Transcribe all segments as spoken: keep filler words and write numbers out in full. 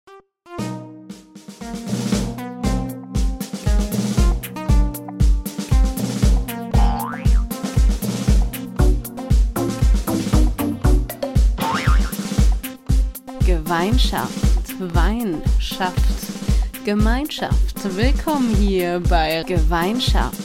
Gemeinschaft, Wein schafft Gemeinschaft. Willkommen hier bei Gemeinschaft.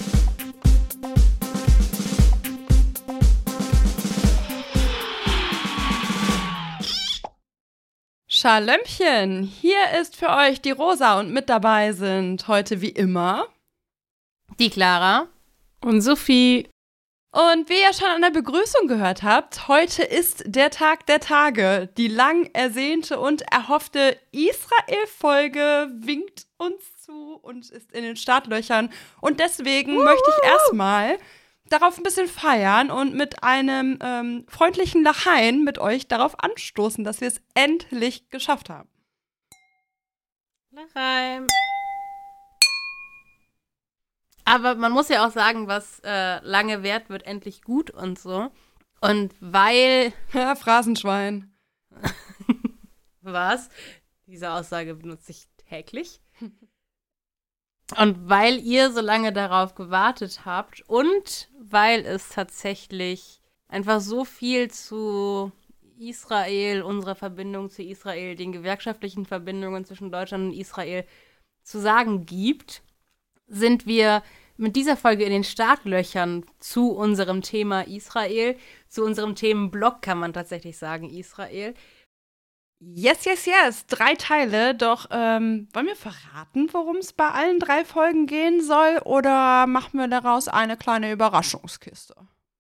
Schalömchen, hier ist für euch die Rosa und mit dabei sind heute wie immer die Clara und Sophie. Und wie ihr schon an der Begrüßung gehört habt, heute ist der Tag der Tage. Die lang ersehnte und erhoffte Israel-Folge winkt uns zu und ist in den Startlöchern. Und deswegen Woo! möchte ich erstmal darauf ein bisschen feiern und mit einem ähm, freundlichen Lachein mit euch darauf anstoßen, dass wir es endlich geschafft haben. Lachein. Aber man muss ja auch sagen, was äh, lange währt, wird endlich gut und so. Und weil... Ja, Phrasenschwein. Was? Diese Aussage benutze ich täglich. Und weil ihr so lange darauf gewartet habt und weil es tatsächlich einfach so viel zu Israel, unserer Verbindung zu Israel, den gewerkschaftlichen Verbindungen zwischen Deutschland und Israel zu sagen gibt, sind wir mit dieser Folge in den Startlöchern zu unserem Thema Israel, zu unserem Themenblock kann man tatsächlich sagen, Israel. Yes, yes, yes, drei Teile, doch ähm, wollen wir verraten, worum es bei allen drei Folgen gehen soll, oder machen wir daraus eine kleine Überraschungskiste?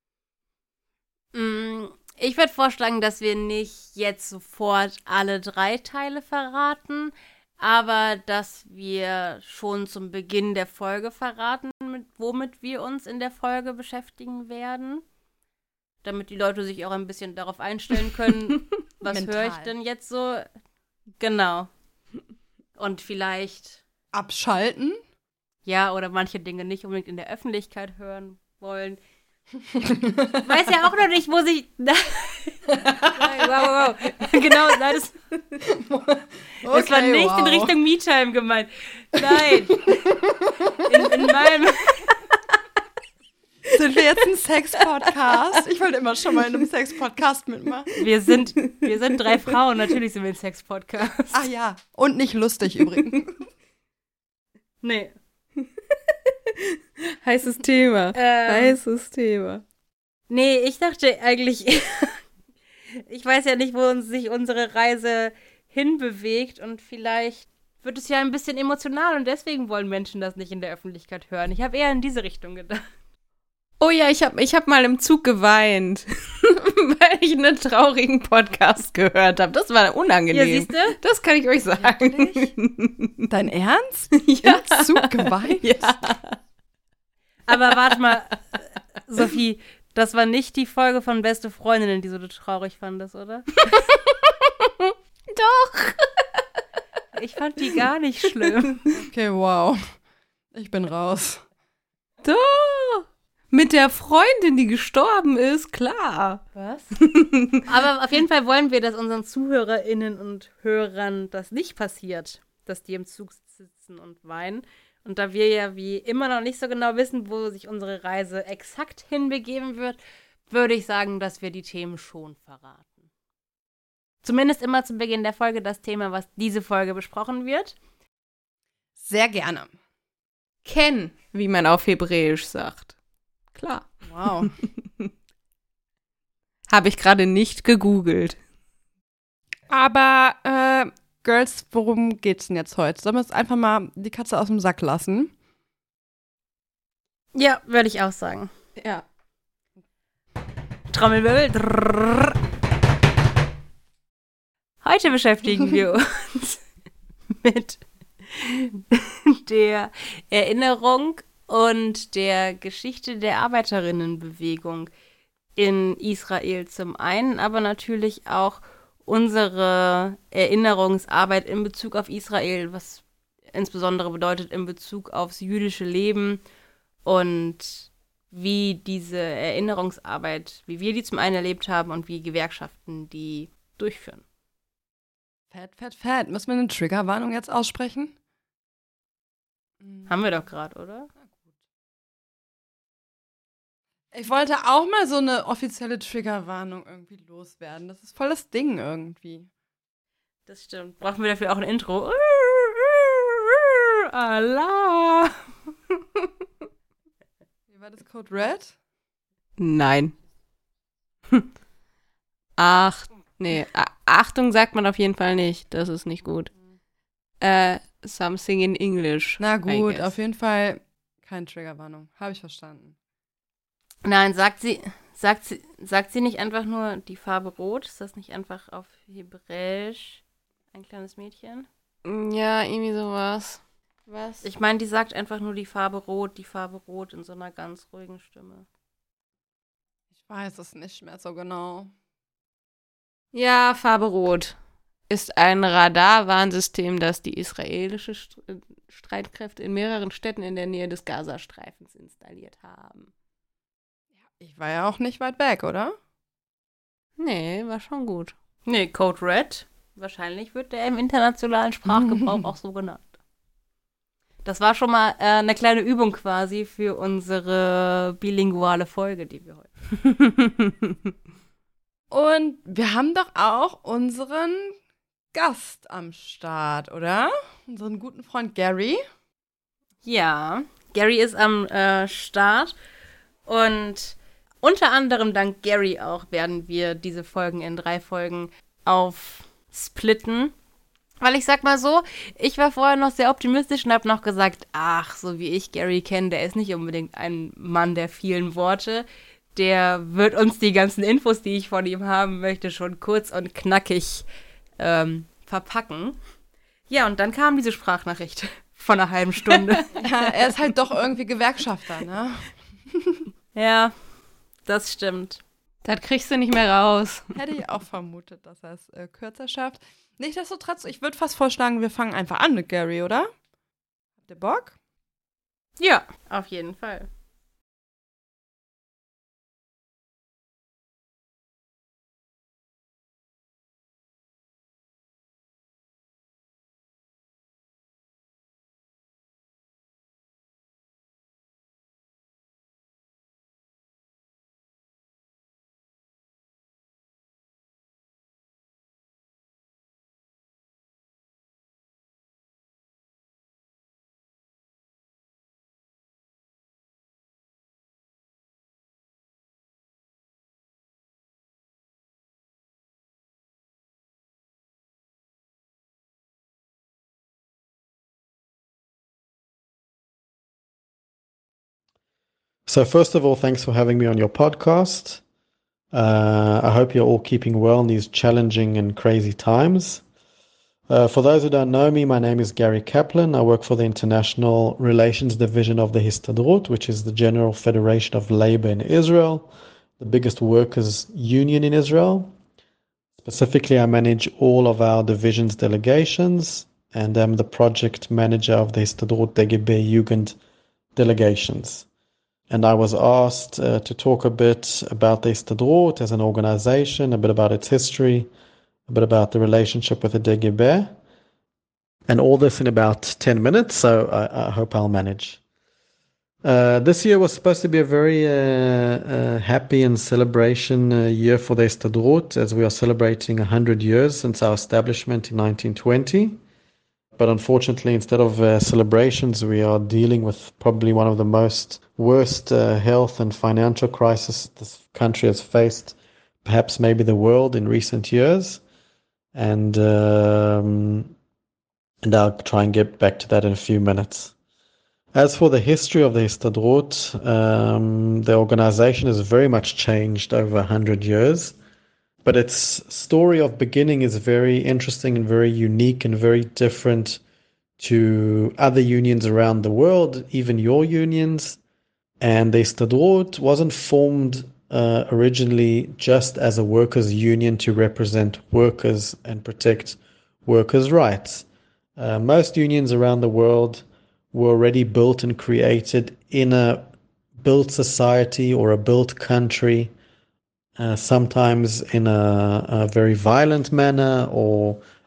Mm, ich würde vorschlagen, dass wir nicht jetzt sofort alle drei Teile verraten, aber dass wir schon zum Beginn der Folge verraten, mit, womit wir uns in der Folge beschäftigen werden. Damit die Leute sich auch ein bisschen darauf einstellen können, was höre ich denn jetzt so? Genau. Und vielleicht abschalten? Ja, oder manche Dinge nicht unbedingt in der Öffentlichkeit hören wollen. Weiß ja auch noch nicht, wo sich... Nein, wow, wow, wow. Genau, nein, das, okay, das war nicht wow. in Richtung Me-Time gemeint. Nein. In, in meinem... Sind wir jetzt ein Sex-Podcast? Ich wollte immer schon mal in einem Sex-Podcast mitmachen. Wir sind, wir sind drei Frauen, natürlich sind wir ein Sex-Podcast. Ach ja, und nicht lustig übrigens. Nee. Heißes Thema. Ähm, Heißes Thema. Nee, ich dachte eigentlich, ich weiß ja nicht, wo uns sich unsere Reise hinbewegt und vielleicht wird es ja ein bisschen emotional und deswegen wollen Menschen das nicht in der Öffentlichkeit hören. Ich habe eher in diese Richtung gedacht. Oh ja, ich habe ich hab mal im Zug geweint, weil ich einen traurigen Podcast gehört habe. Das war unangenehm. Ja, siehst du? Das kann ich euch sagen. Wirklich? Dein Ernst? Ja. Im Zug geweint? Ja. Aber warte mal, Sophie, das war nicht die Folge von Beste Freundinnen, die so du traurig fandest, oder? Doch. Ich fand die gar nicht schlimm. Okay, wow. Ich bin raus. Doch. Mit der Freundin, die gestorben ist, klar. Was? Aber auf jeden Fall wollen wir, dass unseren ZuhörerInnen und Hörern das nicht passiert, dass die im Zug sitzen und weinen. Und da wir ja wie immer noch nicht so genau wissen, wo sich unsere Reise exakt hinbegeben wird, würde ich sagen, dass wir die Themen schon verraten. Zumindest immer zum Beginn der Folge das Thema, was diese Folge besprochen wird. Sehr gerne. Ken, wie man auf Hebräisch sagt. Klar. Wow. Habe ich gerade nicht gegoogelt. Aber, äh, Girls, worum geht's denn jetzt heute? Sollen wir jetzt einfach mal die Katze aus dem Sack lassen? Ja, würde ich auch sagen. Ja. Trommelwirbel. Drrr. Heute beschäftigen wir uns mit der Erinnerung und der Geschichte der Arbeiterinnenbewegung in Israel zum einen, aber natürlich auch unsere Erinnerungsarbeit in Bezug auf Israel, was insbesondere bedeutet in Bezug aufs jüdische Leben und wie diese Erinnerungsarbeit, wie wir die zum einen erlebt haben und wie Gewerkschaften die durchführen. Fett, fett, fett. Müssen wir eine Triggerwarnung jetzt aussprechen? Haben wir doch gerade, oder? Ich wollte auch mal so eine offizielle Triggerwarnung irgendwie loswerden. Das ist voll das Ding irgendwie. Das stimmt. Brauchen wir dafür auch ein Intro? Allah. Wie war das Code Red? Nein. Ach, nee. A- Achtung sagt man auf jeden Fall nicht. Das ist nicht gut. Äh, something in English. Na I gut, guess. auf jeden Fall keine Triggerwarnung. Habe ich verstanden. Nein, sagt sie, sagt sie, sagt sie nicht einfach nur die Farbe Rot? Ist das nicht einfach auf Hebräisch ein kleines Mädchen? Ja, irgendwie sowas. Was? Ich meine, die sagt einfach nur die Farbe Rot, die Farbe Rot in so einer ganz ruhigen Stimme. Ich weiß es nicht mehr so genau. Ja, Farbe Rot ist ein Radarwarnsystem, das die israelische St- äh, Streitkräfte in mehreren Städten in der Nähe des Gazastreifens installiert haben. Ich war ja auch nicht weit weg, oder? Nee, war schon gut. Nee, Code Red. Wahrscheinlich wird der im internationalen Sprachgebrauch auch so genannt. Das war schon mal äh, eine kleine Übung quasi für unsere bilinguale Folge, die wir heute. Und wir haben doch auch unseren Gast am Start, oder? Unseren guten Freund Gary. Ja, Gary ist am äh, Start und unter anderem dank Gary auch werden wir diese Folgen in drei Folgen aufsplitten. Weil ich sag mal so, ich war vorher noch sehr optimistisch und habe noch gesagt, ach, so wie ich Gary kenne, der ist nicht unbedingt ein Mann der vielen Worte. Der wird uns die ganzen Infos, die ich von ihm haben möchte, schon kurz und knackig ähm, verpacken. Ja, und dann kam diese Sprachnachricht von einer halben Stunde. Ja, er ist halt doch irgendwie Gewerkschafter, ne? Ja, das stimmt. Das kriegst du nicht mehr raus. Hätte ich auch vermutet, dass er es äh, kürzer schafft. Nichtsdestotrotz, ich würde fast vorschlagen, wir fangen einfach an mit Gary, oder? Habt ihr Bock? Ja, auf jeden Fall. So first of all, thanks for having me on your podcast. Uh, I hope you're all keeping well in these challenging and crazy times. Uh, for those who don't know me, my name is Gary Kaplan. I work for the International Relations Division of the Histadrut, which is the General Federation of Labor in Israel, the biggest workers' union in Israel. Specifically, I manage all of our division's delegations, and I'm the project manager of the Histadrut D G B Jugend delegations. And I was asked uh, to talk a bit about the Histadrut as an organization, a bit about its history, a bit about the relationship with the D G B, and all this in about ten minutes, so I, I hope I'll manage. Uh, this year was supposed to be a very uh, uh, happy and celebration uh, year for the Histadrut, as we are celebrating one hundred years since our establishment in nineteen twenty. But unfortunately, instead of uh, celebrations, we are dealing with probably one of the most worst uh, health and financial crises this country has faced, perhaps maybe the world in recent years. And um, and I'll try and get back to that in a few minutes. As for the history of the Histadrut, um, the organization has very much changed over one hundred years. But its story of beginning is very interesting and very unique and very different to other unions around the world, even your unions. And the Histadrut wasn't formed uh, originally just as a workers' union to represent workers and protect workers' rights. Uh, most unions around the world were already built and created in a built society or a built country, Uh, sometimes in a, a very violent manner or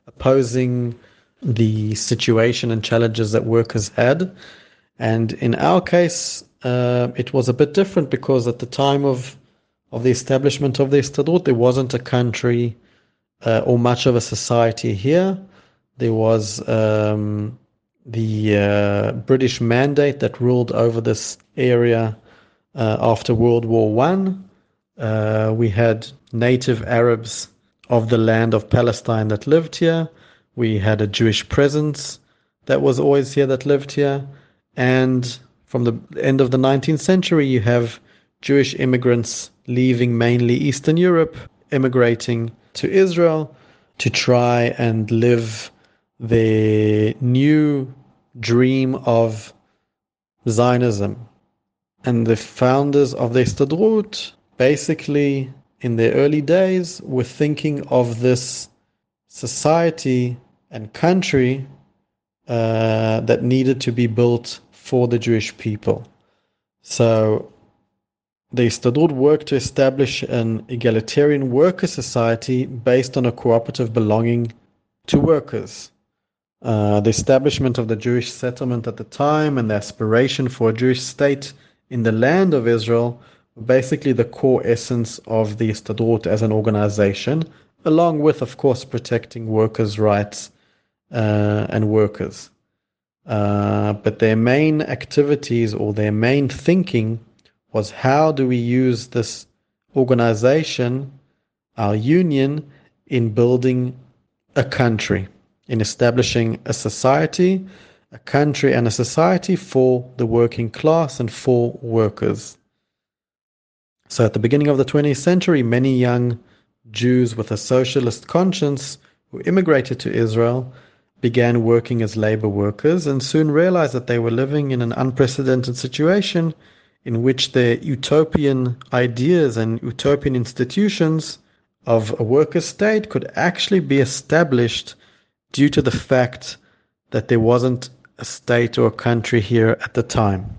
opposing the situation and challenges that workers had. And in our case, uh, it was a bit different because at the time of, of the establishment of the Histadrut, there wasn't a country uh, or much of a society here. There was um, the uh, British mandate that ruled over this area uh, after World War One. Uh, we had native Arabs of the land of Palestine that lived here. We had a Jewish presence that was always here that lived here. And from the end of the nineteenth century, you have Jewish immigrants leaving mainly Eastern Europe, immigrating to Israel to try and live their new dream of Zionism. And the founders of the Histadrut, basically in their early days, were thinking of this society and country uh, that needed to be built for the Jewish people. So the Histadrut worked to establish an egalitarian worker society based on a cooperative belonging to workers. Uh, the establishment of the Jewish settlement at the time and the aspiration for a Jewish state in the land of Israel were basically the core essence of the Histadrut as an organization, along with, of course, protecting workers' rights uh, and workers. Uh, but their main activities or their main thinking was, how do we use this organization, our union, in building a country, in establishing a society, a country and a society for the working class and for workers. So at the beginning of the twentieth century, many young Jews with a socialist conscience who immigrated to Israel began working as labor workers and soon realized that they were living in an unprecedented situation in which their utopian ideas and utopian institutions of a worker state could actually be established due to the fact that there wasn't a state or a country here at the time.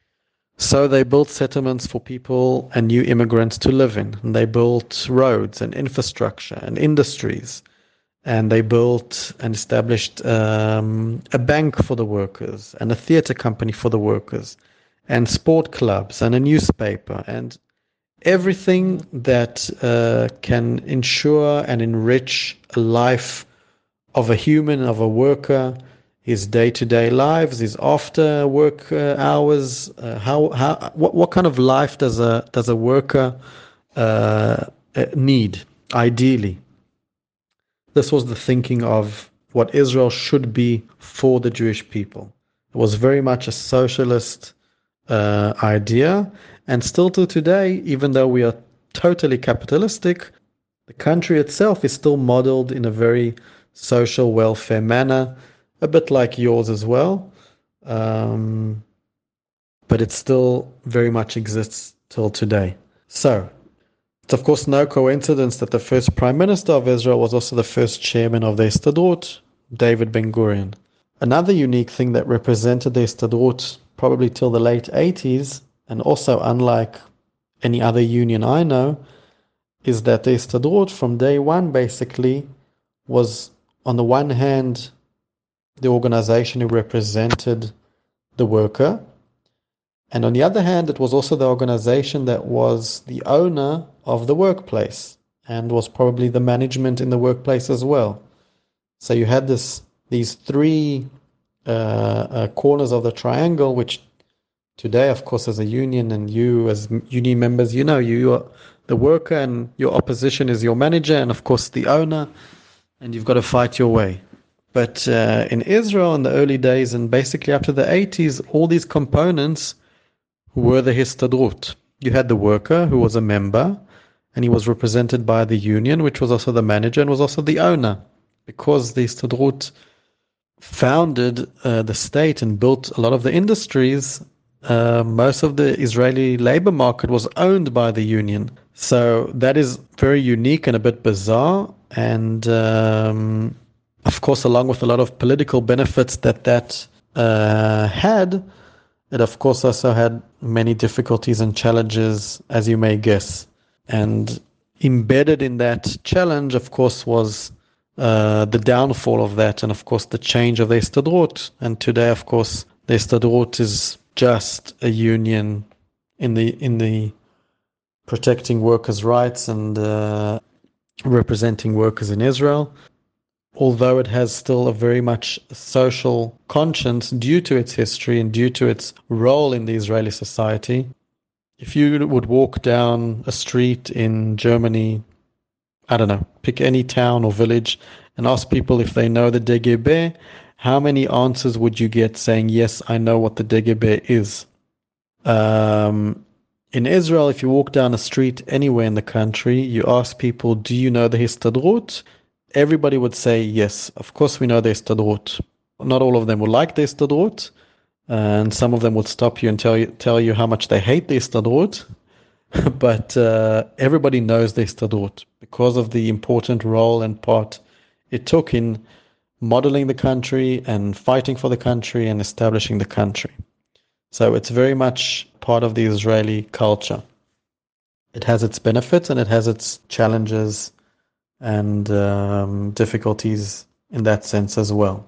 So they built settlements for people and new immigrants to live in. And they built roads and infrastructure and industries. And they built and established um, a bank for the workers and a theater company for the workers and sport clubs and a newspaper and everything that uh, can ensure and enrich a life of a human, of a worker, his day-to-day lives, his after work uh, hours. Uh, how how what what kind of life does a does a worker uh, need ideally? This was the thinking of what Israel should be for the Jewish people. It was very much a socialist uh, idea, and still to today, even though we are totally capitalistic, the country itself is still modeled in a very social welfare manner, a bit like yours as well, um, but it still very much exists till today. So, it's of course no coincidence that the first Prime Minister of Israel was also the first chairman of the Histadrut, David Ben-Gurion. Another unique thing that represented the Histadrut probably till the late eighties, and also unlike any other union I know, is that the Histadrut from day one basically was, on the one hand, the organization who represented the worker, and on the other hand, it was also the organization that was the owner of the workplace and was probably the management in the workplace as well. So you had this these three uh, uh, corners of the triangle, which today, of course, as a union and you as union members, you know, you are the worker and your opposition is your manager and, of course, the owner, and you've got to fight your way. But uh, in Israel in the early days and basically up to the eighties, all these components were the Histadrut. You had the worker who was a member and he was represented by the union, which was also the manager and was also the owner. Because the Histadrut founded uh, the state and built a lot of the industries, uh, most of the Israeli labor market was owned by the union. So that is very unique and a bit bizarre. And um, of course, along with a lot of political benefits that that uh, had, it of course also had many difficulties and challenges, as you may guess. And embedded in that challenge, of course, was uh, the downfall of that, and of course the change of the Histadrut. And today, of course, the Histadrut is just a union in the in the protecting workers' rights and uh, representing workers in Israel. Although it has still a very much social conscience due to its history and due to its role in the Israeli society. If you would walk down a street in Germany, I don't know, pick any town or village and ask people if they know the D G B, how many answers would you get saying, yes, I know what the D G B is? Um, in Israel, if you walk down a street anywhere in the country, you ask people, do you know the Histadrut? Everybody would say, yes, of course we know the Histadrut. Not all of them would like the Histadrut, and some of them would stop you and tell you tell you how much they hate the Histadrut. But uh, everybody knows the Histadrut because of the important role and part it took in modeling the country and fighting for the country and establishing the country. So it's very much part of the Israeli culture. It has its benefits and it has its challenges and um, difficulties in that sense as well.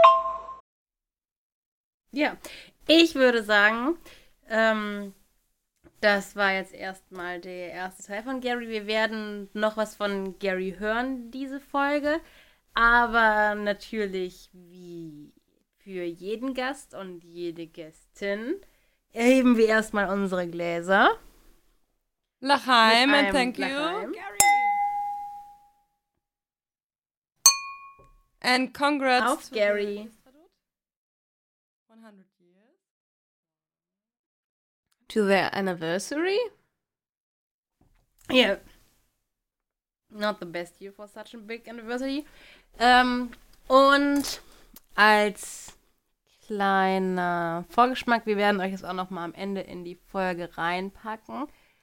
Ja, ich würde sagen, ähm, das war jetzt erstmal der erste Teil von Gary. Wir werden noch was von Gary hören, diese Folge. Aber natürlich, wie für jeden Gast und jede Gästin, erheben wir erstmal unsere Gläser. L'chaim, Mit and einem thank you, L'chaim. Gary. And congrats Auf to Gary. one hundred years. To their anniversary? Yeah. Not the best year for such a big anniversary. Ähm, und als kleiner Vorgeschmack, wir werden euch das auch noch mal am Ende in die Folge reinpacken.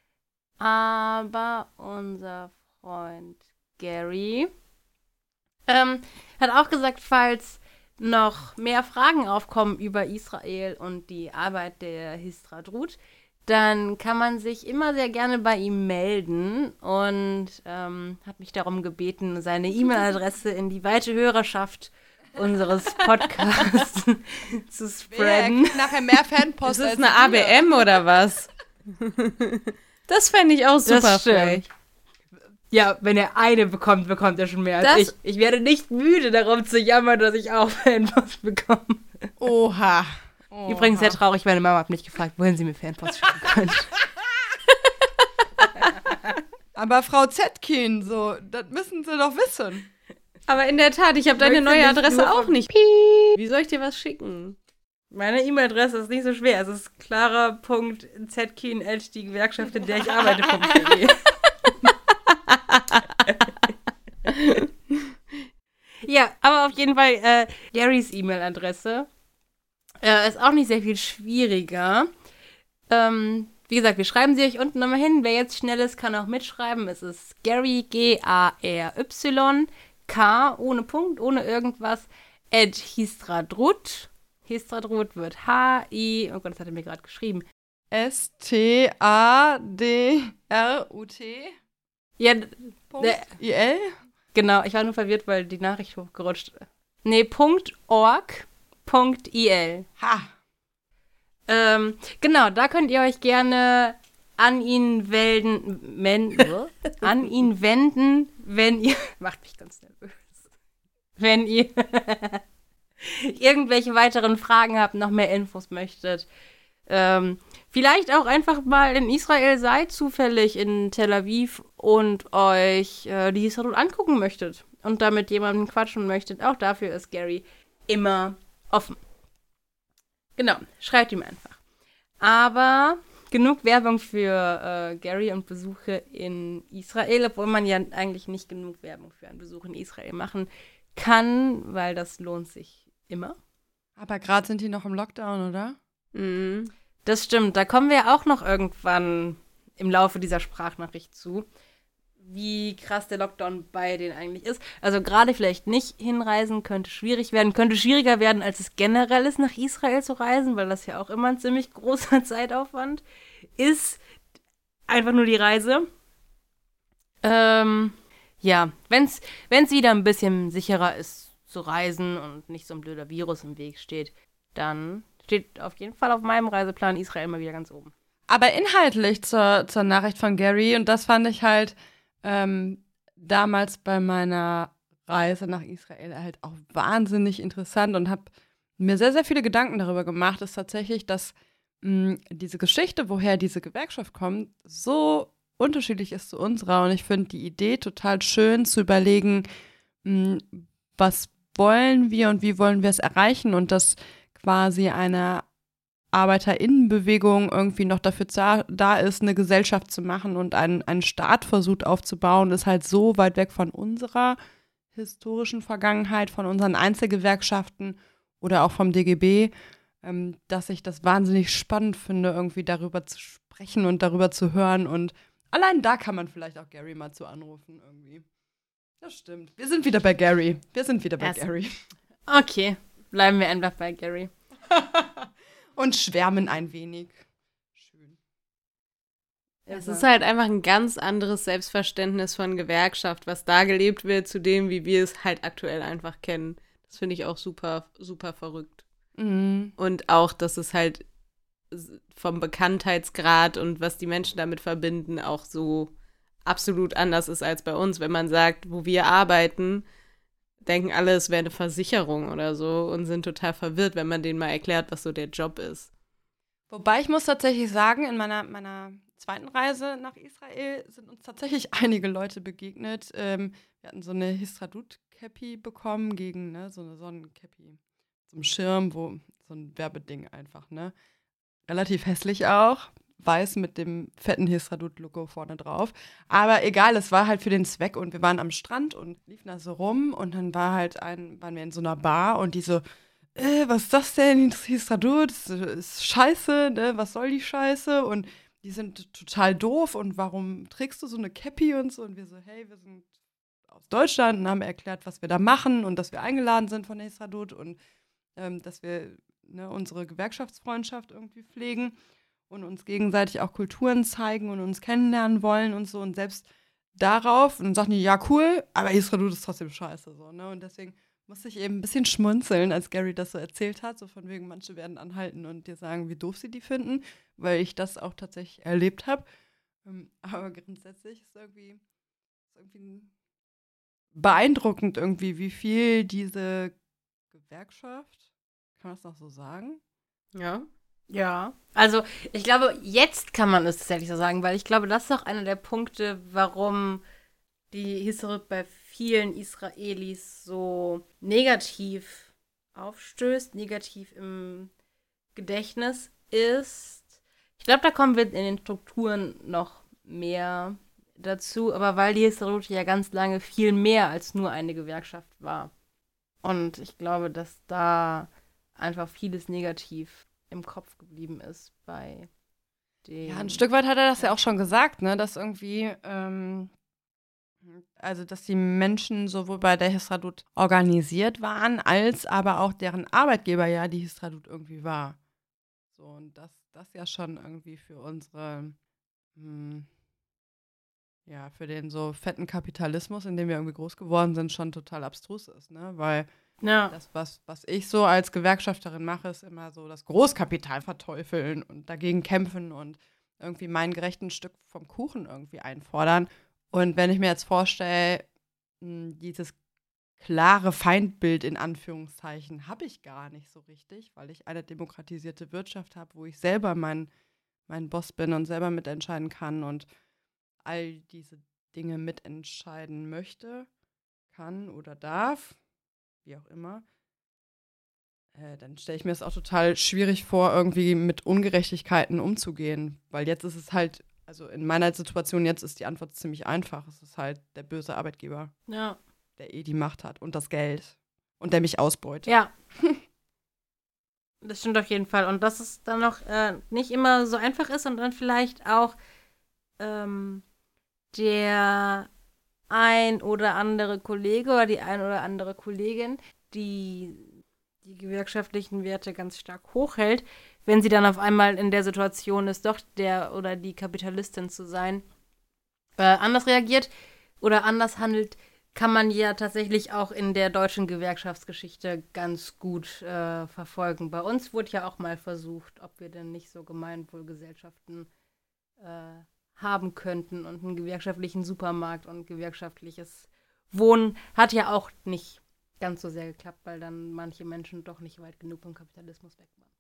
Aber unser Freund Gary ähm, hat auch gesagt, falls noch mehr Fragen aufkommen über Israel und die Arbeit der Histadrut, dann kann man sich immer sehr gerne bei ihm melden und ähm, hat mich darum gebeten, seine E-Mail-Adresse in die weite Hörerschaft unseres Podcasts zu spreaden. Wer nachher mehr Fanpost Ist das als eine A B M oder was? Das fände ich auch super Das stimmt. frech. Ja, wenn er eine bekommt, bekommt er schon mehr als Das- ich. Ich werde nicht müde, darum zu jammern, dass ich auch Fanpost bekomme. Oha. Oha. Übrigens sehr traurig, meine Mama hat mich gefragt, wohin sie mir Fanpost schicken können. Aber Frau Zetkin, so, das müssen Sie doch wissen. Aber in der Tat, ich habe deine Möchte neue nicht Adresse nur auch von- nicht. Piep. Wie soll ich dir was schicken? Meine E-Mail-Adresse ist nicht so schwer. Es ist clara.zetkin at die Gewerkschaft, in der ich arbeite. .de. Ja, aber auf jeden Fall äh, Garys E-Mail-Adresse äh, ist auch nicht sehr viel schwieriger. Ähm, wie gesagt, wir schreiben sie euch unten nochmal hin. Wer jetzt schnell ist, kann auch mitschreiben. Es ist Gary, G A R Y, K, ohne Punkt, ohne irgendwas, at Histadrut. Histadrut wird H, I, oh Gott, das hat er mir gerade geschrieben. S T A D R U T Ja, Punkt Der- I L? genau, ich war nur verwirrt, weil die Nachricht hochgerutscht ist. Nee, .org, .il. Ha. Ähm, genau, da könnt ihr euch gerne an ihn wenden, men, an ihn wenden, wenn ihr, macht mich ganz nervös, wenn ihr irgendwelche weiteren Fragen habt, noch mehr Infos möchtet. Ähm, vielleicht auch einfach mal in Israel seid, zufällig in Tel Aviv und euch äh, die Histadrut angucken möchtet und da mit jemandem quatschen möchtet. Auch dafür ist Gary immer offen. Genau, schreibt ihm einfach. Aber genug Werbung für äh, Gary und Besuche in Israel, obwohl man ja eigentlich nicht genug Werbung für einen Besuch in Israel machen kann, weil das lohnt sich immer. Aber gerade sind die noch im Lockdown, oder? Mhm. Das stimmt, da kommen wir auch noch irgendwann im Laufe dieser Sprachnachricht zu, wie krass der Lockdown bei denen eigentlich ist. Also gerade vielleicht nicht hinreisen, könnte schwierig werden, könnte schwieriger werden, als es generell ist, nach Israel zu reisen, weil das ja auch immer ein ziemlich großer Zeitaufwand ist. Einfach nur die Reise. Ähm, ja, wenn's, wenn's wieder ein bisschen sicherer ist zu reisen und nicht so ein blöder Virus im Weg steht, dann steht auf jeden Fall auf meinem Reiseplan Israel mal wieder ganz oben. Aber inhaltlich zur, zur Nachricht von Gary, und das fand ich halt ähm, damals bei meiner Reise nach Israel halt auch wahnsinnig interessant und habe mir sehr, sehr viele Gedanken darüber gemacht, ist tatsächlich, dass mh, diese Geschichte, woher diese Gewerkschaft kommt, so unterschiedlich ist zu unserer. Und ich finde die Idee total schön zu überlegen, mh, was wollen wir und wie wollen wir es erreichen, und dass quasi eine ArbeiterInnenbewegung irgendwie noch dafür za- da ist, eine Gesellschaft zu machen und einen, einen Staat versucht aufzubauen, ist halt so weit weg von unserer historischen Vergangenheit, von unseren Einzelgewerkschaften oder auch vom D G B, ähm, dass ich das wahnsinnig spannend finde, irgendwie darüber zu sprechen und darüber zu hören. Und allein da kann man vielleicht auch Gary mal zu anrufen irgendwie. Das stimmt. Wir sind wieder bei Gary. Wir sind wieder bei Erst- Gary. Okay, bleiben wir einfach bei Gary. Und schwärmen ein wenig. Schön. Es ist halt einfach ein ganz anderes Selbstverständnis von Gewerkschaft, was da gelebt wird, zu dem, wie wir es halt aktuell einfach kennen. Das finde ich auch super, super verrückt. Mhm. Und auch, dass es halt vom Bekanntheitsgrad und was die Menschen damit verbinden, auch so absolut anders ist als bei uns. Wenn man sagt, wo wir arbeiten, denken alle, es wäre eine Versicherung oder so und sind total verwirrt, wenn man denen mal erklärt, was so der Job ist. Wobei ich muss tatsächlich sagen, in meiner, meiner zweiten Reise nach Israel sind uns tatsächlich einige Leute begegnet. Ähm, wir hatten so eine Histadrut-Cappy bekommen gegen ne, so eine Sonnencappy. So ein Schirm, wo so ein Werbeding einfach, ne? Relativ hässlich auch. Weiß mit dem fetten Histadrut-Logo vorne drauf. Aber egal, es war halt für den Zweck, und wir waren am Strand und liefen da so rum, und dann war halt ein, waren wir in so einer Bar, und die so, äh, was ist das denn? Histadrut, das ist scheiße, ne? Was soll die Scheiße? Und die sind total doof, und warum trägst du so eine Cappy und so? Und wir so, hey, wir sind aus Deutschland, und haben erklärt, was wir da machen und dass wir eingeladen sind von der Histadrut und ähm, dass wir ne, unsere Gewerkschaftsfreundschaft irgendwie pflegen und uns gegenseitig auch Kulturen zeigen und uns kennenlernen wollen und so. Und selbst darauf, und dann sagten die, ja, cool, aber Histadrut ist trotzdem scheiße. So, ne? Und deswegen musste ich eben ein bisschen schmunzeln, als Gary das so erzählt hat, so von wegen, manche werden anhalten und dir sagen, wie doof sie die finden, weil ich das auch tatsächlich erlebt habe. Ähm, aber grundsätzlich ist irgendwie, ist irgendwie beeindruckend irgendwie, wie viel diese Gewerkschaft, kann man das noch so sagen? Ja. Ja, also ich glaube, jetzt kann man es tatsächlich so sagen, weil ich glaube, das ist auch einer der Punkte, warum die Historie bei vielen Israelis so negativ aufstößt, negativ im Gedächtnis ist. Ich glaube, da kommen wir in den Strukturen noch mehr dazu, aber weil die Historie ja ganz lange viel mehr als nur eine Gewerkschaft war. Und ich glaube, dass da einfach vieles negativ im Kopf geblieben ist bei den. Ja, ein Stück weit hat er das ja auch schon gesagt, ne, dass irgendwie, ähm, also dass die Menschen sowohl bei der Histadrut organisiert waren, als aber auch deren Arbeitgeber ja die Histadrut irgendwie war. So, und dass das ja schon irgendwie für unsere, mh, ja, für den so fetten Kapitalismus, in dem wir irgendwie groß geworden sind, schon total abstrus ist, ne, weil Ja. das, was, was ich so als Gewerkschafterin mache, ist immer so das Großkapital verteufeln und dagegen kämpfen und irgendwie mein gerechten Stück vom Kuchen irgendwie einfordern. Und wenn ich mir jetzt vorstelle, mh, dieses klare Feindbild in Anführungszeichen habe ich gar nicht so richtig, weil ich eine demokratisierte Wirtschaft habe, wo ich selber mein, mein Boss bin und selber mitentscheiden kann und all diese Dinge mitentscheiden möchte, kann oder darf, wie auch immer, äh, dann stelle ich mir es auch total schwierig vor, irgendwie mit Ungerechtigkeiten umzugehen. Weil jetzt ist es halt, also in meiner Situation jetzt ist die Antwort ziemlich einfach. Es ist halt der böse Arbeitgeber, Ja. der eh die Macht hat und das Geld und der mich ausbeutet. Ja. Das stimmt auf jeden Fall. Und dass es dann noch äh, nicht immer so einfach ist und dann vielleicht auch ähm, der ein oder andere Kollege oder die ein oder andere Kollegin, die die gewerkschaftlichen Werte ganz stark hochhält, wenn sie dann auf einmal in der Situation ist, doch der oder die Kapitalistin zu sein, äh, anders reagiert, oder anders handelt, kann man ja tatsächlich auch in der deutschen Gewerkschaftsgeschichte ganz gut äh, verfolgen. Bei uns wurde ja auch mal versucht, ob wir denn nicht so Gemeinwohlgesellschaften äh, haben könnten und einen gewerkschaftlichen Supermarkt und gewerkschaftliches Wohnen hat ja auch nicht ganz so sehr geklappt, weil dann manche Menschen doch nicht weit genug vom Kapitalismus weg waren.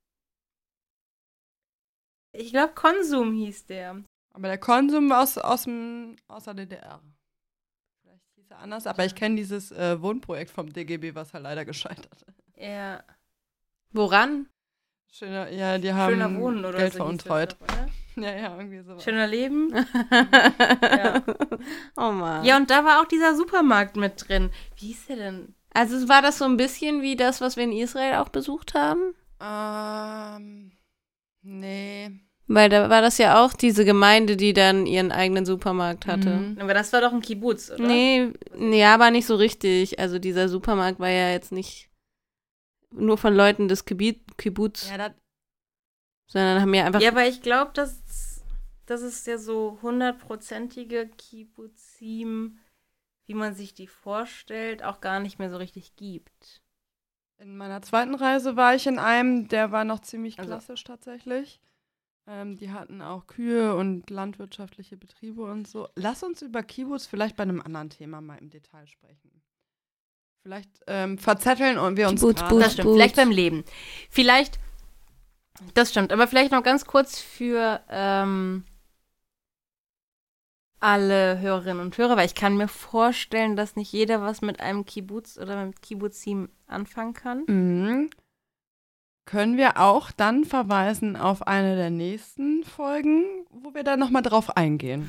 Ich glaube, Konsum hieß der. Aber der Konsum war aus, aus, dem, aus der D D R. Vielleicht hieß er anders, aber ich kenne dieses äh, Wohnprojekt vom D G B, was halt leider gescheitert ist. Ja. Woran? Schöner, ja, die haben Schöner Wohnen oder Geld so veruntreut. hieß das doch, oder? Ja, ja, irgendwie so. Schöner Leben. Ja. Oh Mann. Ja, und da war auch dieser Supermarkt mit drin. Wie hieß der denn? Also war das so ein bisschen wie das, was wir in Israel auch besucht haben? Ähm, nee. Weil da war das ja auch diese Gemeinde, die dann ihren eigenen Supermarkt hatte. Mhm. Aber das war doch ein Kibbutz, oder? Nee, nee, aber nicht so richtig. Also dieser Supermarkt war ja jetzt nicht nur von Leuten des Kibbutz, Kibbutz Ja, das sondern haben ja einfach... Ja, aber ich glaube, dass, dass es ja so hundertprozentige Kibbutzim, wie man sich die vorstellt, auch gar nicht mehr so richtig gibt. in meiner zweiten Reise war ich in einem, der war noch ziemlich Also- klassisch tatsächlich. Ähm, die hatten auch Kühe und landwirtschaftliche Betriebe und so. Lass uns über Kibbutz vielleicht bei einem anderen Thema mal im Detail sprechen. Vielleicht ähm, verzetteln und wir uns Kibbutz, gerade. Butz, Das stimmt, Butz. vielleicht beim Leben. Vielleicht, das stimmt, aber vielleicht noch ganz kurz für ähm, alle Hörerinnen und Hörer, weil ich kann mir vorstellen, dass nicht jeder was mit einem Kibbutz oder mit Kibbutzim anfangen kann. Mhm. Können wir auch dann verweisen auf eine der nächsten Folgen, wo wir da nochmal drauf eingehen.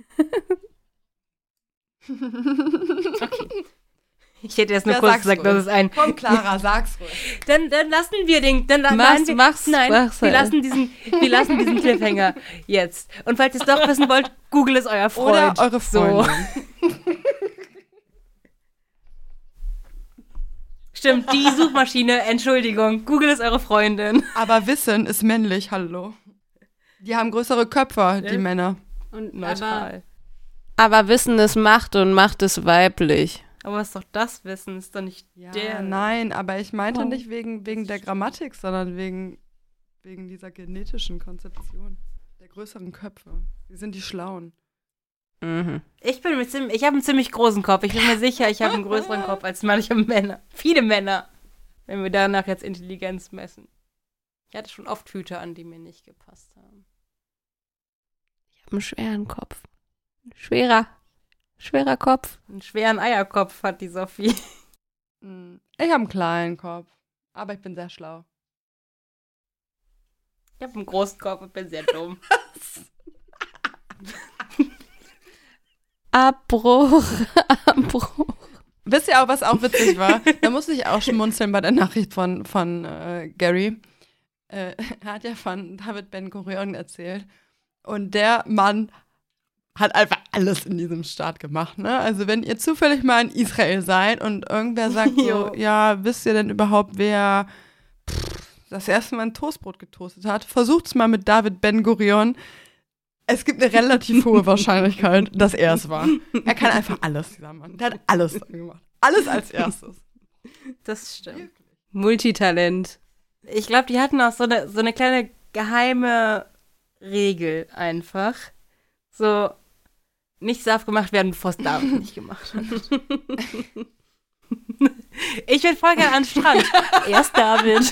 Okay. Ich hätte erst nur Ja, kurz sag's gesagt, ruhig. dass es ein. Komm, Clara, sag's ruhig. Dann, dann lassen wir den. Dann Mach's, machen wir, mach's, nein, mach's wir halt. lassen diesen, wir lassen diesen Cliffhanger jetzt. Und falls ihr es doch wissen wollt, Google ist euer Freund. Oder eure Freundin. Stimmt, die Suchmaschine, Entschuldigung. Google ist eure Freundin. Aber Wissen ist männlich, hallo. Die haben größere Köpfe, die Ja. Männer. Und Neutral. Aber, aber Wissen ist Macht und Macht ist weiblich. Aber was ist doch das Wissen? Ist doch nicht Ja, der. nein, aber ich meinte Oh. nicht wegen, wegen der Grammatik, sondern wegen, wegen dieser genetischen Konzeption. Der größeren Köpfe. Die sind die Schlauen. Mhm. Ich bin mir ziemlich, ich habe einen ziemlich großen Kopf. Ich bin mir sicher, ich habe einen größeren Kopf als manche Männer. Viele Männer. Wenn wir danach jetzt Intelligenz messen. Ich hatte schon oft Hüte an, die mir nicht gepasst haben. Ich habe einen schweren Kopf. Schwerer. Schwerer Kopf. Einen schweren Eierkopf hat die Sophie. Hm, Ich habe einen kleinen Kopf, aber ich bin sehr schlau. Ich habe einen großen Kopf und bin sehr dumm. Abbruch. Abbruch. Wisst ihr auch, was auch witzig war? Da musste ich auch schmunzeln bei der Nachricht von, von äh, Gary. Äh, er hat ja von David Ben-Gurion erzählt. Und der Mann hat einfach alles in diesem Staat gemacht, ne? Also wenn ihr zufällig mal in Israel seid und irgendwer sagt so, Jo. ja, wisst ihr denn überhaupt, wer pff, das erste Mal ein Toastbrot getoastet hat? Versucht's mal mit David Ben-Gurion. Es gibt eine relativ hohe Wahrscheinlichkeit, dass er es war. Er kann einfach alles, dieser Mann. Der hat alles gemacht. Alles als erstes. Das stimmt. Multitalent. Ich glaube, die hatten auch so eine, so eine kleine geheime Regel einfach. So, nichts darf gemacht werden, bevor es David nicht gemacht hat. Ich will voll gerne an den Strand. Erst David.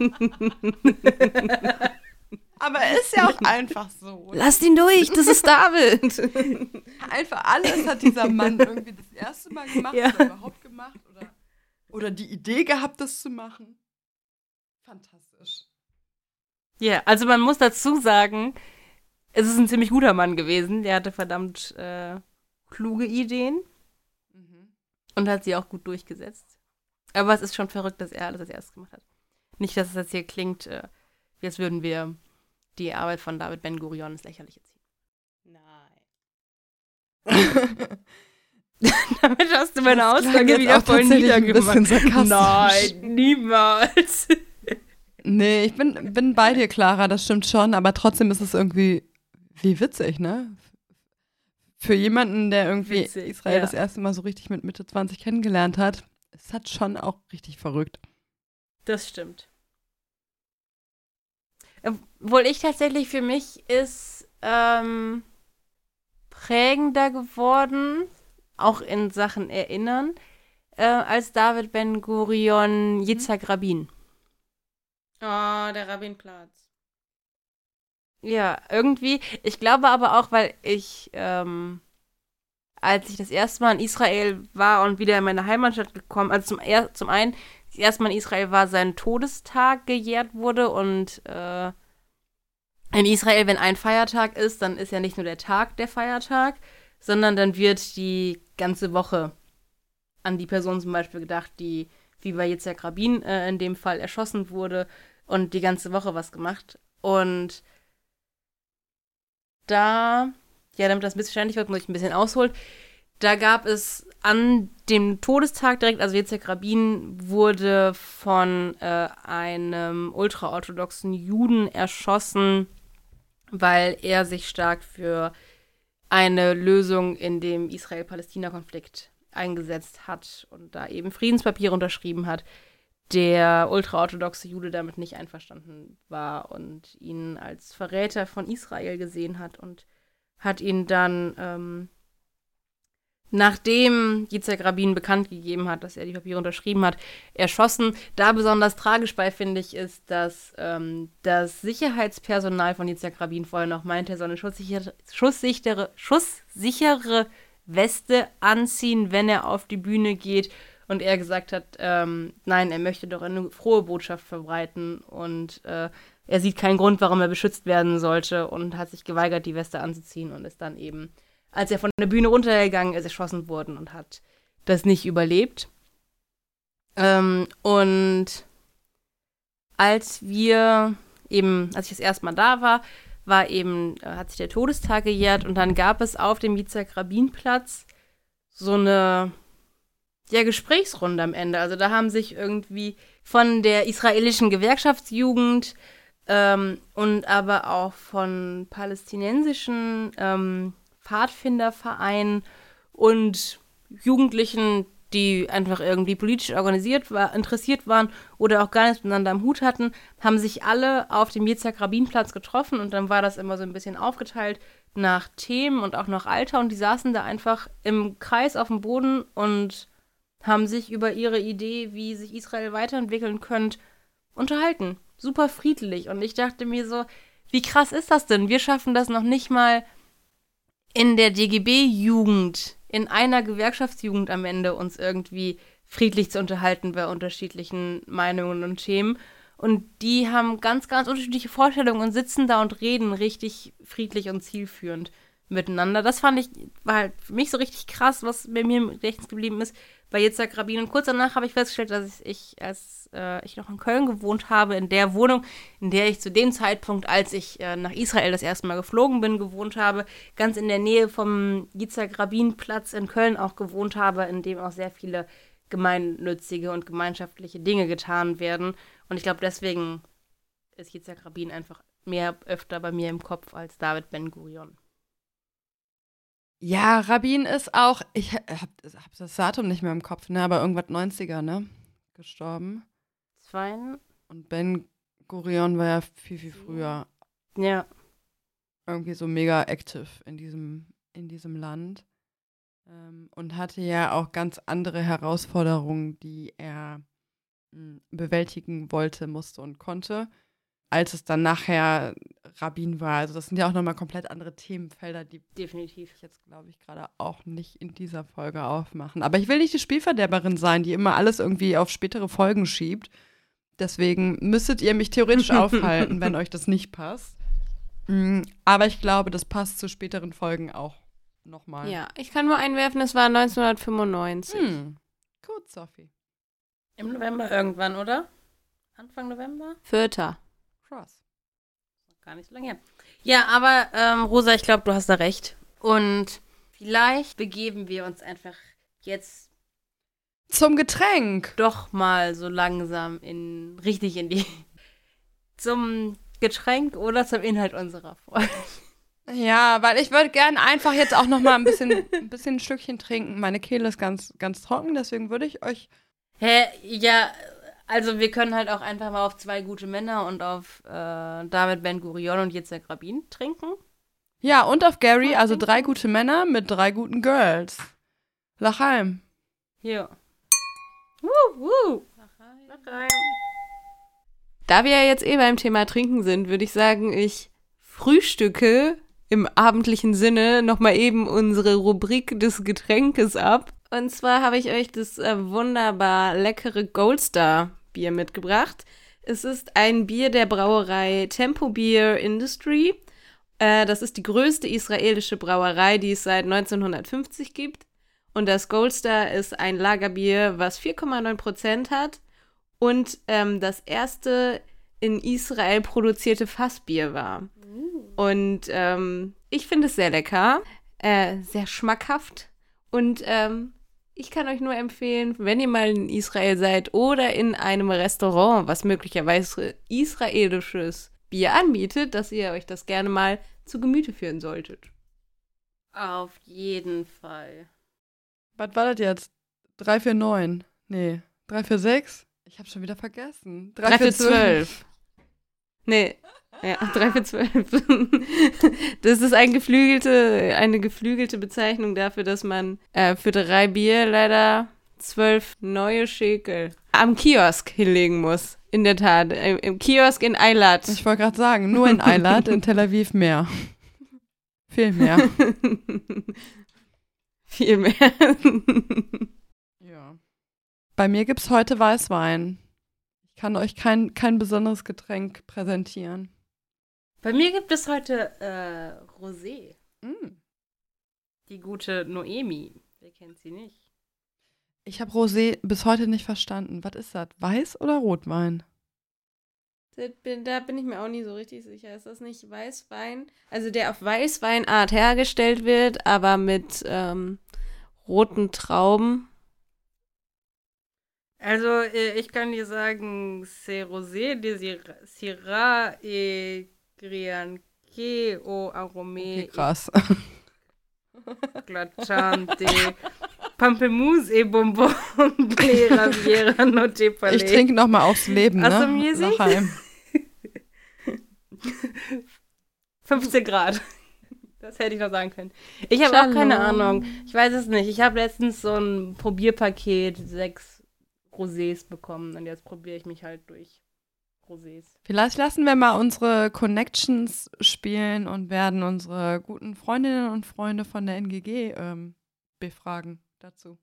Aber er ist ja auch einfach so. Lass ihn durch, das ist David. Einfach alles hat dieser Mann irgendwie das erste Mal gemacht Ja. oder überhaupt gemacht oder, oder die Idee gehabt, das zu machen. Fantastisch. Ja, also man muss dazu sagen, es ist ein ziemlich guter Mann gewesen. Der hatte verdammt äh, kluge Ideen Mhm. und hat sie auch gut durchgesetzt. Aber es ist schon verrückt, dass er alles als erstes gemacht hat. Nicht, dass es jetzt hier klingt, äh, wie als würden wir die Arbeit von David Ben-Gurion ins Lächerliche ziehen. Nein. Damit hast du meine Das klang Aussage jetzt wieder auch voll tatsächlich ein bisschen niedergemacht. sarkastisch. Nein, niemals. Nee, ich bin, bin bei dir, Clara, das stimmt schon, aber trotzdem ist es irgendwie, wie witzig, ne? für jemanden, der irgendwie Witzig, Israel ja. das erste Mal so richtig mit Mitte zwanzig kennengelernt hat, ist das schon auch richtig verrückt. Das stimmt. Obwohl ich tatsächlich für mich ist ähm, prägender geworden, auch in Sachen Erinnern, äh, als David Ben-Gurion Yitzhak Rabin. Oh, der Rabinplatz. Ja, irgendwie. Ich glaube aber auch, weil ich, ähm, als ich das erste Mal in Israel war und wieder in meine Heimatstadt gekommen, also zum, er zum einen, das erste Mal in Israel war, sein Todestag gejährt wurde und äh, in Israel, wenn ein Feiertag ist, dann ist ja nicht nur der Tag der Feiertag, sondern dann wird die ganze Woche an die Person zum Beispiel gedacht, die wie bei Yitzhak Rabin äh, in dem Fall erschossen wurde und die ganze Woche was gemacht. Und da, ja, damit das missverständlich wird, muss ich ein bisschen ausholen. Da gab es an dem Todestag direkt, also Yitzhak Rabin wurde von äh, einem ultraorthodoxen Juden erschossen, weil er sich stark für eine Lösung in dem Israel-Palästina-Konflikt eingesetzt hat und da eben Friedenspapiere unterschrieben hat. Der ultraorthodoxe Jude damit nicht einverstanden war und ihn als Verräter von Israel gesehen hat und hat ihn dann, ähm, nachdem Yitzhak Rabin bekannt gegeben hat, dass er die Papiere unterschrieben hat, erschossen. Da besonders tragisch bei, finde ich, ist, dass ähm, das Sicherheitspersonal von Yitzhak Rabin vorher noch meinte, er soll eine schusssichere, schusssichere, schusssichere Weste anziehen, wenn er auf die Bühne geht. Und er gesagt hat, ähm, nein, er möchte doch eine frohe Botschaft verbreiten und äh, er sieht keinen Grund, warum er beschützt werden sollte und hat sich geweigert, die Weste anzuziehen und ist dann eben, als er von der Bühne runtergegangen ist, erschossen worden und hat das nicht überlebt. Ähm, und als wir eben, als ich das erste Mal da war, war eben, äh, hat sich der Todestag gejährt und dann gab es auf dem Yitzhak Rabin-Platz so eine ja, Gesprächsrunde am Ende. Also da haben sich irgendwie von der israelischen Gewerkschaftsjugend ähm, und aber auch von palästinensischen ähm, Pfadfindervereinen und Jugendlichen, die einfach irgendwie politisch organisiert war, interessiert waren oder auch gar nichts miteinander am Hut hatten, haben sich alle auf dem Yitzhak Rabin-Platz getroffen und dann war das immer so ein bisschen aufgeteilt nach Themen und auch nach Alter und die saßen da einfach im Kreis auf dem Boden und haben sich über ihre Idee, wie sich Israel weiterentwickeln könnte, unterhalten. Super friedlich. Und ich dachte mir so, wie krass ist das denn? Wir schaffen das noch nicht mal in der D G B-Jugend, in einer Gewerkschaftsjugend am Ende, uns irgendwie friedlich zu unterhalten bei unterschiedlichen Meinungen und Themen. Und die haben ganz, ganz unterschiedliche Vorstellungen und sitzen da und reden richtig friedlich und zielführend miteinander. Das fand ich, war halt für mich so richtig krass, was bei mir im Gedächtnis geblieben ist, bei Yitzhak Rabin. Und kurz danach habe ich festgestellt, dass ich, als äh, ich noch in Köln gewohnt habe, in der Wohnung, in der ich zu dem Zeitpunkt, als ich äh, nach Israel das erste Mal geflogen bin, gewohnt habe, ganz in der Nähe vom Yitzhak Rabin-Platz in Köln auch gewohnt habe, in dem auch sehr viele gemeinnützige und gemeinschaftliche Dinge getan werden. Und ich glaube, deswegen ist Yitzhak Rabin einfach mehr öfter bei mir im Kopf als David Ben-Gurion. Ja, Rabin ist auch, ich hab, hab das Datum nicht mehr im Kopf, ne, aber irgendwas neunziger, ne, gestorben. Zwei? Und Ben-Gurion war ja viel, viel früher. Ja. Irgendwie so mega active in diesem, in diesem Land. Ähm, und hatte ja auch ganz andere Herausforderungen, die er mh, bewältigen wollte, musste und konnte, als es dann nachher Rabin war. Also das sind ja auch nochmal komplett andere Themenfelder, die Definitiv. ich jetzt, glaube ich, gerade auch nicht in dieser Folge aufmachen. Aber ich will nicht die Spielverderberin sein, die immer alles irgendwie auf spätere Folgen schiebt. Deswegen müsstet ihr mich theoretisch aufhalten, wenn euch das nicht passt. Mm, aber ich glaube, das passt zu späteren Folgen auch nochmal. Ja, ich kann nur einwerfen, es war neunzehnhundertfünfundneunzig. Hm. Gut, Sophie. Im November irgendwann, oder? Anfang November? Vierter. Cross. Gar nicht so lange her. Ja, aber ähm, Rosa, ich glaube, du hast da recht. Und vielleicht begeben wir uns einfach jetzt Zum Getränk. doch mal so langsam in richtig in die zum Getränk oder zum Inhalt unserer Folge. Ja, weil ich würde gerne einfach jetzt auch noch mal ein bisschen, ein bisschen ein Stückchen trinken. Meine Kehle ist ganz, ganz trocken, deswegen würde ich euch... Hä? Ja, also wir können halt auch einfach mal auf zwei gute Männer und auf äh, David Ben-Gurion und Yitzhak Rabin trinken. Ja, und auf Gary, also drei gute Männer mit drei guten Girls. Lachheim. Hier. Wuh, wuh. Lachheim. Da wir ja jetzt eh beim Thema Trinken sind, würde ich sagen, ich frühstücke im abendlichen Sinne nochmal eben unsere Rubrik des Getränkes ab. Und zwar habe ich euch das äh, wunderbar leckere Goldstar Bier mitgebracht. Es ist ein Bier der Brauerei Tempo Beer Industry. Äh, das ist die größte israelische Brauerei, die es seit neunzehnhundertfünfzig gibt. Und das Goldstar ist ein Lagerbier, was vier Komma neun Prozent hat und ähm, das erste in Israel produzierte Fassbier war. Und ähm, ich finde es sehr lecker, äh, sehr schmackhaft und ähm, ich kann euch nur empfehlen, wenn ihr mal in Israel seid oder in einem Restaurant, was möglicherweise israelisches Bier anbietet, dass ihr euch das gerne mal zu Gemüte führen solltet. Auf jeden Fall. Was war das jetzt? drei vier neun. Nee, drei vier sechs? Ich hab's schon wieder vergessen. drei vier zwölf. Nee, ja, drei vier zwölf. Das ist ein geflügelte, eine geflügelte Bezeichnung dafür, dass man äh, für drei Bier leider zwölf neue Schekel am Kiosk hinlegen muss. In der Tat, im, im Kiosk in Eilat. Ich wollte gerade sagen, nur in Eilat, in Tel Aviv mehr. Viel mehr. Viel mehr. Ja. Bei mir gibt's heute Weißwein. Ich kann euch kein, kein besonderes Getränk präsentieren. Bei mir gibt es heute äh, Rosé. Mm. Die gute Noemi. Wer kennt sie nicht? Ich habe Rosé bis heute nicht verstanden. Was ist das? Weiß oder Rotwein? Da bin ich mir auch nie so richtig sicher. Ist das nicht Weißwein? Also der auf Weißweinart hergestellt wird, aber mit ähm, roten Trauben. Also, äh, ich kann dir sagen, c'est rosé de Syrah et Grianque au aromé Okay, krass. éclatante, Pamplemousse et Bonbon de Raviera Noté Palais. Ich trinke nochmal aufs Leben, Hast ne? du mir sich? Lachheim. fünfzehn Grad. Das hätte ich noch sagen können. Ich habe auch keine Ahnung. Ich weiß es nicht. Ich habe letztens so ein Probierpaket, sechs Rosés bekommen. Und jetzt probiere ich mich halt durch Rosés. Vielleicht lassen wir mal unsere Connections spielen und werden unsere guten Freundinnen und Freunde von der N G G ähm, befragen dazu.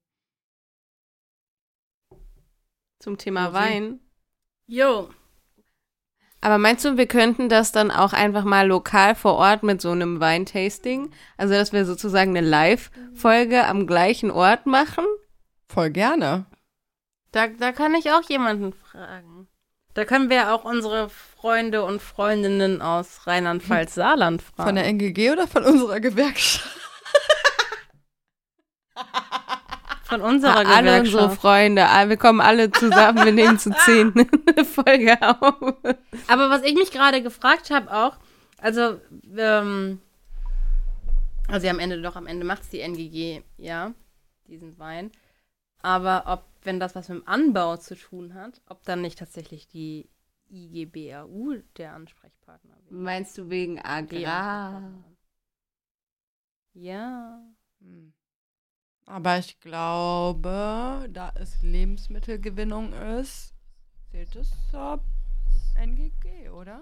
Zum Thema Rosé. Wein. Jo. Aber meinst du, wir könnten das dann auch einfach mal lokal vor Ort mit so einem Weintasting? Also, dass wir sozusagen eine Live-Folge am gleichen Ort machen? Voll gerne. Da, da kann ich auch jemanden fragen. Da können wir auch unsere Freunde und Freundinnen aus Rheinland-Pfalz-Saarland fragen. Von der N G G oder von unserer Gewerkschaft? Von unserer Ah, Gewerkschaft. alle unsere Freunde, ah, wir kommen alle zusammen, wir nehmen zu zehn eine Folge auf. Aber was ich mich gerade gefragt habe auch, also, ähm, also am Ende doch, am Ende macht es die N G G, ja, diesen Wein. Aber ob, wenn das was mit dem Anbau zu tun hat, ob dann nicht tatsächlich die I G B A U der Ansprechpartner wäre. Meinst du wegen Die Agrar? Ansprechpartnerin. Ja. Hm. Aber ich glaube, da es Lebensmittelgewinnung ist, zählt es zur N G G, oder?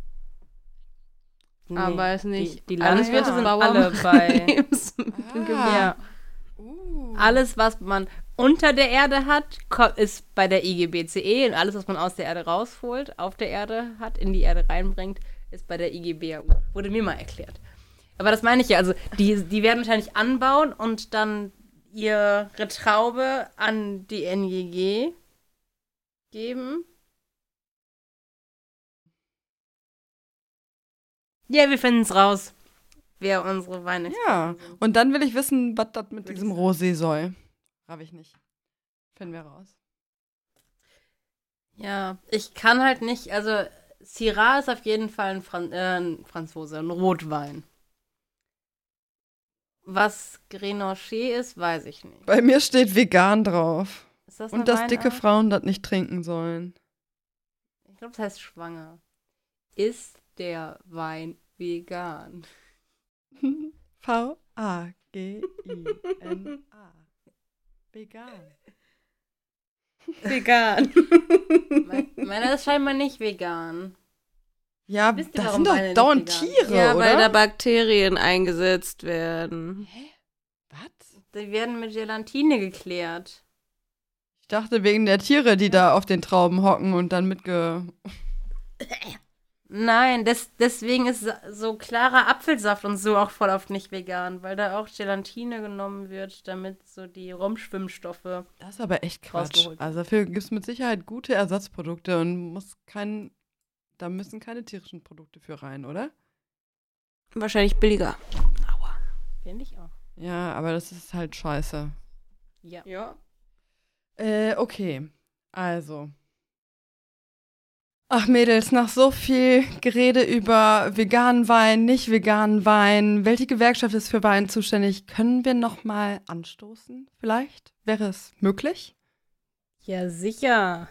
Aber es nicht. Die, die Ah, Landwirte ja. sind Bauern- alle bei. Lebensmittelgewinnung. Ja. Uh. Alles, was man unter der Erde hat, ko- ist bei der I G B C E. Und alles, was man aus der Erde rausholt, auf der Erde hat, in die Erde reinbringt, ist bei der I G B A U. Wurde mir mal erklärt. Aber das meine ich ja. Also, die, die werden wahrscheinlich anbauen und dann ihre Traube an die N G G geben. Ja, wir finden es raus, wer unsere Weine Ja, sind. und dann will ich wissen, was das mit Würde diesem ich Rosé soll. Raff ich nicht. Finden wir raus. Ja, ich kann halt nicht, also Syrah ist auf jeden Fall ein, Fran äh, ein Franzose, ein Rotwein. Was Grenache ist, weiß ich nicht. Bei mir steht vegan drauf. Ist das eine Und dass Weinart? dicke Frauen das nicht trinken sollen. Ich glaube, das heißt schwanger. Ist der Wein vegan? V A G I N A. Vegan. Vegan. Me- Meiner ist scheinbar nicht vegan. Ja, Wisst ihr, das warum sind doch Weine nicht dauernd vegan sind? Tiere, Ja, oder? weil da Bakterien eingesetzt werden. Was? Die werden mit Gelatine geklärt. Ich dachte wegen der Tiere, die da auf den Trauben hocken und dann mitge... Nein, des, deswegen ist so- so klarer Apfelsaft und so auch voll oft nicht vegan, weil da auch Gelatine genommen wird, damit so die Rumschwimmstoffe. Das ist aber echt Quatsch. Rausgeholt. Also dafür gibt es mit Sicherheit gute Ersatzprodukte und muss kein, da müssen keine tierischen Produkte für rein, oder? Wahrscheinlich billiger. Aua. Finde ich auch. Ja, aber das ist halt scheiße. Ja. Ja. Äh, okay. Also. Ach Mädels, nach so viel Gerede über veganen Wein, nicht veganen Wein, welche Gewerkschaft ist für Wein zuständig, können wir noch mal anstoßen vielleicht? Wäre es möglich? Ja, sicher.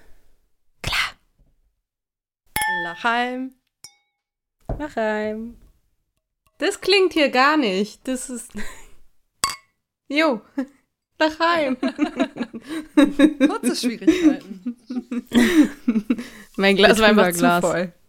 Lachheim. Nachheim. Das klingt hier gar nicht. Das ist. Jo. Daheim. Kurze Schwierigkeiten. Mein Glas Mit war einfach Überglas. zu voll.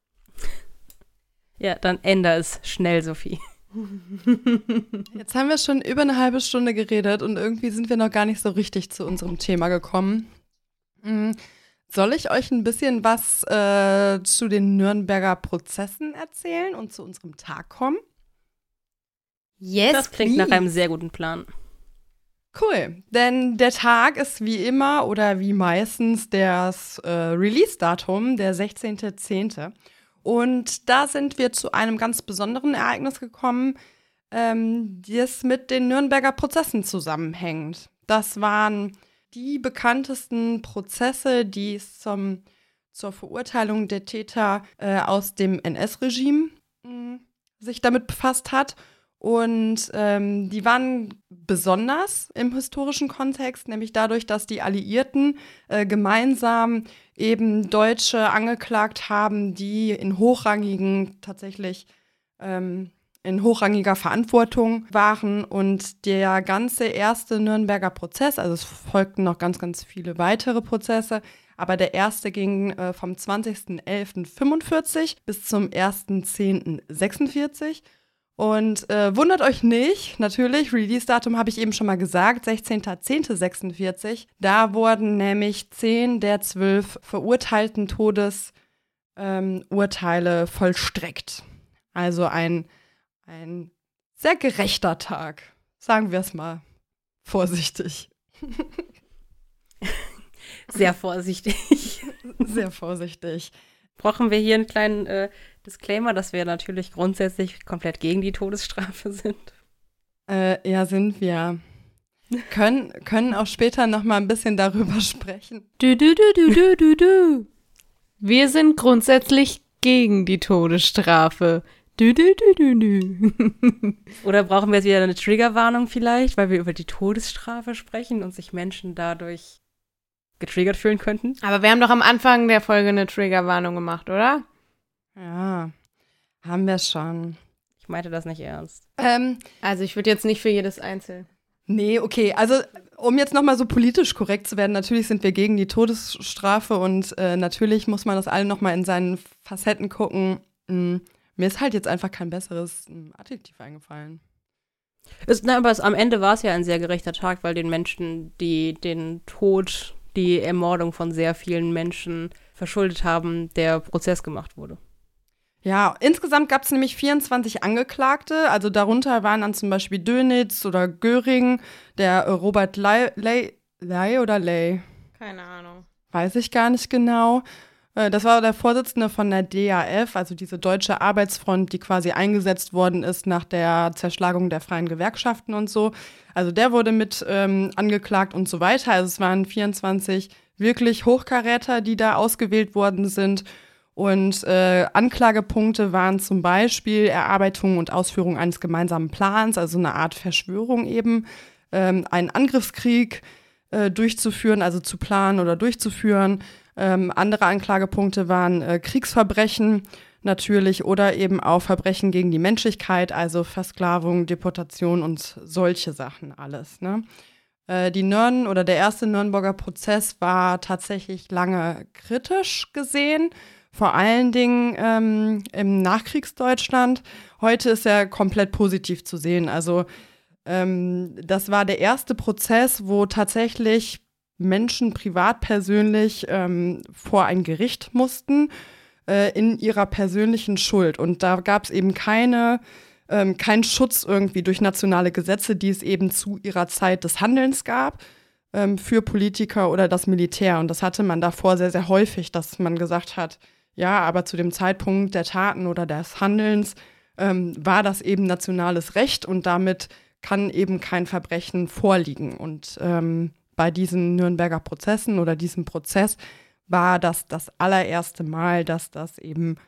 Ja, dann änder es schnell, Sophie. Jetzt haben wir schon über eine halbe Stunde geredet und irgendwie sind wir noch gar nicht so richtig zu unserem Thema gekommen. Mm, Soll ich euch ein bisschen was äh, zu den Nürnberger Prozessen erzählen und zu unserem Tag kommen? Yes, Das klingt nach einem sehr guten Plan. Cool, denn der Tag ist wie immer oder wie meistens das äh, Release-Datum, der sechzehnter zehnte Und da sind wir zu einem ganz besonderen Ereignis gekommen, ähm, das mit den Nürnberger Prozessen zusammenhängt. Das waren die bekanntesten Prozesse, die es zum, zur Verurteilung der Täter äh, aus dem N S-Regime mh, sich damit befasst hat. Und ähm, die waren besonders im historischen Kontext, nämlich dadurch, dass die Alliierten äh, gemeinsam eben Deutsche angeklagt haben, die in hochrangigen, tatsächlich ähm, in hochrangiger Verantwortung waren. Und der ganze erste Nürnberger Prozess, also es folgten noch ganz, ganz viele weitere Prozesse, aber der erste ging äh, vom zwanzigsten elften fünfundvierzig bis zum ersten zehnten sechsundvierzig. Und äh, wundert euch nicht, natürlich, Release-Datum habe ich eben schon mal gesagt, sechzehnter zehnter sechsundvierzig. Da wurden nämlich zehn der zwölf verurteilten Todesurteile ähm, vollstreckt. Also ein, ein sehr gerechter Tag, sagen wir es mal vorsichtig. Sehr vorsichtig. Sehr vorsichtig. Brauchen wir hier einen kleinen äh, Disclaimer, dass wir natürlich grundsätzlich komplett gegen die Todesstrafe sind. Äh, ja, sind wir. Können, können auch später noch mal ein bisschen darüber sprechen. Du, du, du, du, du, du, du. Wir sind grundsätzlich gegen die Todesstrafe. Du, du, du, du, du. Oder brauchen wir jetzt wieder eine Triggerwarnung vielleicht, weil wir über die Todesstrafe sprechen und sich Menschen dadurch getriggert fühlen könnten? Aber wir haben doch am Anfang der Folge eine Triggerwarnung gemacht, oder? Ja, haben wir schon. Ich meinte das nicht ernst. Ähm, Also ich würde jetzt nicht für jedes Einzel. nee, okay, also um jetzt noch mal so politisch korrekt zu werden, natürlich sind wir gegen die Todesstrafe und äh, natürlich muss man das alle noch mal in seinen Facetten gucken. Mm, mir ist halt jetzt einfach kein besseres mm, Adjektiv eingefallen. Es, na, aber es, am Ende war es ja ein sehr gerechter Tag, weil den Menschen, die den Tod, die Ermordung von sehr vielen Menschen verschuldet haben, der Prozess gemacht wurde. Ja, insgesamt gab es nämlich vierundzwanzig Angeklagte, also darunter waren dann zum Beispiel Dönitz oder Göring, der äh, Robert Ley, Ley, Ley oder Ley, Keine Ahnung. weiß ich gar nicht genau. Äh, das war der Vorsitzende von der D A F, also diese deutsche Arbeitsfront, die quasi eingesetzt worden ist nach der Zerschlagung der freien Gewerkschaften und so. Also der wurde mit ähm, angeklagt und so weiter. Also es waren vierundzwanzig wirklich Hochkaräter, die da ausgewählt worden sind. Und äh, Anklagepunkte waren zum Beispiel Erarbeitung und Ausführung eines gemeinsamen Plans, also eine Art Verschwörung eben, ähm, einen Angriffskrieg äh, durchzuführen, also zu planen oder durchzuführen. Ähm, andere Anklagepunkte waren äh, Kriegsverbrechen natürlich oder eben auch Verbrechen gegen die Menschlichkeit, also Versklavung, Deportation und solche Sachen alles, ne? Äh, die Nürn- oder der erste Nürnberger Prozess war tatsächlich lange kritisch gesehen, vor allen Dingen ähm, im Nachkriegsdeutschland. Heute ist er komplett positiv zu sehen. Also ähm, das war der erste Prozess, wo tatsächlich Menschen privat persönlich ähm, vor ein Gericht mussten äh, in ihrer persönlichen Schuld. Und da gab es eben keine, ähm, keinen Schutz irgendwie durch nationale Gesetze, die es eben zu ihrer Zeit des Handelns gab, ähm, für Politiker oder das Militär. Und das hatte man davor sehr, sehr häufig, dass man gesagt hat, ja, aber zu dem Zeitpunkt der Taten oder des Handelns ähm, war das eben nationales Recht und damit kann eben kein Verbrechen vorliegen. Und ähm, bei diesen Nürnberger Prozessen oder diesem Prozess war das das allererste Mal, dass das eben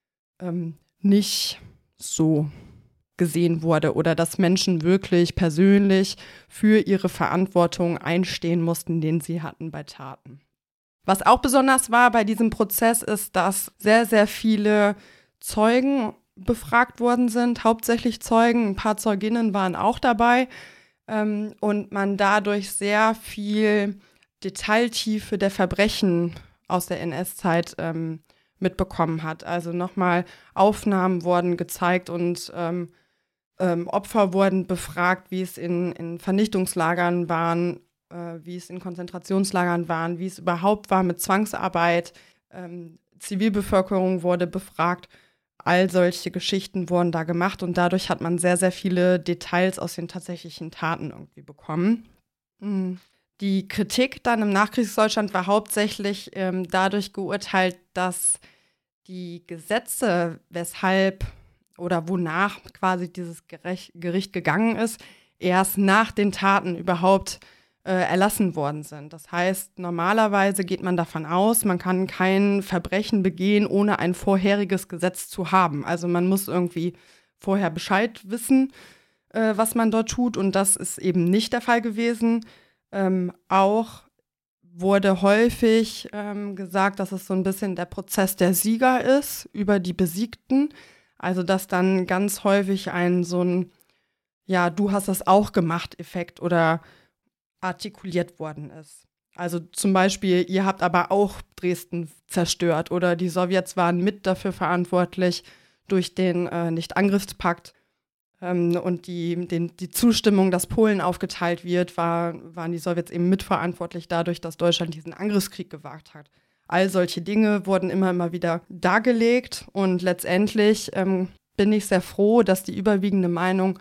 ähm, nicht so gesehen wurde oder dass Menschen wirklich persönlich für ihre Verantwortung einstehen mussten, den sie hatten bei Taten. Was auch besonders war bei diesem Prozess ist, dass sehr, sehr viele Zeugen befragt worden sind, hauptsächlich Zeugen, ein paar Zeuginnen waren auch dabei ähm, und man dadurch sehr viel Detailtiefe der Verbrechen aus der N S-Zeit ähm, mitbekommen hat. Also nochmal Aufnahmen wurden gezeigt und ähm, ähm, Opfer wurden befragt, wie es in, in Vernichtungslagern waren, wie es in Konzentrationslagern waren, wie es überhaupt war mit Zwangsarbeit. Ähm, Zivilbevölkerung wurde befragt. All solche Geschichten wurden da gemacht und dadurch hat man sehr, sehr viele Details aus den tatsächlichen Taten irgendwie bekommen. Mhm. Die Kritik dann im Nachkriegsdeutschland war hauptsächlich ähm, dadurch geurteilt, dass die Gesetze, weshalb oder wonach quasi dieses Gericht, Gericht gegangen ist, erst nach den Taten überhaupt Äh, erlassen worden sind. Das heißt, normalerweise geht man davon aus, man kann kein Verbrechen begehen, ohne ein vorheriges Gesetz zu haben. Also man muss irgendwie vorher Bescheid wissen, äh, was man dort tut und das ist eben nicht der Fall gewesen. Ähm, auch wurde häufig ähm, gesagt, dass es so ein bisschen der Prozess der Sieger ist über die Besiegten. Also dass dann ganz häufig ein so ein, ja, du hast das auch gemacht Effekt oder artikuliert worden ist. Also zum Beispiel, ihr habt aber auch Dresden zerstört oder die Sowjets waren mit dafür verantwortlich durch den äh, Nicht-Angriffspakt ähm, und die, den, die Zustimmung, dass Polen aufgeteilt wird, war, waren die Sowjets eben mitverantwortlich dadurch, dass Deutschland diesen Angriffskrieg gewagt hat. All solche Dinge wurden immer, immer wieder dargelegt und letztendlich ähm, bin ich sehr froh, dass die überwiegende Meinung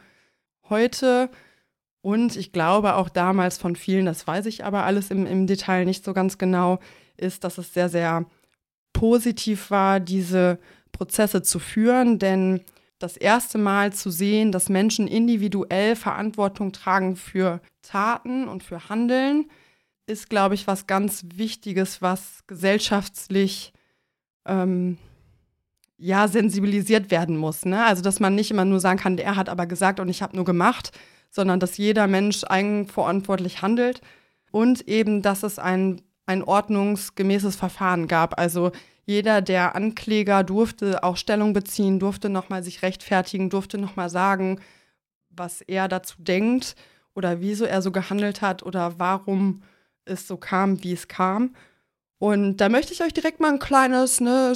heute und ich glaube auch damals von vielen, das weiß ich aber alles im, im Detail nicht so ganz genau, ist, dass es sehr, sehr positiv war, diese Prozesse zu führen. Denn das erste Mal zu sehen, dass Menschen individuell Verantwortung tragen für Taten und für Handeln, ist, glaube ich, was ganz Wichtiges, was gesellschaftlich ähm, ja, sensibilisiert werden muss. Ne? Also, dass man nicht immer nur sagen kann, der hat aber gesagt und ich habe nur gemacht, sondern dass jeder Mensch eigenverantwortlich handelt und eben, dass es ein, ein ordnungsgemäßes Verfahren gab. Also jeder der Ankläger durfte auch Stellung beziehen, durfte nochmal sich rechtfertigen, durfte nochmal sagen, was er dazu denkt oder wieso er so gehandelt hat oder warum es so kam, wie es kam. Und da möchte ich euch direkt mal ein kleines ne,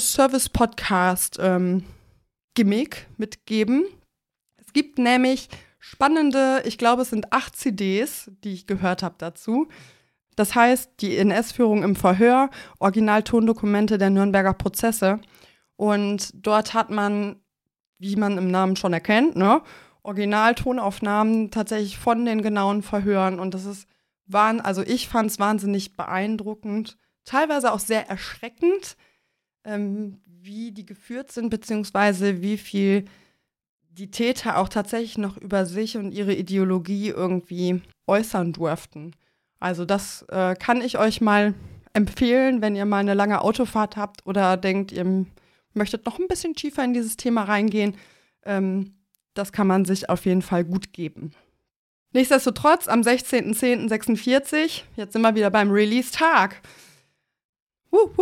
Service-Podcast-Gimmick ähm, mitgeben. Es gibt nämlich spannende, ich glaube, es sind acht C Ds, die ich gehört habe dazu. Das heißt, die N S-Führung im Verhör, Originaltondokumente der Nürnberger Prozesse. Und dort hat man, wie man im Namen schon erkennt, ne, Originaltonaufnahmen tatsächlich von den genauen Verhören. Und das ist, waren, also ich fand es wahnsinnig beeindruckend, teilweise auch sehr erschreckend, ähm, wie die geführt sind, beziehungsweise wie viel die Täter auch tatsächlich noch über sich und ihre Ideologie irgendwie äußern durften. Also das äh, kann ich euch mal empfehlen, wenn ihr mal eine lange Autofahrt habt oder denkt, ihr möchtet noch ein bisschen tiefer in dieses Thema reingehen, ähm, das kann man sich auf jeden Fall gut geben. Nichtsdestotrotz, am sechzehnten zehnten sechsundvierzig, jetzt sind wir wieder beim Release-Tag, wuhu,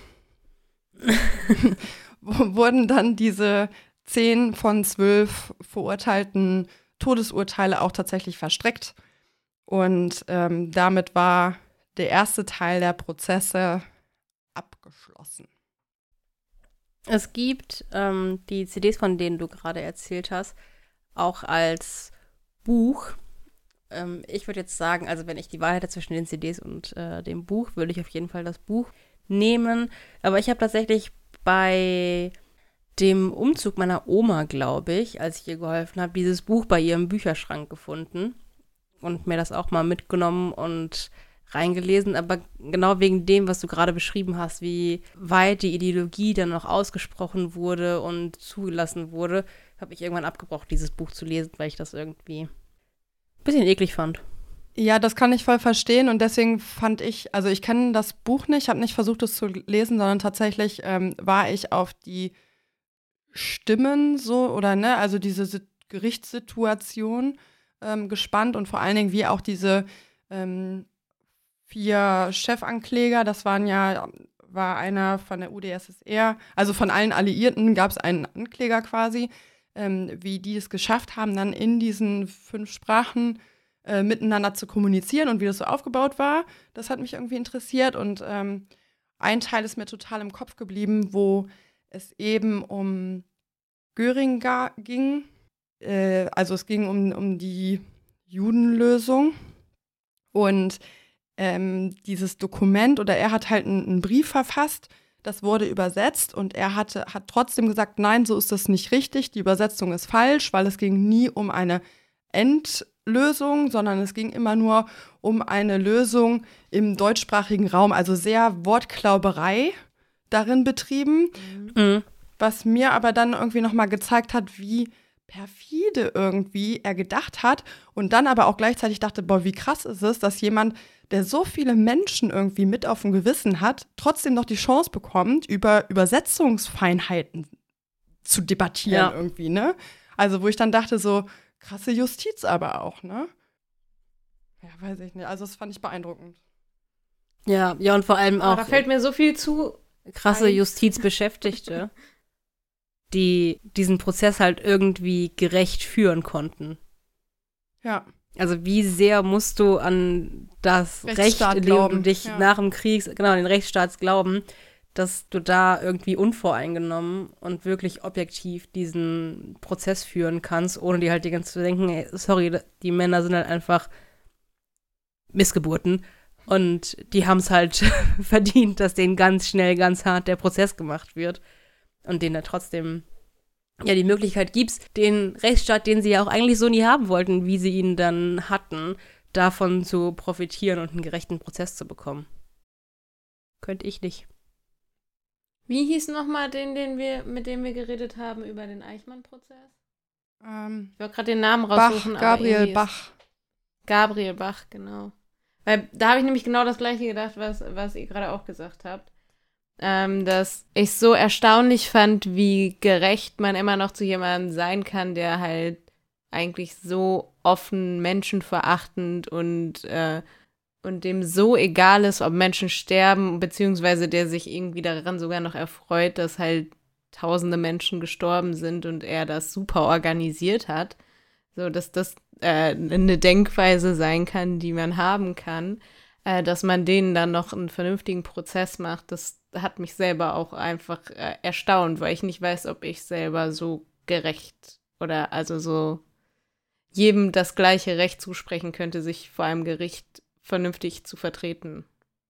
wurden dann diese zehn von zwölf verurteilten Todesurteile auch tatsächlich verstreckt. Und ähm, damit war der erste Teil der Prozesse abgeschlossen. Es gibt ähm, die C Ds, von denen du gerade erzählt hast, auch als Buch. Ähm, ich würde jetzt sagen, also wenn ich die Wahl hätte zwischen den C Ds und äh, dem Buch, würde ich auf jeden Fall das Buch nehmen. Aber ich habe tatsächlich bei dem Umzug meiner Oma, glaube ich, als ich ihr geholfen habe, dieses Buch bei ihrem Bücherschrank gefunden und mir das auch mal mitgenommen und reingelesen, aber genau wegen dem, was du gerade beschrieben hast, wie weit die Ideologie dann noch ausgesprochen wurde und zugelassen wurde, habe ich irgendwann abgebrochen, dieses Buch zu lesen, weil ich das irgendwie ein bisschen eklig fand. Ja, das kann ich voll verstehen und deswegen fand ich, also ich kenne das Buch nicht, habe nicht versucht, es zu lesen, sondern tatsächlich ähm, war ich auf die Stimmen so oder ne, also diese Si- Gerichtssituation ähm, gespannt und vor allen Dingen wie auch diese ähm, vier Chefankläger, das waren ja, war einer von der U d S S R, also von allen Alliierten gab es einen Ankläger quasi, ähm, wie die es geschafft haben, dann in diesen fünf Sprachen äh, miteinander zu kommunizieren und wie das so aufgebaut war. Das hat mich irgendwie interessiert und ähm, ein Teil ist mir total im Kopf geblieben, wo es eben um Göring ga- ging. Äh, also es ging um, um die Judenlösung und ähm, dieses Dokument oder er hat halt einen, einen Brief verfasst, das wurde übersetzt und er hatte, hat trotzdem gesagt, nein, so ist das nicht richtig, die Übersetzung ist falsch, weil es ging nie um eine Endlösung, sondern es ging immer nur um eine Lösung im deutschsprachigen Raum, also sehr Wortklauberei darin betrieben, Mhm. was mir aber dann irgendwie nochmal gezeigt hat, wie perfide irgendwie er gedacht hat und dann aber auch gleichzeitig dachte, boah, wie krass ist es, dass jemand, der so viele Menschen irgendwie mit auf dem Gewissen hat, trotzdem noch die Chance bekommt, über Übersetzungsfeinheiten zu debattieren Ja. irgendwie, ne? Also wo ich dann dachte, so krasse Justiz aber auch, ne? Ja, weiß ich nicht. Also das fand ich beeindruckend. Ja, ja, und vor allem Aber auch da fällt mir so viel zu. krasse ein. Justizbeschäftigte, die diesen Prozess halt irgendwie gerecht führen konnten. Ja. Also wie sehr musst du an das Recht, Rechtsstaat in dem glauben, du dich ja. nach dem Krieg, genau, an den Rechtsstaat glauben, dass du da irgendwie unvoreingenommen und wirklich objektiv diesen Prozess führen kannst, ohne dir halt die ganze Zeit zu denken, ey, sorry, die Männer sind halt einfach Missgeburten und die haben es halt verdient, dass denen ganz schnell, ganz hart der Prozess gemacht wird und denen da trotzdem ja die Möglichkeit gibst, den Rechtsstaat, den sie ja auch eigentlich so nie haben wollten, wie sie ihn dann hatten, davon zu profitieren und einen gerechten Prozess zu bekommen. Könnte ich nicht. Wie hieß nochmal den, den wir, mit dem wir geredet haben über den Eichmann-Prozess? Ähm, Ich wollte gerade den Namen Bach, raussuchen. aber Gabriel irgendwie ist- Bach. Gabriel Bach, genau. Weil da habe ich nämlich genau das Gleiche gedacht, was, was ihr gerade auch gesagt habt. Ähm, dass ich so erstaunlich fand, wie gerecht man immer noch zu jemandem sein kann, der halt eigentlich so offen, menschenverachtend und, äh, und dem so egal ist, ob Menschen sterben, beziehungsweise der sich irgendwie daran sogar noch erfreut, dass halt tausende Menschen gestorben sind und er das super organisiert hat. So, dass das äh, eine Denkweise sein kann, die man haben kann, äh, dass man denen dann noch einen vernünftigen Prozess macht, das hat mich selber auch einfach äh, erstaunt, weil ich nicht weiß, ob ich selber so gerecht oder also so jedem das gleiche Recht zusprechen könnte, sich vor einem Gericht vernünftig zu vertreten.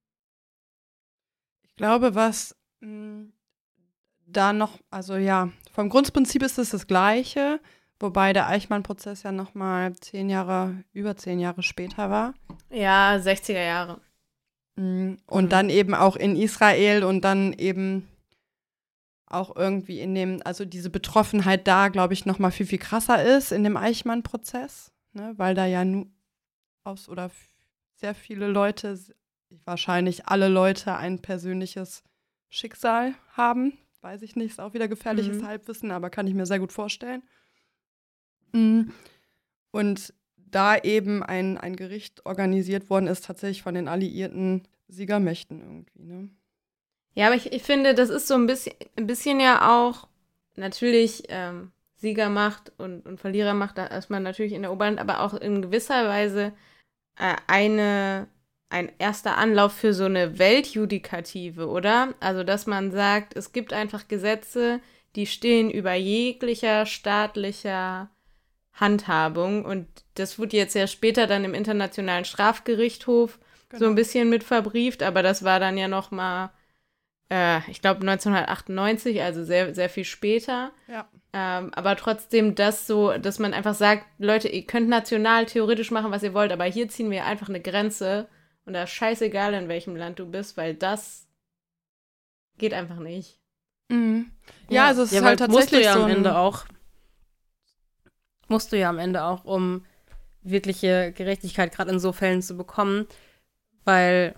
Ich glaube, was mh, da noch, also ja, vom Grundprinzip ist es das Gleiche, wobei der Eichmann-Prozess ja noch mal zehn Jahre, über zehn Jahre später war. Ja, sechziger Jahre. Mhm. Und Mhm. dann eben auch in Israel und dann eben auch irgendwie in dem, also diese Betroffenheit da, glaube ich, noch mal viel, viel krasser ist in dem Eichmann-Prozess, ne, weil da ja nu aus oder f- sehr viele Leute, s- wahrscheinlich alle Leute ein persönliches Schicksal haben, weiß ich nicht, ist auch wieder gefährliches Mhm. Halbwissen, aber kann ich mir sehr gut vorstellen. Mm. Und da eben ein, ein Gericht organisiert worden ist, tatsächlich von den alliierten Siegermächten irgendwie, ne? Ja, aber ich, ich finde, das ist so ein bisschen, ein bisschen ja auch natürlich ähm, Siegermacht und, und Verlierermacht, da ist man natürlich in der Oberhand, aber auch in gewisser Weise äh, eine, ein erster Anlauf für so eine Weltjudikative, oder? Also, dass man sagt, es gibt einfach Gesetze, die stehen über jeglicher staatlicher Handhabung und das wurde jetzt ja später dann im Internationalen Strafgerichtshof so Genau. ein bisschen mit verbrieft, aber das war dann ja noch mal äh, ich glaube neunzehnhundertachtundneunzig, also sehr, sehr viel später. Ja. Ähm, aber trotzdem das so, dass man einfach sagt, Leute, ihr könnt national theoretisch machen, was ihr wollt, aber hier ziehen wir einfach eine Grenze und da ist scheißegal, in welchem Land du bist, weil das geht einfach nicht. Mhm. Ja, also es ja, ist weil halt musst du tatsächlich ja so am ein, Ende auch, musst du ja am Ende auch, um wirkliche Gerechtigkeit gerade in so Fällen zu bekommen, weil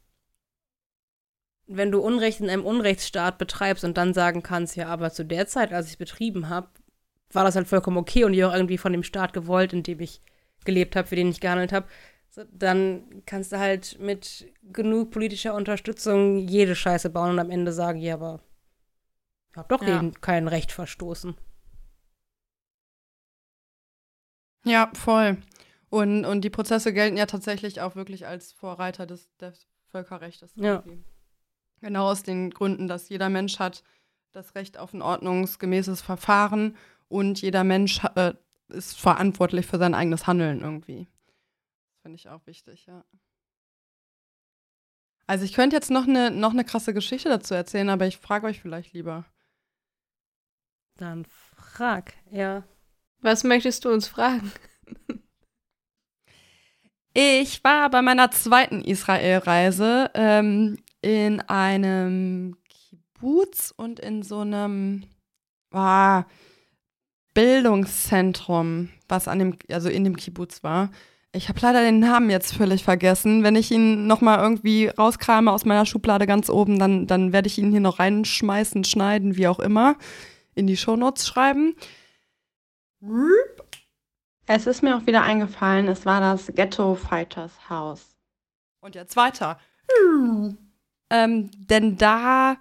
wenn du Unrecht in einem Unrechtsstaat betreibst und dann sagen kannst, ja, aber zu der Zeit, als ich es betrieben habe, war das halt vollkommen okay und die auch irgendwie von dem Staat gewollt, in dem ich gelebt habe, für den ich gehandelt habe, so, dann kannst du halt mit genug politischer Unterstützung jede Scheiße bauen und am Ende sagen, ja, aber ich hab doch Ja. gegen kein Recht verstoßen. Ja, voll. Und, und die Prozesse gelten ja tatsächlich auch wirklich als Vorreiter des, des Völkerrechts. Ja. irgendwie. Genau aus den Gründen, dass jeder Mensch hat das Recht auf ein ordnungsgemäßes Verfahren und jeder Mensch äh, ist verantwortlich für sein eigenes Handeln irgendwie. Das finde ich auch wichtig, ja. Also ich könnte jetzt noch eine noch eine krasse Geschichte dazu erzählen, aber ich frage euch vielleicht lieber. Dann frag, ja. Was möchtest du uns fragen? Ich war bei meiner zweiten Israel-Reise ähm, in einem Kibbuz und in so einem ah, Bildungszentrum, was an dem, also in dem Kibbuz war. Ich habe leider den Namen jetzt völlig vergessen. Wenn ich ihn noch mal irgendwie rauskrame aus meiner Schublade ganz oben, dann, dann werde ich ihn hier noch reinschmeißen, schneiden, wie auch immer, in die Shownotes schreiben. Es ist mir auch wieder eingefallen, es war das Ghetto Fighters Haus. Und jetzt weiter. Ähm, denn da,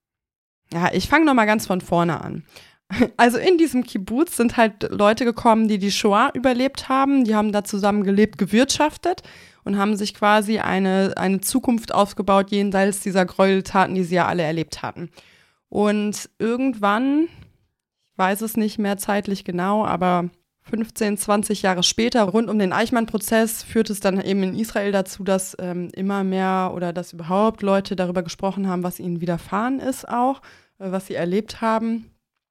ja, ich fange noch mal ganz von vorne an. Also in diesem Kibbuz sind halt Leute gekommen, die die Shoah überlebt haben. Die haben da zusammen gelebt, gewirtschaftet und haben sich quasi eine, eine Zukunft aufgebaut jenseits dieser Gräueltaten, die sie ja alle erlebt hatten. Und irgendwann, ich weiß es nicht mehr zeitlich genau, aber fünfzehn, zwanzig Jahre später, rund um den Eichmann-Prozess, führt es dann eben in Israel dazu, dass ähm, immer mehr oder dass überhaupt Leute darüber gesprochen haben, was ihnen widerfahren ist auch, äh, was sie erlebt haben.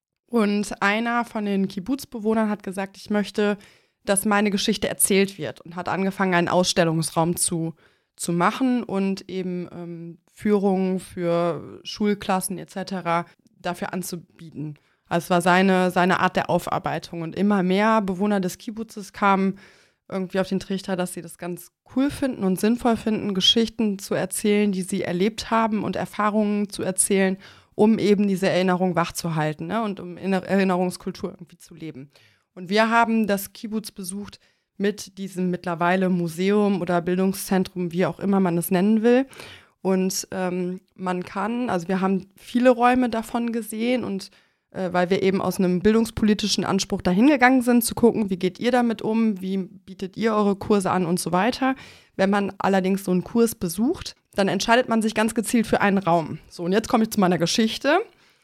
Und einer von den Kibbuz-Bewohnern hat gesagt, ich möchte, dass meine Geschichte erzählt wird und hat angefangen, einen Ausstellungsraum zu, zu machen und eben ähm, Führungen für Schulklassen et cetera dafür anzubieten. Also es war seine, seine Art der Aufarbeitung. Und immer mehr Bewohner des Kibbutzes kamen irgendwie auf den Trichter, dass sie das ganz cool finden und sinnvoll finden, Geschichten zu erzählen, die sie erlebt haben und Erfahrungen zu erzählen, um eben diese Erinnerung wachzuhalten, ne? Und um Erinnerungskultur irgendwie zu leben. Und wir haben das Kibbutz besucht mit diesem mittlerweile Museum oder Bildungszentrum, wie auch immer man es nennen will. Und ähm, man kann, also wir haben viele Räume davon gesehen und äh, weil wir eben aus einem bildungspolitischen Anspruch dahin gegangen sind, zu gucken, wie geht ihr damit um, wie bietet ihr eure Kurse an und so weiter. Wenn man allerdings so einen Kurs besucht, dann entscheidet man sich ganz gezielt für einen Raum. So, und jetzt komme ich zu meiner Geschichte.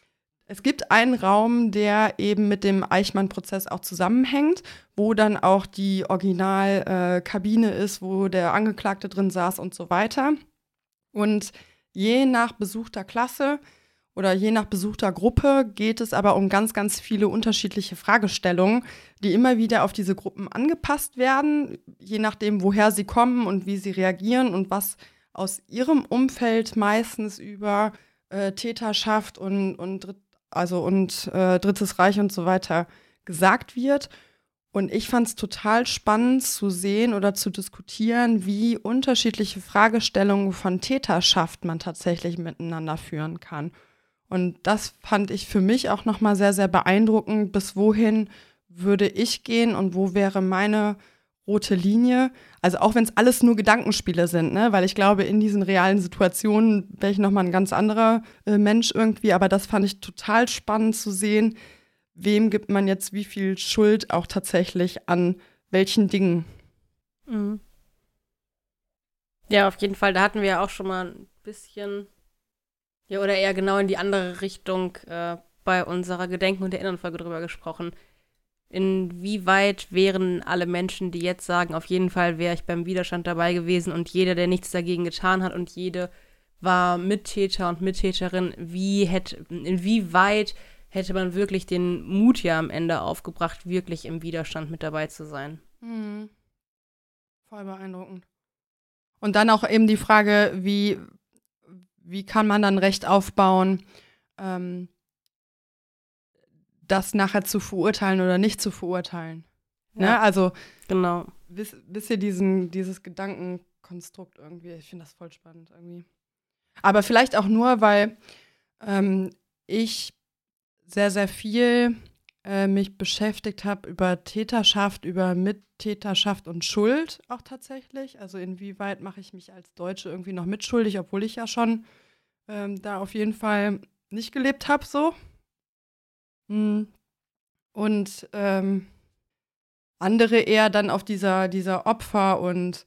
Es gibt einen Raum, der eben mit dem Eichmann-Prozess auch zusammenhängt, wo dann auch die Originalkabine äh, ist, wo der Angeklagte drin saß und so weiter. Und je nach besuchter Klasse oder je nach besuchter Gruppe geht es aber um ganz, ganz viele unterschiedliche Fragestellungen, die immer wieder auf diese Gruppen angepasst werden, je nachdem, woher sie kommen und wie sie reagieren und was aus ihrem Umfeld meistens über äh, Täterschaft und, und, also und äh, Drittes Reich und so weiter gesagt wird. Und ich fand es total spannend zu sehen oder zu diskutieren, wie unterschiedliche Fragestellungen von Täterschaft man tatsächlich miteinander führen kann. Und das fand ich für mich auch nochmal sehr, sehr beeindruckend. Bis wohin würde ich gehen und wo wäre meine rote Linie? Also auch wenn es alles nur Gedankenspiele sind, ne? Weil ich glaube, in diesen realen Situationen wäre ich nochmal ein ganz anderer äh, Mensch irgendwie. Aber das fand ich total spannend zu sehen, wem gibt man jetzt wie viel Schuld auch tatsächlich an welchen Dingen. Mhm. Ja, auf jeden Fall. Da hatten wir ja auch schon mal ein bisschen, ja, oder eher genau in die andere Richtung äh, bei unserer Gedenken- und Erinnern-Folge drüber gesprochen. Inwieweit wären alle Menschen, die jetzt sagen, auf jeden Fall wäre ich beim Widerstand dabei gewesen und jeder, der nichts dagegen getan hat und jede war Mittäter und Mittäterin, wie hätte, inwieweit hätte man wirklich den Mut ja am Ende aufgebracht, wirklich im Widerstand mit dabei zu sein? Mhm. Voll beeindruckend. Und dann auch eben die Frage, wie, wie kann man dann Recht aufbauen, ähm, das nachher zu verurteilen oder nicht zu verurteilen. Ja. Ne? Also, genau. Wisst wisst ihr diesen, dieses Gedankenkonstrukt irgendwie? Ich finde das voll spannend irgendwie. Aber vielleicht auch nur, weil ähm, ich sehr, sehr viel äh, mich beschäftigt habe über Täterschaft, über Mittäterschaft und Schuld auch tatsächlich. Also inwieweit mache ich mich als Deutsche irgendwie noch mitschuldig, obwohl ich ja schon ähm, da auf jeden Fall nicht gelebt habe so. Mm. Und ähm, andere eher dann auf dieser, dieser Opfer- und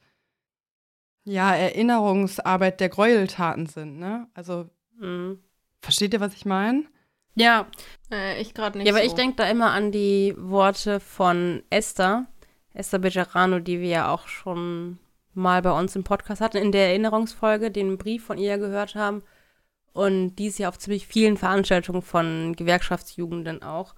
ja, Erinnerungsarbeit der Gräueltaten sind, ne? Also, Mhm. versteht ihr, was ich meine? Ja, Äh, ich gerade nicht ja, aber so. ich denke da immer an die Worte von Esther, Esther Bejarano, die wir ja auch schon mal bei uns im Podcast hatten, in der Erinnerungsfolge, den Brief von ihr gehört haben. Und die ist ja auf ziemlich vielen Veranstaltungen von Gewerkschaftsjugenden auch.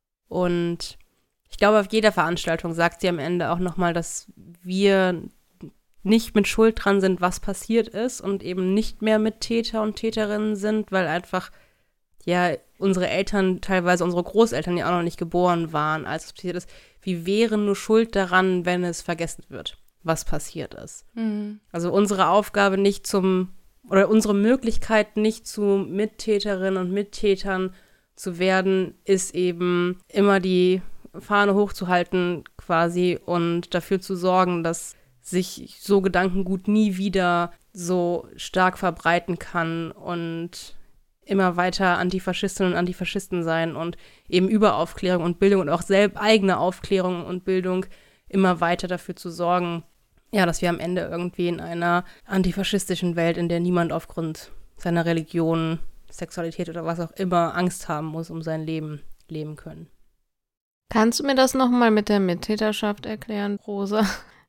Und ich glaube, auf jeder Veranstaltung sagt sie am Ende auch nochmal, dass wir nicht mit Schuld dran sind, was passiert ist und eben nicht mehr mit Täter und Täterinnen sind, weil einfach, ja, unsere Eltern, teilweise unsere Großeltern ja auch noch nicht geboren waren, als es passiert ist. Wir wären nur schuld daran, wenn es vergessen wird, was passiert ist. Mhm. Also unsere Aufgabe nicht zum, oder unsere Möglichkeit nicht zu Mittäterinnen und Mittätern zu werden, ist eben immer die Fahne hochzuhalten quasi und dafür zu sorgen, dass sich so Gedankengut nie wieder so stark verbreiten kann und immer weiter Antifaschistinnen und Antifaschisten sein und eben über Aufklärung und Bildung und auch selbst eigene Aufklärung und Bildung immer weiter dafür zu sorgen, ja, dass wir am Ende irgendwie in einer antifaschistischen Welt, in der niemand aufgrund seiner Religion, Sexualität oder was auch immer Angst haben muss, um sein Leben leben können. Kannst du mir das nochmal mit der Mittäterschaft erklären, Rosa?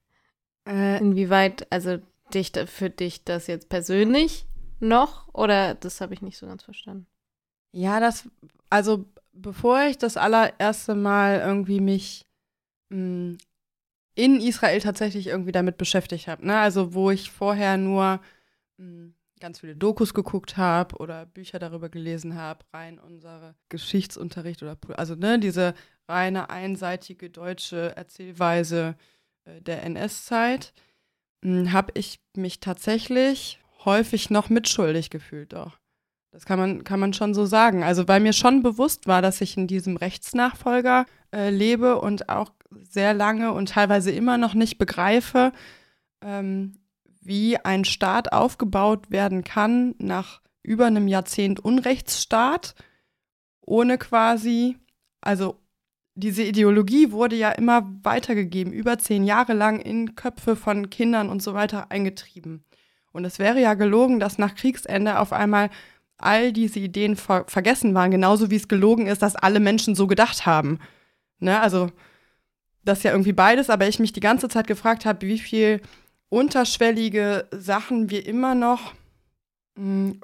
Äh, Inwieweit, also dich, für dich das jetzt persönlich noch? Oder das habe ich nicht so ganz verstanden. ja, das, also bevor ich das allererste Mal irgendwie mich mh, in Israel tatsächlich irgendwie damit beschäftigt habe, ne? Also wo ich vorher nur mh, ganz viele Dokus geguckt habe oder Bücher darüber gelesen habe, rein unsere Geschichtsunterricht oder, also ne, diese reine einseitige deutsche Erzählweise äh, der N S-Zeit, habe ich mich tatsächlich häufig noch mitschuldig gefühlt, doch. Das kann man, kann man schon so sagen. Also weil mir schon bewusst war, dass ich in diesem Rechtsnachfolger äh, lebe und auch sehr lange und teilweise immer noch nicht begreife, ähm, wie ein Staat aufgebaut werden kann nach über einem Jahrzehnt Unrechtsstaat, ohne quasi, also diese Ideologie wurde ja immer weitergegeben, über zehn Jahre lang in Köpfe von Kindern und so weiter eingetrieben. Und es wäre ja gelogen, dass nach Kriegsende auf einmal all diese Ideen ver- vergessen waren, genauso wie es gelogen ist, dass alle Menschen so gedacht haben. Ne? Also das ist ja irgendwie beides, aber ich mich die ganze Zeit gefragt habe, wie viel unterschwellige Sachen wir immer noch mh,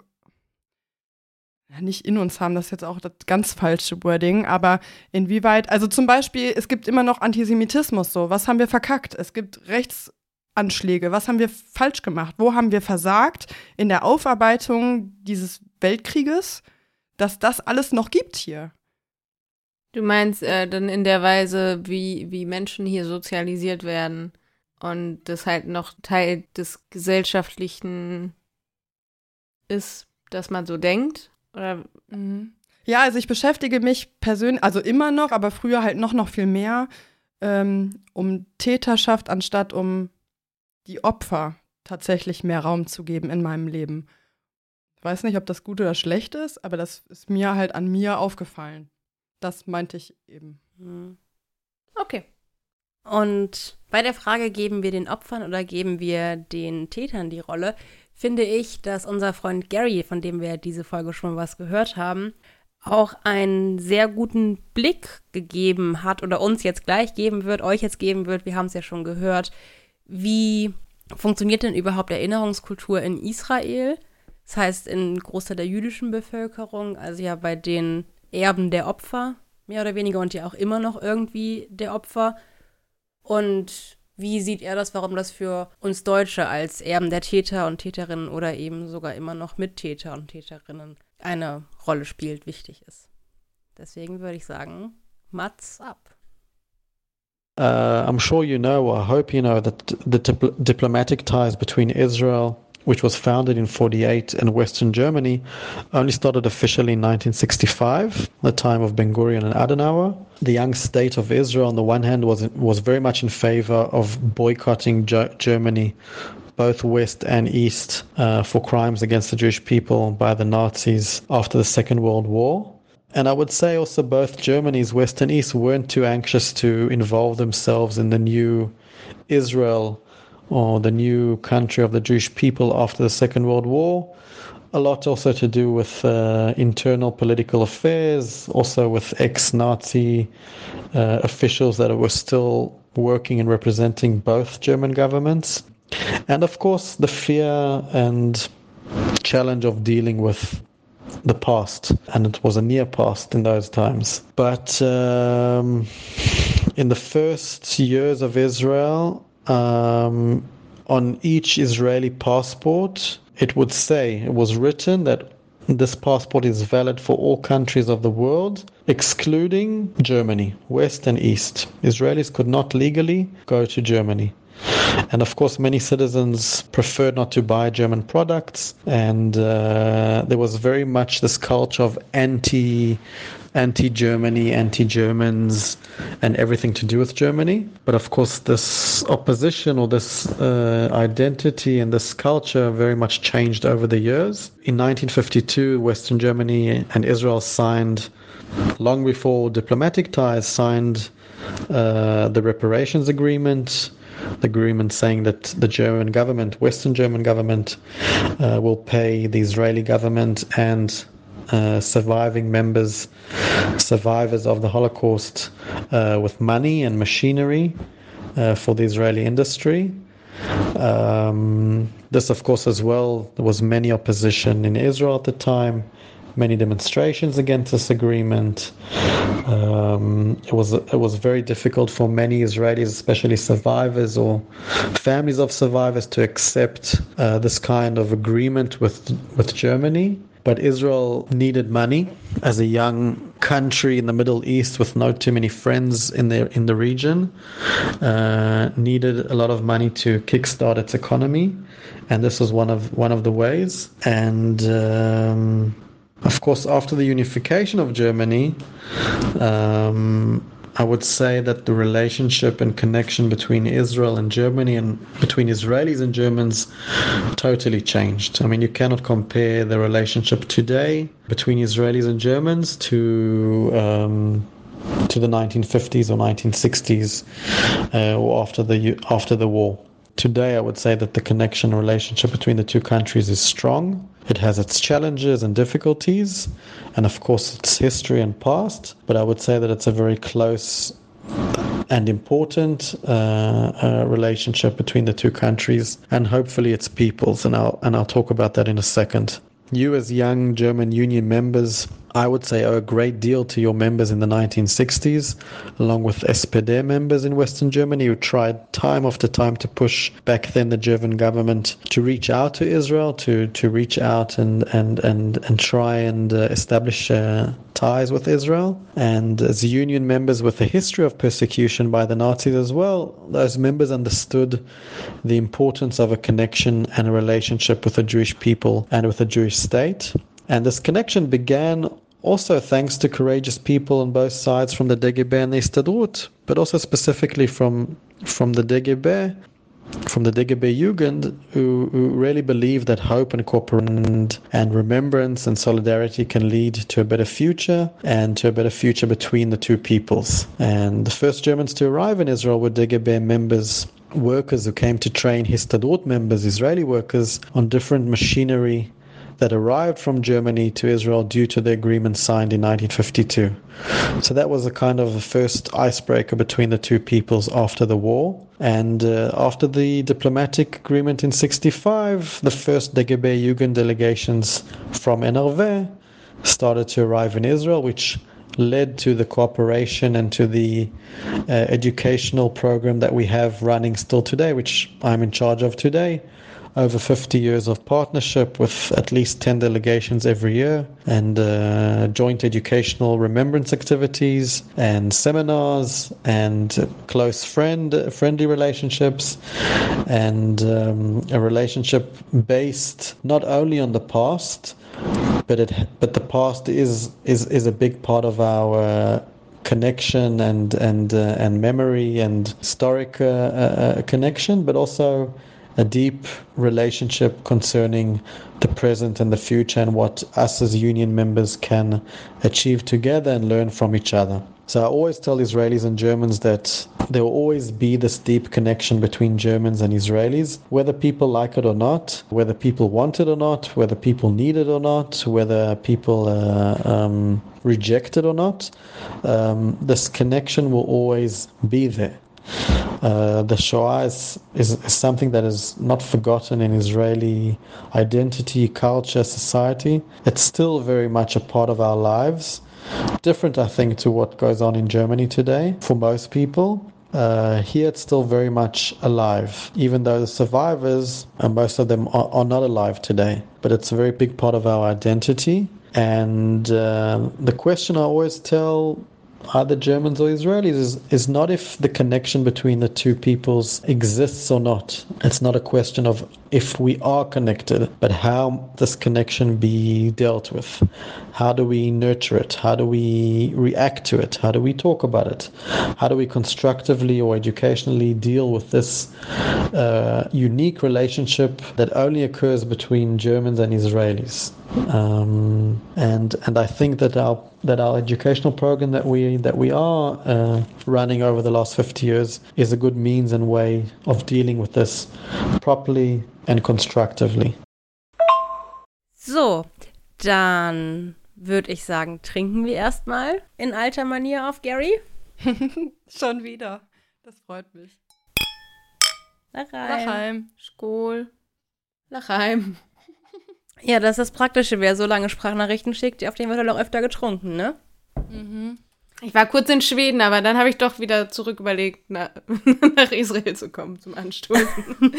ja, nicht in uns haben, das ist jetzt auch das ganz falsche Wording, aber inwieweit, also zum Beispiel, es gibt immer noch Antisemitismus so, was haben wir verkackt? Es gibt Rechtsanschläge, was haben wir falsch gemacht? Wo haben wir versagt in der Aufarbeitung dieses Weltkrieges, dass das alles noch gibt hier? Du meinst äh, dann in der Weise, wie, wie Menschen hier sozialisiert werden und das halt noch Teil des Gesellschaftlichen ist, dass man so denkt? Oder Mhm. Ja, also ich beschäftige mich persönlich, also immer noch, aber früher halt noch, noch viel mehr, ähm, um Täterschaft, anstatt um die Opfer tatsächlich mehr Raum zu geben in meinem Leben. Ich weiß nicht, ob das gut oder schlecht ist, aber das ist mir halt an mir aufgefallen. Das meinte ich eben. Okay. Und bei der Frage, geben wir den Opfern oder geben wir den Tätern die Rolle, finde ich, dass unser Freund Gary, von dem wir diese Folge schon was gehört haben, auch einen sehr guten Blick gegeben hat oder uns jetzt gleich geben wird, euch jetzt geben wird, wir haben es ja schon gehört, wie funktioniert denn überhaupt Erinnerungskultur in Israel? Das heißt, in Großteil der jüdischen Bevölkerung, also ja bei den Erben der Opfer, mehr oder weniger, und ja auch immer noch irgendwie der Opfer. Und wie sieht er das, warum das für uns Deutsche als Erben der Täter und Täterinnen oder eben sogar immer noch Mittäter und Täterinnen eine Rolle spielt, wichtig ist. Deswegen würde ich sagen, Mats ab. Uh, I'm sure you know, or I hope you know, that the dipl- diplomatic ties between Israel, which was founded in forty-eight, and Western Germany only started officially in nineteen sixty-five, the time of Ben Gurion and Adenauer. The young state of Israel, on the one hand, was was very much in favor of boycotting Ge- Germany, both West and East, uh, for crimes against the Jewish people by the Nazis after the Second World War. And I would say also both Germany's West and East weren't too anxious to involve themselves in the new Israel or the new country of the Jewish people after the Second World War. A lot also to do with uh, internal political affairs, also with ex-Nazi uh, officials that were still working and representing both German governments. And of course, the fear and challenge of dealing with the past, and it was a near past in those times. But um, in the first years of Israel, um, on each Israeli passport, it would say, it was written that this passport is valid for all countries of the world, excluding Germany, West and East. Israelis could not legally go to Germany. And of course, many citizens preferred not to buy German products, and uh, there was very much this culture of anti, anti-Germany, anti-Germans, and everything to do with Germany. But of course, this opposition or this uh, identity and this culture very much changed over the years. In nineteen fifty-two, Western Germany and Israel signed, long before diplomatic ties, signed uh, the reparations agreement. The agreement saying that the German government, Western German government, uh, will pay the Israeli government and uh, surviving members, survivors of the Holocaust, uh, with money and machinery uh, for the Israeli industry. Um, this, of course, as well, there was many opposition in Israel at the time, many demonstrations against this agreement. Um, it was it was very difficult for many Israelis, especially survivors or families of survivors, to accept uh, this kind of agreement with with Germany. But Israel needed money as a young country in the Middle East with not too many friends in the in the region. Uh, needed a lot of money to kickstart its economy, and this was one of one of the ways. And um, Of course, after the unification of Germany, um, I would say that the relationship and connection between Israel and Germany and between Israelis and Germans totally changed. I mean, you cannot compare the relationship today between Israelis and Germans to um, to the nineteen fifties or nineteen sixties uh, or after the after the war. Today, I would say that the connection and relationship between the two countries is strong. It has its challenges and difficulties, and of course its history and past, but I would say that it's a very close and important uh, uh, relationship between the two countries, and hopefully its peoples, and I'll, and I'll talk about that in a second. You as young German Union members, I would say, owe a great deal to your members in the nineteen sixties, along with S P D members in Western Germany who tried time after time to push back then the German government to reach out to Israel, to, to reach out and, and, and, and try and uh, establish uh, ties with Israel. And as union members with a history of persecution by the Nazis as well, those members understood the importance of a connection and a relationship with the Jewish people and with the Jewish state. And this connection began also thanks to courageous people on both sides from the D G B and the Histadrut, but also specifically from from the D G B, from the D G B Jugend, who, who really believe that hope and cooperation and remembrance and solidarity can lead to a better future and to a better future between the two peoples. And the first Germans to arrive in Israel were D G B members, workers who came to train Histadrut members, Israeli workers, on different machinery that arrived from Germany to Israel due to the agreement signed in nineteen fifty-two. So that was a kind of the first icebreaker between the two peoples after the war. And uh, after the diplomatic agreement in sixty-five, the first D G B Jugend delegations from N R V started to arrive in Israel, which led to the cooperation and to the uh, educational program that we have running still today, which I'm in charge of today. Over fifty years of partnership with at least ten delegations every year, and uh, joint educational remembrance activities and seminars and close friend friendly relationships, and um, a relationship based not only on the past, but it but the past is is is a big part of our uh, connection and and uh, and memory and historic uh, uh, connection, but also a deep relationship concerning the present and the future and what us as union members can achieve together and learn from each other. So I always tell Israelis and Germans that there will always be this deep connection between Germans and Israelis, whether people like it or not, whether people want it or not, whether people need it or not, whether people uh, um, reject it or not. Um, this connection will always be there. Uh, the Shoah is, is, is something that is not forgotten in Israeli identity, culture, society. It's still very much a part of our lives. Different, I think, to what goes on in Germany today for most people. Uh, here it's still very much alive, even though the survivors, and most of them are, are not alive today. But it's a very big part of our identity. And uh, the question I always tell either Germans or Israelis is, is not if the connection between the two peoples exists or not. It's not a question of if we are connected, but how this connection be dealt with. How do we nurture it? How do we react to it? How do we talk about it? How do we constructively or educationally deal with this uh, unique relationship that only occurs between Germans and Israelis? Um, and and I think that our that our educational program that we that we are uh, running over the last fifty years is a good means and way of dealing with this properly and constructively. So, dann würde ich sagen, trinken wir erstmal in alter Manier auf Gary. Schon wieder. Das freut mich. Lachaim. Lachaim. Skol. Lachaim. Ja, das ist das Praktische. Wer so lange Sprachnachrichten schickt, auf den wird er auch öfter getrunken, ne? Mhm. Ich war kurz in Schweden, aber dann habe ich doch wieder zurück überlegt, na, nach Israel zu kommen zum Anstoßen.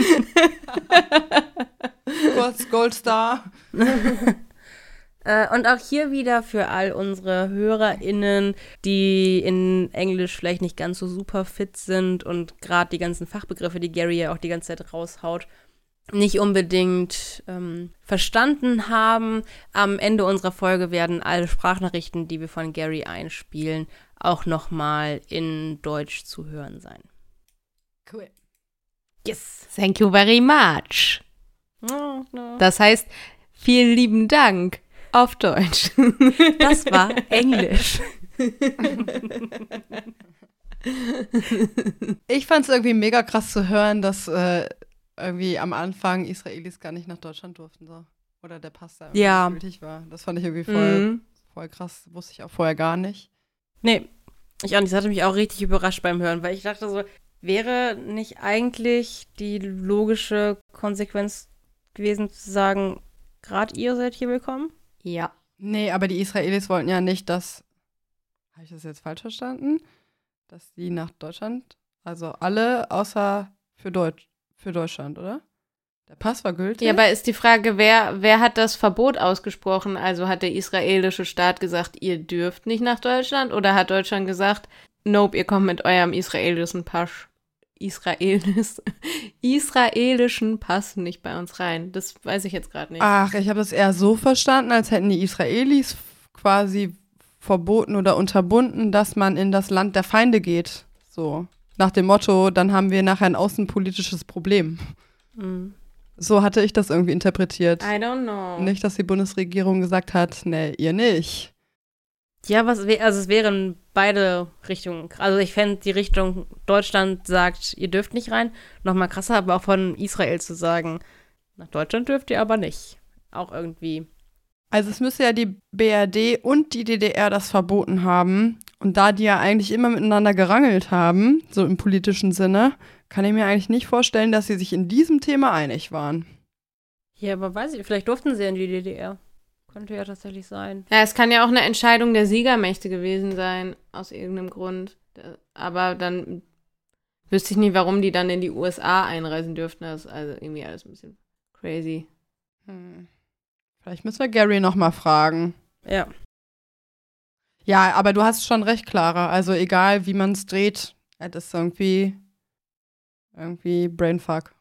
Kurz Goldstar. äh, und auch hier wieder für all unsere HörerInnen, die in Englisch vielleicht nicht ganz so super fit sind und gerade die ganzen Fachbegriffe, die Gary ja auch die ganze Zeit raushaut, nicht unbedingt ähm, verstanden haben. Am Ende unserer Folge werden alle Sprachnachrichten, die wir von Gary einspielen, auch nochmal in Deutsch zu hören sein. Cool. Yes. Thank you very much. Oh, no. Das heißt, vielen lieben Dank auf Deutsch. Das war Englisch. Ich fand es irgendwie mega krass zu hören, dass äh, irgendwie am Anfang Israelis gar nicht nach Deutschland durften. So. Oder der Pass da irgendwie Ja. gültig war. Das fand ich irgendwie voll, Mhm. voll krass. Wusste ich auch vorher gar nicht. Nee, ich auch nicht. Das hatte mich auch richtig überrascht beim Hören, weil ich dachte so, wäre nicht eigentlich die logische Konsequenz gewesen zu sagen, gerade ihr seid hier willkommen? Ja. Nee, aber die Israelis wollten ja nicht, dass, habe ich das jetzt falsch verstanden? Dass die nach Deutschland, also alle außer für, Deutsch, für Deutschland, oder? Der Pass war gültig? Ja, aber ist die Frage, wer, wer hat das Verbot ausgesprochen? Also hat der israelische Staat gesagt, ihr dürft nicht nach Deutschland? Oder hat Deutschland gesagt, nope, ihr kommt mit eurem israelischen Pass, Israelis, israelischen Pass nicht bei uns rein? Das weiß ich jetzt gerade nicht. Ach, ich habe das eher so verstanden, als hätten die Israelis quasi verboten oder unterbunden, dass man in das Land der Feinde geht. So, nach dem Motto, dann haben wir nachher ein außenpolitisches Problem. Mhm. So hatte ich das irgendwie interpretiert. I don't know. Nicht, dass die Bundesregierung gesagt hat, nee, ihr nicht. Ja, was wär, also es wären beide Richtungen. Also ich fände die Richtung, Deutschland sagt, ihr dürft nicht rein, noch mal krasser, aber auch von Israel zu sagen, nach Deutschland dürft ihr aber nicht. Auch irgendwie. Also es müsste ja die B R D und die D D R das verboten haben. Und da die ja eigentlich immer miteinander gerangelt haben, so im politischen Sinne, kann ich mir eigentlich nicht vorstellen, dass sie sich in diesem Thema einig waren. Ja, aber weiß ich, vielleicht durften sie in die D D R. Könnte ja tatsächlich sein. Ja, es kann ja auch eine Entscheidung der Siegermächte gewesen sein, aus irgendeinem Grund. Aber dann wüsste ich nicht, warum die dann in die U S A einreisen dürften. Das ist also irgendwie alles ein bisschen crazy. Hm. Vielleicht müssen wir Gary noch mal fragen. Ja. Ja, aber du hast schon recht, Clara. Also egal, wie man es dreht, das ist irgendwie, irgendwie Brainfuck.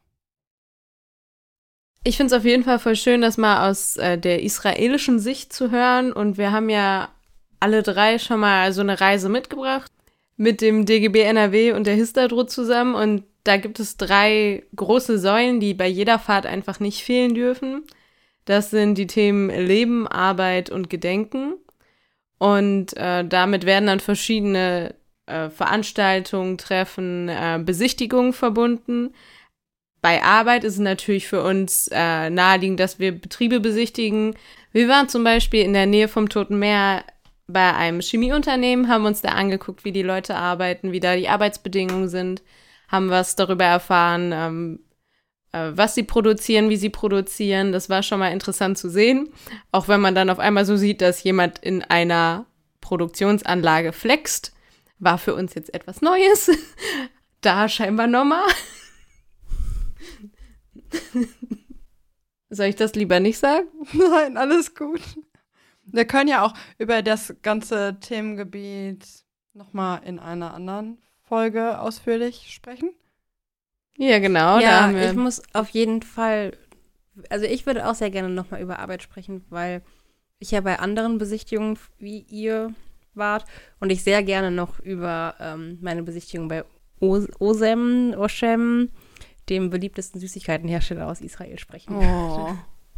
Ich finde es auf jeden Fall voll schön, das mal aus äh, der israelischen Sicht zu hören. Und wir haben ja alle drei schon mal so eine Reise mitgebracht mit dem D G B N R W und der Histadrut zusammen. Und da gibt es drei große Säulen, die bei jeder Fahrt einfach nicht fehlen dürfen. Das sind die Themen Leben, Arbeit und Gedenken. Und äh, damit werden dann verschiedene äh, Veranstaltungen, Treffen, äh, Besichtigungen verbunden. Bei Arbeit ist es natürlich für uns äh, naheliegend, dass wir Betriebe besichtigen. Wir waren zum Beispiel in der Nähe vom Toten Meer bei einem Chemieunternehmen, haben uns da angeguckt, wie die Leute arbeiten, wie da die Arbeitsbedingungen sind, haben was darüber erfahren, ähm, äh, was sie produzieren, wie sie produzieren. Das war schon mal interessant zu sehen. Auch wenn man dann auf einmal so sieht, dass jemand in einer Produktionsanlage flext, war für uns jetzt etwas Neues. Da scheinbar normal. Soll ich das lieber nicht sagen? Nein, alles gut. Wir können ja auch über das ganze Themengebiet nochmal in einer anderen Folge ausführlich sprechen. Ja, genau. da Ja, haben wir ich muss auf jeden Fall, also ich würde auch sehr gerne nochmal über Arbeit sprechen, weil ich ja bei anderen Besichtigungen wie ihr wart und ich sehr gerne noch über ähm, meine Besichtigung bei Os- Osem, Oshem, dem beliebtesten Süßigkeitenhersteller aus Israel sprechen. Oh.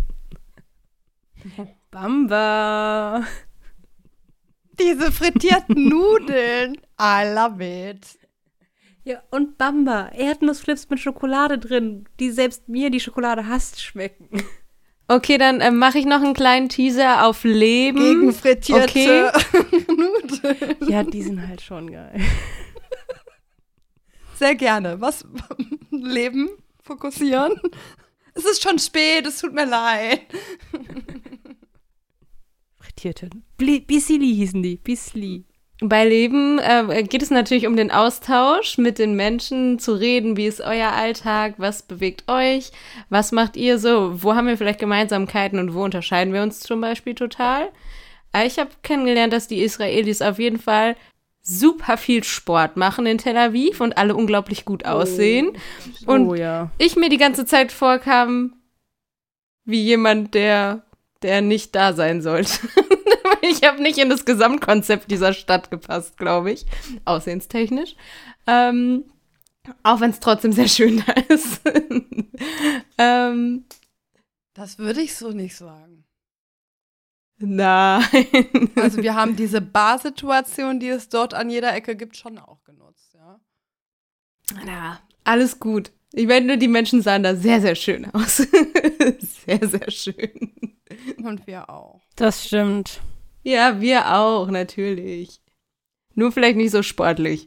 Bamba. Diese frittierten Nudeln. I love it. Ja, und Bamba. Erdnussflips mit Schokolade drin, die selbst mir, die Schokolade hasst, schmecken. Okay, dann äh, mache ich noch einen kleinen Teaser auf Leben. Gegen frittierte Okay. Nudeln. Ja, die sind halt schon geil. Sehr gerne. Was? Leben fokussieren? Es ist schon spät, es tut mir leid. Frittierte. Bli- Bissili hießen die. Bissli. Bei Leben äh, geht es natürlich um den Austausch mit den Menschen, zu reden, wie ist euer Alltag, was bewegt euch, was macht ihr so, wo haben wir vielleicht Gemeinsamkeiten und wo unterscheiden wir uns zum Beispiel total. Aber ich habe kennengelernt, dass die Israelis auf jeden Fall super viel Sport machen in Tel Aviv und alle unglaublich gut aussehen. Und Oh ja. ich mir die ganze Zeit vorkam wie jemand, der, der nicht da sein sollte. Ich habe nicht in das Gesamtkonzept dieser Stadt gepasst, glaube ich, aussehenstechnisch. Ähm, auch wenn es trotzdem sehr schön da ist. ähm, Das würde ich so nicht sagen. nein. Also wir haben diese Barsituation, die es dort an jeder Ecke gibt, schon auch genutzt, ja. Na, alles gut. Ich meine, nur die Menschen sahen da sehr, sehr schön aus. Sehr, sehr schön. Und wir auch. Das stimmt. Ja, wir auch, natürlich. Nur vielleicht nicht so sportlich.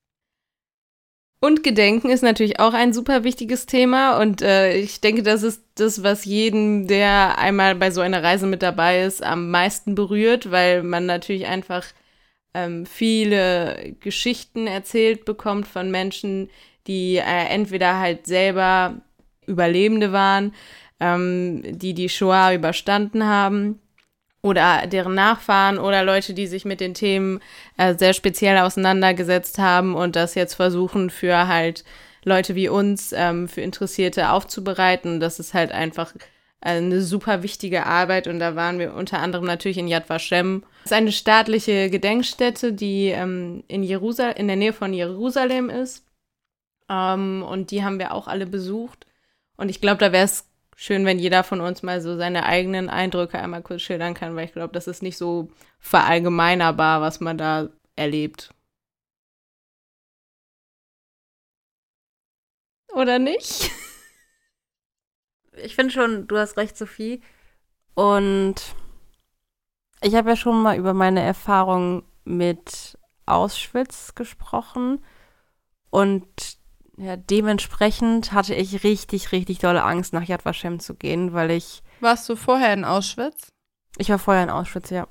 Und Gedenken ist natürlich auch ein super wichtiges Thema. Und äh, ich denke, das ist das, was jeden, der einmal bei so einer Reise mit dabei ist, am meisten berührt, weil man natürlich einfach ähm, viele Geschichten erzählt bekommt von Menschen, die äh, entweder halt selber Überlebende waren, ähm, die die Shoah überstanden haben, oder deren Nachfahren oder Leute, die sich mit den Themen äh, sehr speziell auseinandergesetzt haben und das jetzt versuchen für halt Leute wie uns, ähm, für Interessierte aufzubereiten. Das ist halt einfach Also eine super wichtige Arbeit und da waren wir unter anderem natürlich in Yad Vashem. Das ist eine staatliche Gedenkstätte, die ähm, in Jerusal- in der Nähe von Jerusalem ist. Ähm, und die haben wir auch alle besucht. Und ich glaube, da wäre es schön, wenn jeder von uns mal so seine eigenen Eindrücke einmal kurz schildern kann, weil ich glaube, das ist nicht so verallgemeinerbar, was man da erlebt. Oder nicht? Ich finde schon, du hast recht, Sophie. Und ich habe ja schon mal über meine Erfahrung mit Auschwitz gesprochen. Und ja, dementsprechend hatte ich richtig, richtig dolle Angst, nach Yad Vashem zu gehen, weil ich... Warst du vorher in Auschwitz? Ich war vorher in Auschwitz, ja.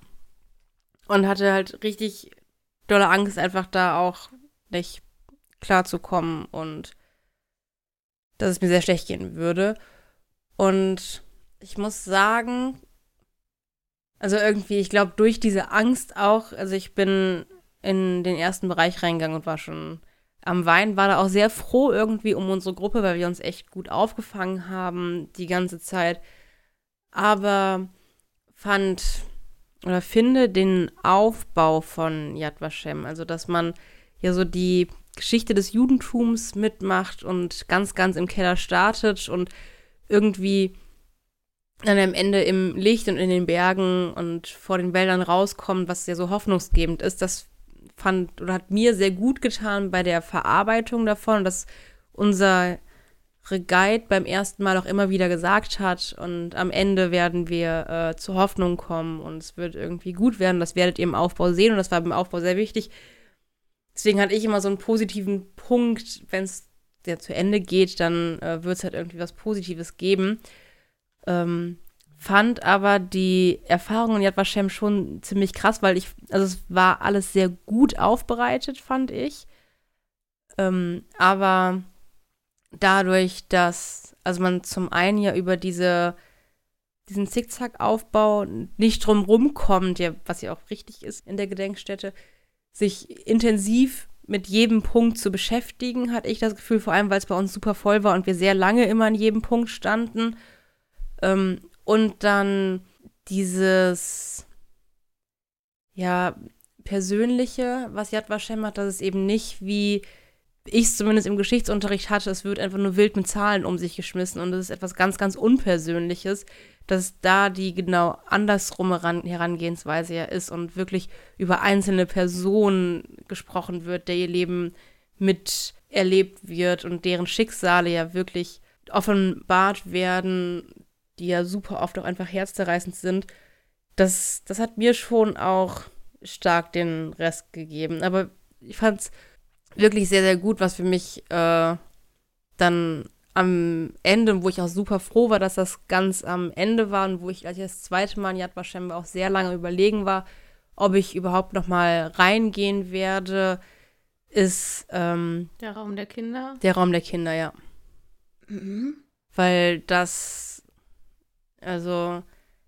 Und hatte halt richtig dolle Angst, einfach da auch nicht klarzukommen und dass es mir sehr schlecht gehen würde. Und ich muss sagen, also irgendwie, ich glaube, durch diese Angst auch, also ich bin in den ersten Bereich reingegangen und war schon am Weinen, war da auch sehr froh irgendwie um unsere Gruppe, weil wir uns echt gut aufgefangen haben die ganze Zeit. Aber fand oder finde den Aufbau von Yad Vashem, also dass man ja so die Geschichte des Judentums mitmacht und ganz, ganz im Keller startet und irgendwie dann am Ende im Licht und in den Bergen und vor den Wäldern rauskommt, was ja so hoffnungsgebend ist, das fand oder hat mir sehr gut getan bei der Verarbeitung davon und dass unser Guide beim ersten Mal auch immer wieder gesagt hat und am Ende werden wir äh, zur Hoffnung kommen und es wird irgendwie gut werden, das werdet ihr im Aufbau sehen und das war beim Aufbau sehr wichtig. Deswegen hatte ich immer so einen positiven Punkt, wenn es ja zu Ende geht, dann äh, wird es halt irgendwie was Positives geben. Ähm, fand aber die Erfahrung in Yad Vashem schon ziemlich krass, weil ich, also es war alles sehr gut aufbereitet, fand ich. Ähm, aber dadurch, dass, also man zum einen ja über diese, diesen Zickzack-Aufbau nicht drum rumkommt, ja, was ja auch richtig ist in der Gedenkstätte, sich intensiv mit jedem Punkt zu beschäftigen, hatte ich das Gefühl, vor allem, weil es bei uns super voll war und wir sehr lange immer an jedem Punkt standen. Ähm, und dann dieses, ja, Persönliche, was Yad Vashem hat, dass es eben nicht, wie ich es zumindest im Geschichtsunterricht hatte, es wird einfach nur wild mit Zahlen um sich geschmissen und es ist etwas ganz, ganz Unpersönliches, dass da die genau andersrum Herangehensweise ja ist und wirklich über einzelne Personen gesprochen wird, der ihr Leben miterlebt wird und deren Schicksale ja wirklich offenbart werden, die ja super oft auch einfach herzzerreißend sind. Das, das hat mir schon auch stark den Rest gegeben. Aber ich fand es wirklich sehr, sehr gut, was für mich äh, dann am Ende, wo ich auch super froh war, dass das ganz am Ende war und wo ich, als ich das zweite Mal in Yad Vashem war, auch sehr lange überlegen war, ob ich überhaupt noch mal reingehen werde, ist ähm, Der Raum der Kinder. Der Raum der Kinder, ja. Mhm. Weil das, also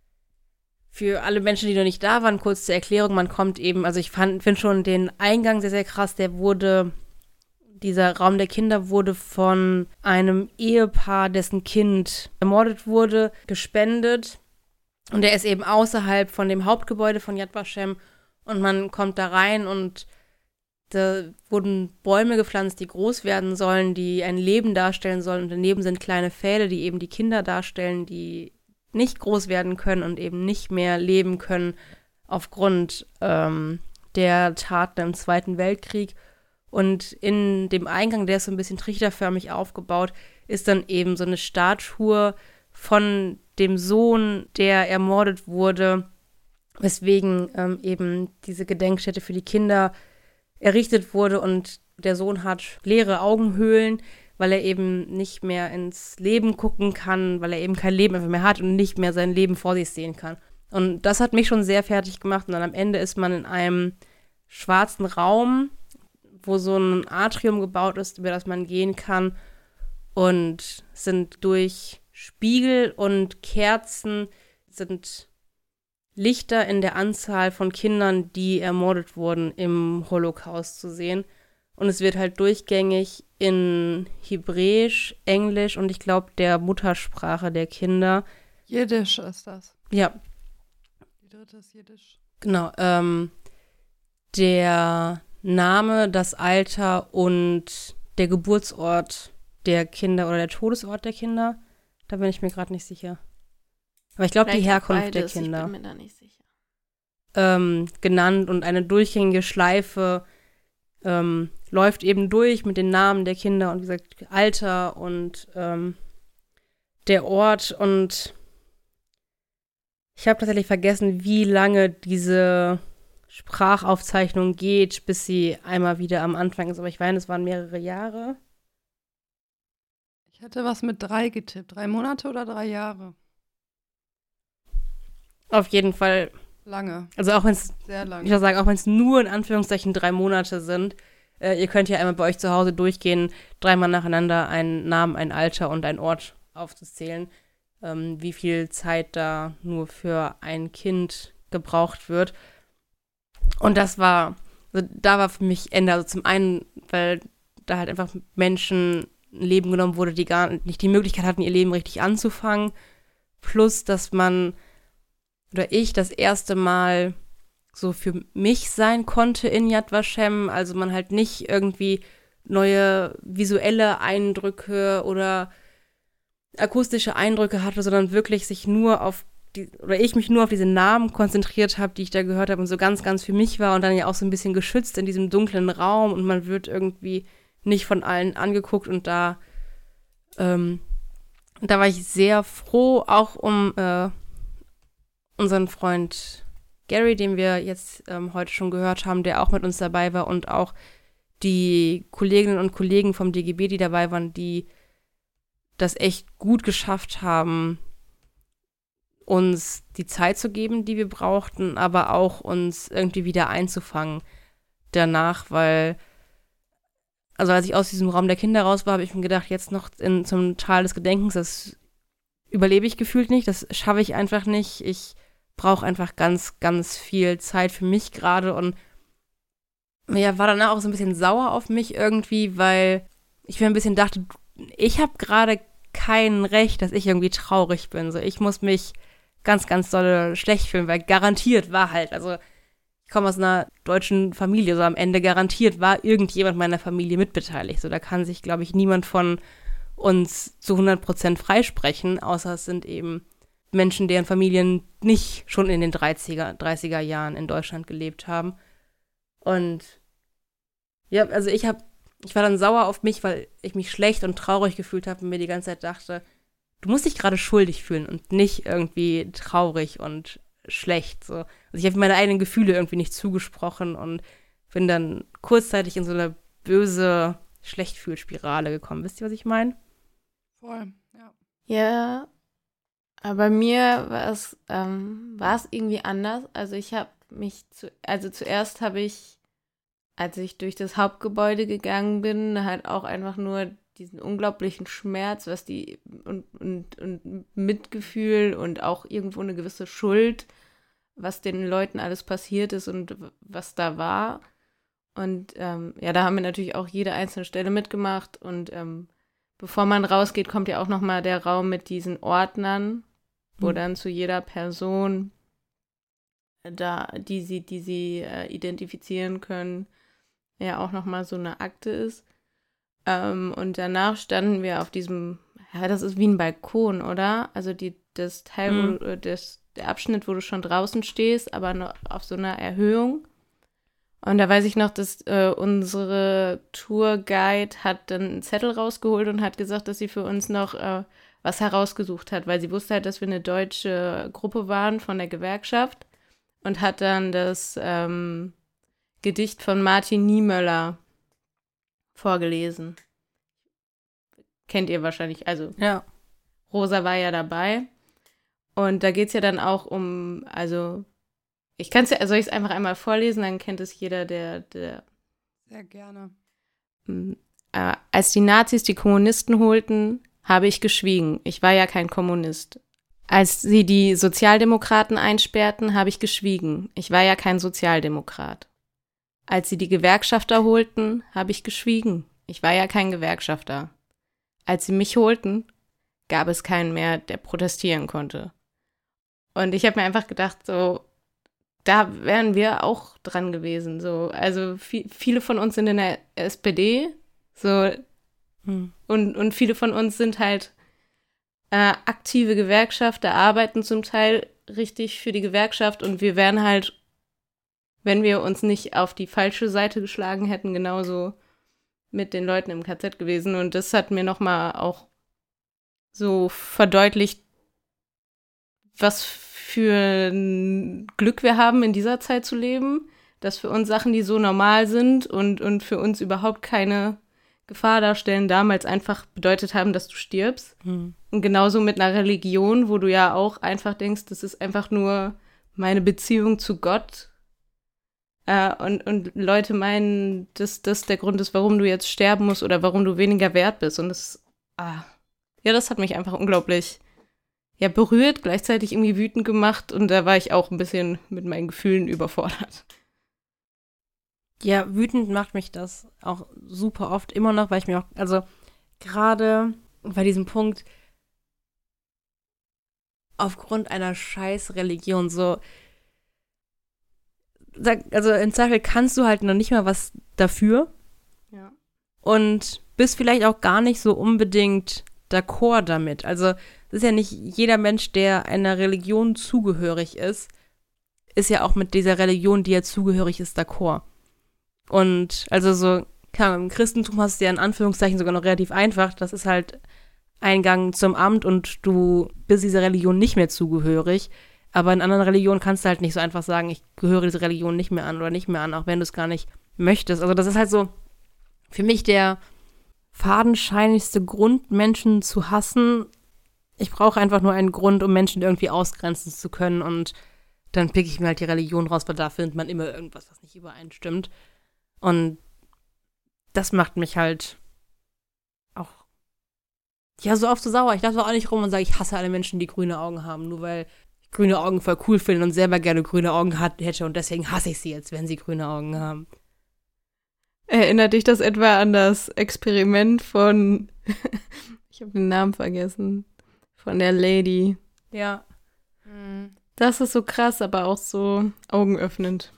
für alle Menschen, die noch nicht da waren, kurz zur Erklärung, man kommt eben, also ich finde schon den Eingang sehr, sehr krass, der wurde, dieser Raum der Kinder wurde von einem Ehepaar, dessen Kind ermordet wurde, gespendet und der ist eben außerhalb von dem Hauptgebäude von Yad Vashem und man kommt da rein und da wurden Bäume gepflanzt, die groß werden sollen, die ein Leben darstellen sollen und daneben sind kleine Pfähle, die eben die Kinder darstellen, die nicht groß werden können und eben nicht mehr leben können aufgrund ähm, der Taten im Zweiten Weltkrieg. Und in dem Eingang, der ist so ein bisschen trichterförmig aufgebaut, ist dann eben so eine Statue von dem Sohn, der ermordet wurde, weswegen ähm, eben diese Gedenkstätte für die Kinder errichtet wurde und der Sohn hat leere Augenhöhlen, weil er eben nicht mehr ins Leben gucken kann, weil er eben kein Leben mehr hat und nicht mehr sein Leben vor sich sehen kann. Und das hat mich schon sehr fertig gemacht. Und dann am Ende ist man in einem schwarzen Raum, wo so ein Atrium gebaut ist, über das man gehen kann. Und sind durch Spiegel und Kerzen sind Lichter in der Anzahl von Kindern, die ermordet wurden im Holocaust zu sehen. Und es wird halt durchgängig in Hebräisch, Englisch und ich glaube der Muttersprache der Kinder Jiddisch ist das. Ja, Die dritte ist Jiddisch. genau. Ähm, der Name, das Alter und der Geburtsort der Kinder oder der Todesort der Kinder, da bin ich mir gerade nicht sicher. Aber ich glaube, die Vielleicht auch Herkunft der beides, Kinder. Ich bin mir da nicht sicher. ähm, genannt und eine durchgängige Schleife ähm, läuft eben durch mit den Namen der Kinder und wie gesagt Alter und ähm, der Ort und ich habe tatsächlich vergessen, wie lange diese Sprachaufzeichnung geht, bis sie einmal wieder am Anfang ist, aber ich meine, es waren mehrere Jahre. Ich hätte was mit drei getippt. Drei Monate oder drei Jahre? Auf jeden Fall, Lange. also auch wenn es Sehr Ich lange. würde sagen, auch wenn es nur in Anführungszeichen drei Monate sind, äh, ihr könnt ja einmal bei euch zu Hause durchgehen, dreimal nacheinander einen Namen, ein Alter und einen Ort aufzuzählen, ähm, wie viel Zeit da nur für ein Kind gebraucht wird. Und das war, also da war für mich Ende. Also zum einen, weil da halt einfach Menschen ein Leben genommen wurde, die gar nicht die Möglichkeit hatten, ihr Leben richtig anzufangen. Plus, dass man oder ich das erste Mal so für mich sein konnte in Yad Vashem. Also man halt nicht irgendwie neue visuelle Eindrücke oder akustische Eindrücke hatte, sondern wirklich sich nur auf die, oder ich mich nur auf diese Namen konzentriert habe, die ich da gehört habe und so ganz, ganz für mich war und dann ja auch so ein bisschen geschützt in diesem dunklen Raum und man wird irgendwie nicht von allen angeguckt und da ähm, da war ich sehr froh, auch um äh, unseren Freund Gary, den wir jetzt ähm, heute schon gehört haben, der auch mit uns dabei war und auch die Kolleginnen und Kollegen vom D G B, die dabei waren, die das echt gut geschafft haben, uns die Zeit zu geben, die wir brauchten, aber auch uns irgendwie wieder einzufangen danach, weil, also als ich aus diesem Raum der Kinder raus war, habe ich mir gedacht, jetzt noch in, zum Tal des Gedenkens, das überlebe ich gefühlt nicht, das schaffe ich einfach nicht. Ich brauche einfach ganz, ganz viel Zeit für mich gerade und ja, war danach auch so ein bisschen sauer auf mich irgendwie, weil ich mir ein bisschen dachte, ich habe gerade kein Recht, dass ich irgendwie traurig bin. So, ich muss mich ganz, ganz doll schlecht fühlen, weil garantiert war halt, also ich komme aus einer deutschen Familie, so am Ende garantiert war irgendjemand meiner Familie mitbeteiligt. So, da kann sich, glaube ich, niemand von uns zu hundert Prozent freisprechen, außer es sind eben Menschen, deren Familien nicht schon in den dreißiger, dreißiger Jahren in Deutschland gelebt haben. Und ja, also ich habe, ich war dann sauer auf mich, weil ich mich schlecht und traurig gefühlt habe und mir die ganze Zeit dachte, du musst dich gerade schuldig fühlen und nicht irgendwie traurig und schlecht. So. Also ich habe meine eigenen Gefühle irgendwie nicht zugesprochen und bin dann kurzzeitig in so eine böse Schlechtfühlspirale gekommen. Wisst ihr, was ich meine? Voll, ja. Ja, aber bei mir war es, ähm, war es irgendwie anders. Also ich habe mich, zu, also zuerst habe ich, als ich durch das Hauptgebäude gegangen bin, halt auch einfach nur diesen unglaublichen Schmerz, was die und, und, und Mitgefühl und auch irgendwo eine gewisse Schuld, was den Leuten alles passiert ist und was da war. Und ähm, ja, da haben wir natürlich auch jede einzelne Stelle mitgemacht und ähm, bevor man rausgeht, kommt ja auch nochmal der Raum mit diesen Ordnern, wo mhm. dann zu jeder Person, da, die sie, die sie äh, identifizieren können, ja auch nochmal so eine Akte ist. Ähm, und danach standen wir auf diesem, ja, das ist wie ein Balkon, oder? Also die, das Teil, mhm. wo du, das, der Abschnitt, wo du schon draußen stehst, aber noch auf so einer Erhöhung. Und da weiß ich noch, dass äh, unsere Tourguide hat dann einen Zettel rausgeholt und hat gesagt, dass sie für uns noch äh, was herausgesucht hat, weil sie wusste halt, dass wir eine deutsche Gruppe waren von der Gewerkschaft und hat dann das ähm, Gedicht von Martin Niemöller vorgelesen. Kennt ihr wahrscheinlich, also ja. Rosa war ja dabei. Und da geht es ja dann auch um, also ich kann es ja, soll ich es einfach einmal vorlesen, dann kennt es jeder, der, der Sehr gerne. Äh, als die Nazis die Kommunisten holten, habe ich geschwiegen. Ich war ja kein Kommunist. Als sie die Sozialdemokraten einsperrten, habe ich geschwiegen. Ich war ja kein Sozialdemokrat. Als sie die Gewerkschafter holten, habe ich geschwiegen. Ich war ja kein Gewerkschafter. Als sie mich holten, gab es keinen mehr, der protestieren konnte. Und ich habe mir einfach gedacht, so, da wären wir auch dran gewesen. So. Also viel, viele von uns sind in der S P D, so, hm. und, und viele von uns sind halt äh, aktive Gewerkschafter, arbeiten zum Teil richtig für die Gewerkschaft und wir wären halt, wenn wir uns nicht auf die falsche Seite geschlagen hätten, genauso mit den Leuten im K Z gewesen. Und das hat mir nochmal auch so verdeutlicht, was für ein Glück wir haben, in dieser Zeit zu leben, dass für uns Sachen, die so normal sind und, und für uns überhaupt keine Gefahr darstellen, damals einfach bedeutet haben, dass du stirbst. Mhm. Und genauso mit einer Religion, wo du ja auch einfach denkst, das ist einfach nur meine Beziehung zu Gott. Äh, und, und Leute meinen, dass das der Grund ist, warum du jetzt sterben musst oder warum du weniger wert bist. Und das, ah, ja, das hat mich einfach unglaublich ja, berührt, gleichzeitig irgendwie wütend gemacht und da war ich auch ein bisschen mit meinen Gefühlen überfordert. Ja, wütend macht mich das auch super oft immer noch, weil ich mir auch, also gerade bei diesem Punkt, aufgrund einer scheiß Religion so, also in Zweifel kannst du halt noch nicht mal was dafür. Ja. Und bist vielleicht auch gar nicht so unbedingt d'accord damit. Also es ist ja nicht jeder Mensch, der einer Religion zugehörig ist, ist ja auch mit dieser Religion, die er zugehörig ist, d'accord. Und also so, klar, im Christentum hast du ja in Anführungszeichen sogar noch relativ einfach. Das ist halt Eingang zum Amt und du bist dieser Religion nicht mehr zugehörig. Aber in anderen Religionen kannst du halt nicht so einfach sagen, ich gehöre dieser Religion nicht mehr an oder nicht mehr an, auch wenn du es gar nicht möchtest. Also das ist halt so für mich der fadenscheinigste Grund, Menschen zu hassen. Ich brauche einfach nur einen Grund, um Menschen irgendwie ausgrenzen zu können und dann pick ich mir halt die Religion raus, weil da findet man immer irgendwas, was nicht übereinstimmt. Und das macht mich halt auch, ja, so oft so sauer. Ich laufe auch nicht rum und sage, ich hasse alle Menschen, die grüne Augen haben, nur weil ich grüne Augen voll cool finde und selber gerne grüne Augen hat, hätte und deswegen hasse ich sie jetzt, wenn sie grüne Augen haben. Erinnert dich das etwa an das Experiment von, ich habe den Namen vergessen, von der Lady? Ja. Das ist so krass, aber auch so augenöffnend.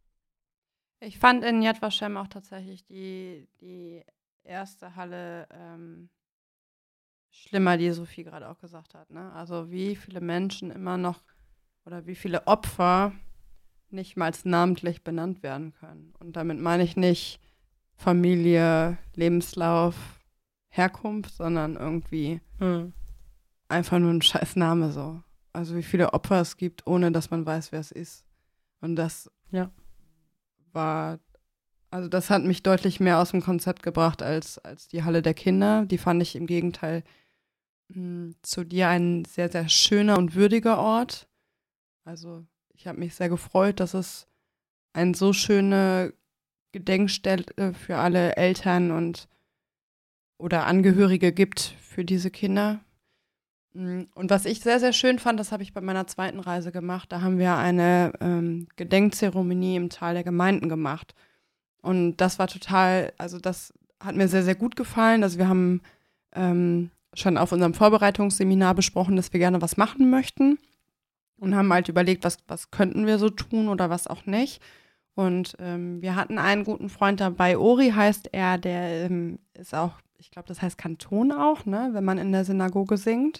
Ich fand in Yad Vashem auch tatsächlich die, die erste Halle ähm, schlimmer, die Sophie gerade auch gesagt hat. Ne? Also wie viele Menschen immer noch oder wie viele Opfer nicht mal namentlich benannt werden können. Und damit meine ich nicht Familie, Lebenslauf, Herkunft, sondern irgendwie Hm. einfach nur ein scheiß Name so. Also wie viele Opfer es gibt, ohne dass man weiß, wer es ist. Und das Ja. war, also das hat mich deutlich mehr aus dem Konzept gebracht als, als die Halle der Kinder. Die fand ich im Gegenteil mh, zu dir ein sehr, sehr schöner und würdiger Ort. Also ich habe mich sehr gefreut, dass es eine so schöne Gedenkstätte für alle Eltern und oder Angehörige gibt für diese Kinder. Und was ich sehr, sehr schön fand, das habe ich bei meiner zweiten Reise gemacht, da haben wir eine ähm, Gedenkzeremonie im Tal der Gemeinden gemacht. Und das war total, also das hat mir sehr, sehr gut gefallen. Also wir haben ähm, schon auf unserem Vorbereitungsseminar besprochen, dass wir gerne was machen möchten und haben halt überlegt, was, was könnten wir so tun oder was auch nicht. Und ähm, wir hatten einen guten Freund dabei, Ori heißt er, der ähm, ist auch, ich glaube, das heißt Kanton auch, ne, wenn man in der Synagoge singt.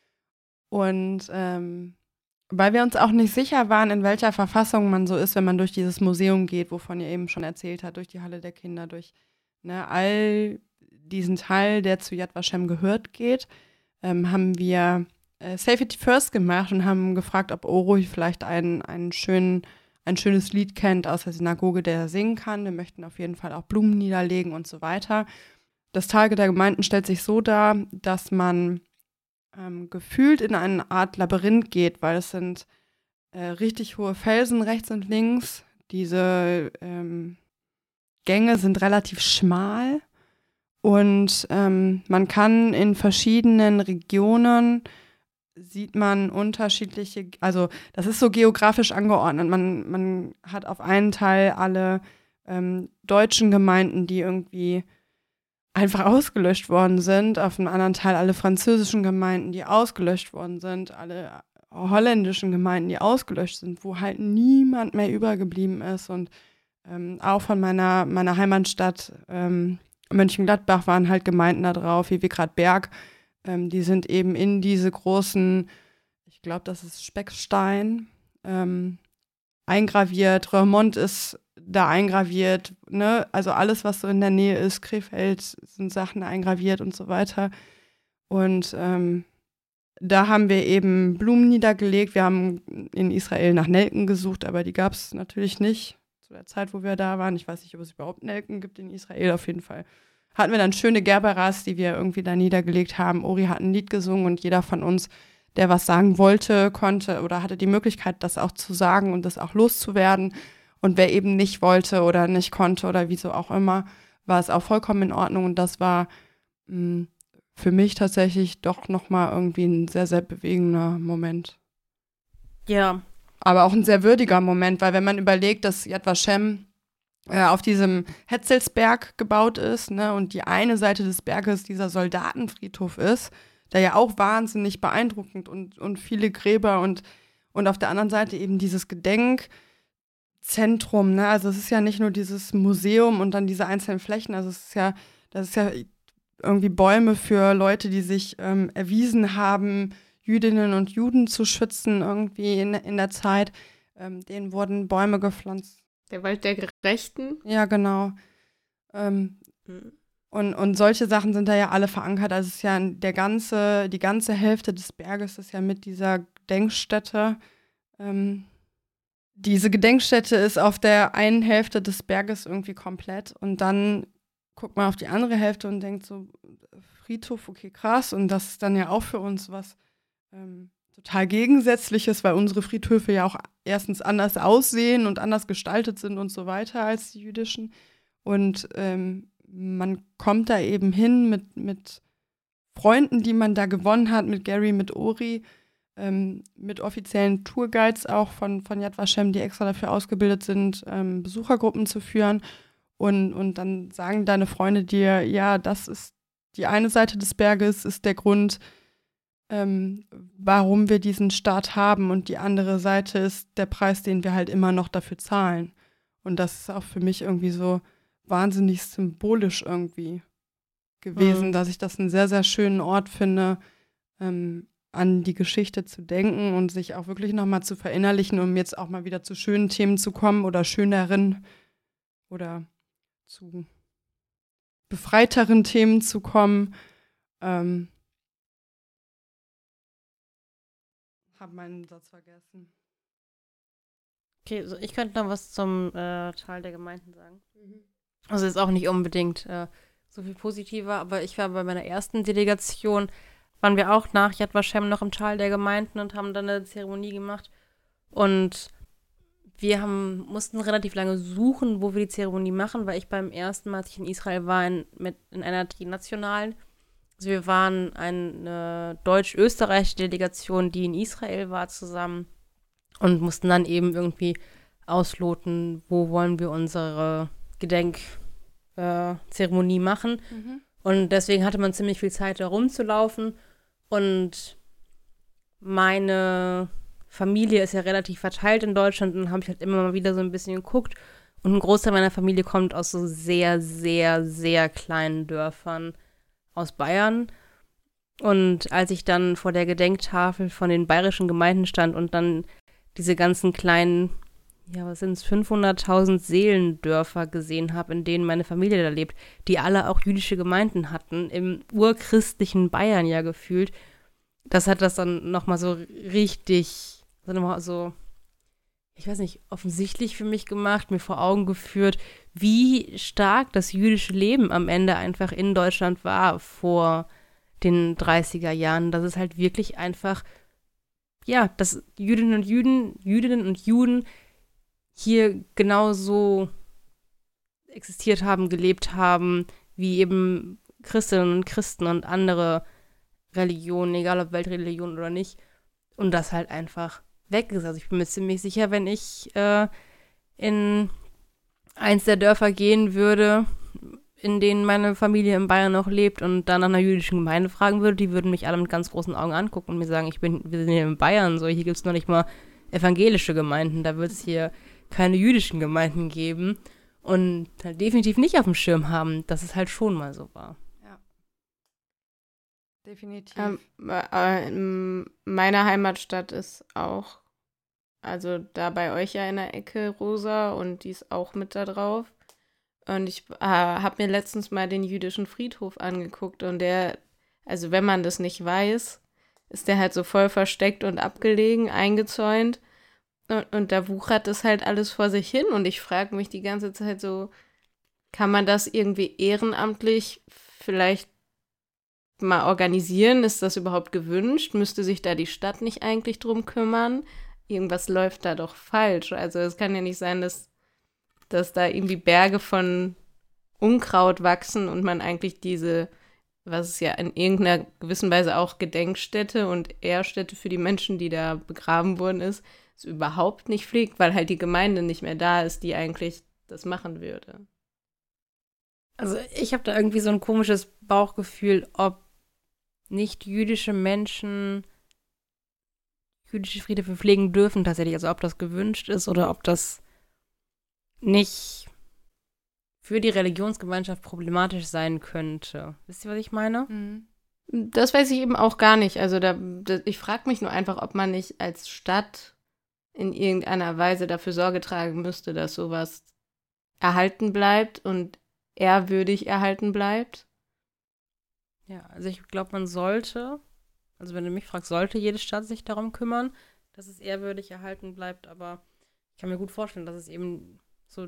Und ähm, weil wir uns auch nicht sicher waren, in welcher Verfassung man so ist, wenn man durch dieses Museum geht, wovon ihr eben schon erzählt habt, durch die Halle der Kinder, durch ne, all diesen Teil, der zu Yad Vashem gehört, geht, ähm, haben wir äh, Safety First gemacht und haben gefragt, ob Ori vielleicht einen, einen schönen, ein schönes Lied kennt aus der Synagoge, der er singen kann. Wir möchten auf jeden Fall auch Blumen niederlegen und so weiter. Das Tal der Gemeinden stellt sich so dar, dass man ähm, gefühlt in eine Art Labyrinth geht, weil es sind äh, richtig hohe Felsen rechts und links. Diese ähm, Gänge sind relativ schmal und ähm, man kann in verschiedenen Regionen sieht man unterschiedliche, also das ist so geografisch angeordnet. Man, man hat auf einen Teil alle ähm, deutschen Gemeinden, die irgendwie einfach ausgelöscht worden sind, auf einem anderen Teil alle französischen Gemeinden, die ausgelöscht worden sind, alle holländischen Gemeinden, die ausgelöscht sind, wo halt niemand mehr übergeblieben ist. Und ähm, auch von meiner, meiner Heimatstadt ähm, Mönchengladbach waren halt Gemeinden da drauf, wie Wickrathberg. Ähm, die sind eben in diese großen, ich glaube, das ist Speckstein, ähm, eingraviert. Roermond ist da eingraviert, ne? Also alles, was so in der Nähe ist, Krefeld, sind Sachen eingraviert und so weiter. Und ähm, da haben wir eben Blumen niedergelegt. Wir haben in Israel nach Nelken gesucht, aber die gab es natürlich nicht zu der Zeit, wo wir da waren. Ich weiß nicht, ob es überhaupt Nelken gibt in Israel, auf jeden Fall. Hatten wir dann schöne Gerberas, die wir irgendwie da niedergelegt haben. Ori hat ein Lied gesungen und jeder von uns, der was sagen wollte, konnte oder hatte die Möglichkeit, das auch zu sagen und das auch loszuwerden. Und wer eben nicht wollte oder nicht konnte oder wieso auch immer, war es auch vollkommen in Ordnung. Und das war mh, für mich tatsächlich doch nochmal irgendwie ein sehr, sehr bewegender Moment. Ja. Aber auch ein sehr würdiger Moment, weil wenn man überlegt, dass Yad Vashem äh, auf diesem Hetzelsberg gebaut ist, ne, und die eine Seite des Berges dieser Soldatenfriedhof ist, der ja auch wahnsinnig beeindruckend und, und viele Gräber und, und auf der anderen Seite eben dieses Gedenkzentrum, ne, also es ist ja nicht nur dieses Museum und dann diese einzelnen Flächen, also es ist ja, das ist ja irgendwie Bäume für Leute, die sich ähm, erwiesen haben, Jüdinnen und Juden zu schützen irgendwie in, in der Zeit. Ähm, denen wurden Bäume gepflanzt. Der Wald der Gerechten. Ja, genau. Ähm, Mhm. und, und solche Sachen sind da ja alle verankert. Also es ist ja der ganze, die ganze Hälfte des Berges ist ja mit dieser Gedenkstätte. Ähm, diese Gedenkstätte ist auf der einen Hälfte des Berges irgendwie komplett und dann guckt man auf die andere Hälfte und denkt so, Friedhof, okay, krass. Und das ist dann ja auch für uns was ähm, total Gegensätzliches, weil unsere Friedhöfe ja auch erstens anders aussehen und anders gestaltet sind und so weiter als die jüdischen. Und ähm, man kommt da eben hin mit, mit Freunden, die man da gewonnen hat, mit Gary, mit Ori, ähm, mit offiziellen Tourguides auch von, von Yad Vashem, die extra dafür ausgebildet sind, ähm, Besuchergruppen zu führen. Und, und dann sagen deine Freunde dir, ja, das ist die eine Seite des Berges, ist der Grund, ähm, warum wir diesen Staat haben. Und die andere Seite ist der Preis, den wir halt immer noch dafür zahlen. Und das ist auch für mich irgendwie so wahnsinnig symbolisch irgendwie gewesen, Mhm. dass ich das einen sehr, sehr schönen Ort finde, ähm, an die Geschichte zu denken und sich auch wirklich nochmal zu verinnerlichen, um jetzt auch mal wieder zu schönen Themen zu kommen oder schöneren oder zu befreiteren Themen zu kommen. Ähm, hab meinen Satz vergessen. Okay, so ich könnte noch was zum äh, Tal der Gemeinden sagen. Also ist auch nicht unbedingt äh, so viel positiver, aber ich war bei meiner ersten Delegation, waren wir auch nach Yad Vashem noch im Tal der Gemeinden und haben dann eine Zeremonie gemacht. Und wir haben, mussten relativ lange suchen, wo wir die Zeremonie machen, weil ich beim ersten Mal, als ich in Israel war, in, mit, in einer trinationalen, also wir waren eine deutsch-österreichische Delegation, die in Israel war, zusammen und mussten dann eben irgendwie ausloten, wo wollen wir unsere Gedenkzeremonie äh, machen. Mhm. Und deswegen hatte man ziemlich viel Zeit, da rumzulaufen. Und meine Familie ist ja relativ verteilt in Deutschland und dann habe ich halt immer mal wieder so ein bisschen geguckt. Und ein Großteil meiner Familie kommt aus so sehr, sehr, sehr kleinen Dörfern aus Bayern. Und als ich dann vor der Gedenktafel von den bayerischen Gemeinden stand und dann diese ganzen kleinen, ja, was sind es, fünfhunderttausend Seelendörfer gesehen habe, in denen meine Familie da lebt, die alle auch jüdische Gemeinden hatten, im urchristlichen Bayern ja gefühlt, das hat das dann nochmal so richtig, so, ich weiß nicht, offensichtlich für mich gemacht, mir vor Augen geführt, wie stark das jüdische Leben am Ende einfach in Deutschland war vor den dreißiger Jahren, dass es halt wirklich einfach, ja, dass Jüdinnen und Juden, Jüdinnen und Juden hier genauso existiert haben, gelebt haben, wie eben Christinnen und Christen und andere Religionen, egal ob Weltreligion oder nicht, und das halt einfach weg ist. Also ich bin mir ziemlich sicher, wenn ich äh, in eins der Dörfer gehen würde, in denen meine Familie in Bayern noch lebt und dann nach einer jüdischen Gemeinde fragen würde, die würden mich alle mit ganz großen Augen angucken und mir sagen, ich bin, wir sind hier in Bayern, so hier gibt es noch nicht mal evangelische Gemeinden, da wird es hier keine jüdischen Gemeinden geben und halt definitiv nicht auf dem Schirm haben, dass es halt schon mal so war. Ja. Definitiv. Ähm, äh, in meiner Heimatstadt ist auch, also da bei euch ja in der Ecke Rosa und die ist auch mit da drauf. Und ich äh, habe mir letztens mal den jüdischen Friedhof angeguckt und der, also wenn man das nicht weiß, ist der halt so voll versteckt und abgelegen, eingezäunt und, und da wuchert das halt alles vor sich hin und ich frage mich die ganze Zeit so, kann man das irgendwie ehrenamtlich vielleicht mal organisieren? Ist das überhaupt gewünscht? Müsste sich da die Stadt nicht eigentlich drum kümmern? Irgendwas läuft da doch falsch. Also es kann ja nicht sein, dass, dass da irgendwie Berge von Unkraut wachsen und man eigentlich diese, was ist ja in irgendeiner gewissen Weise auch Gedenkstätte und Ehrstätte für die Menschen, die da begraben wurden ist, es überhaupt nicht pflegt, weil halt die Gemeinde nicht mehr da ist, die eigentlich das machen würde. Also ich habe da irgendwie so ein komisches Bauchgefühl, ob nicht jüdische Menschen jüdische Friedhöfe pflegen dürfen tatsächlich, also ob das gewünscht ist oder ob das nicht für die Religionsgemeinschaft problematisch sein könnte. Wisst ihr, was ich meine? Mhm. Das weiß ich eben auch gar nicht. Also da, da ich frage mich nur einfach, ob man nicht als Stadt in irgendeiner Weise dafür Sorge tragen müsste, dass sowas erhalten bleibt und ehrwürdig erhalten bleibt. Ja, also ich glaube, man sollte, also wenn du mich fragst, sollte jede Stadt sich darum kümmern, dass es ehrwürdig erhalten bleibt, aber ich kann mir gut vorstellen, dass es eben so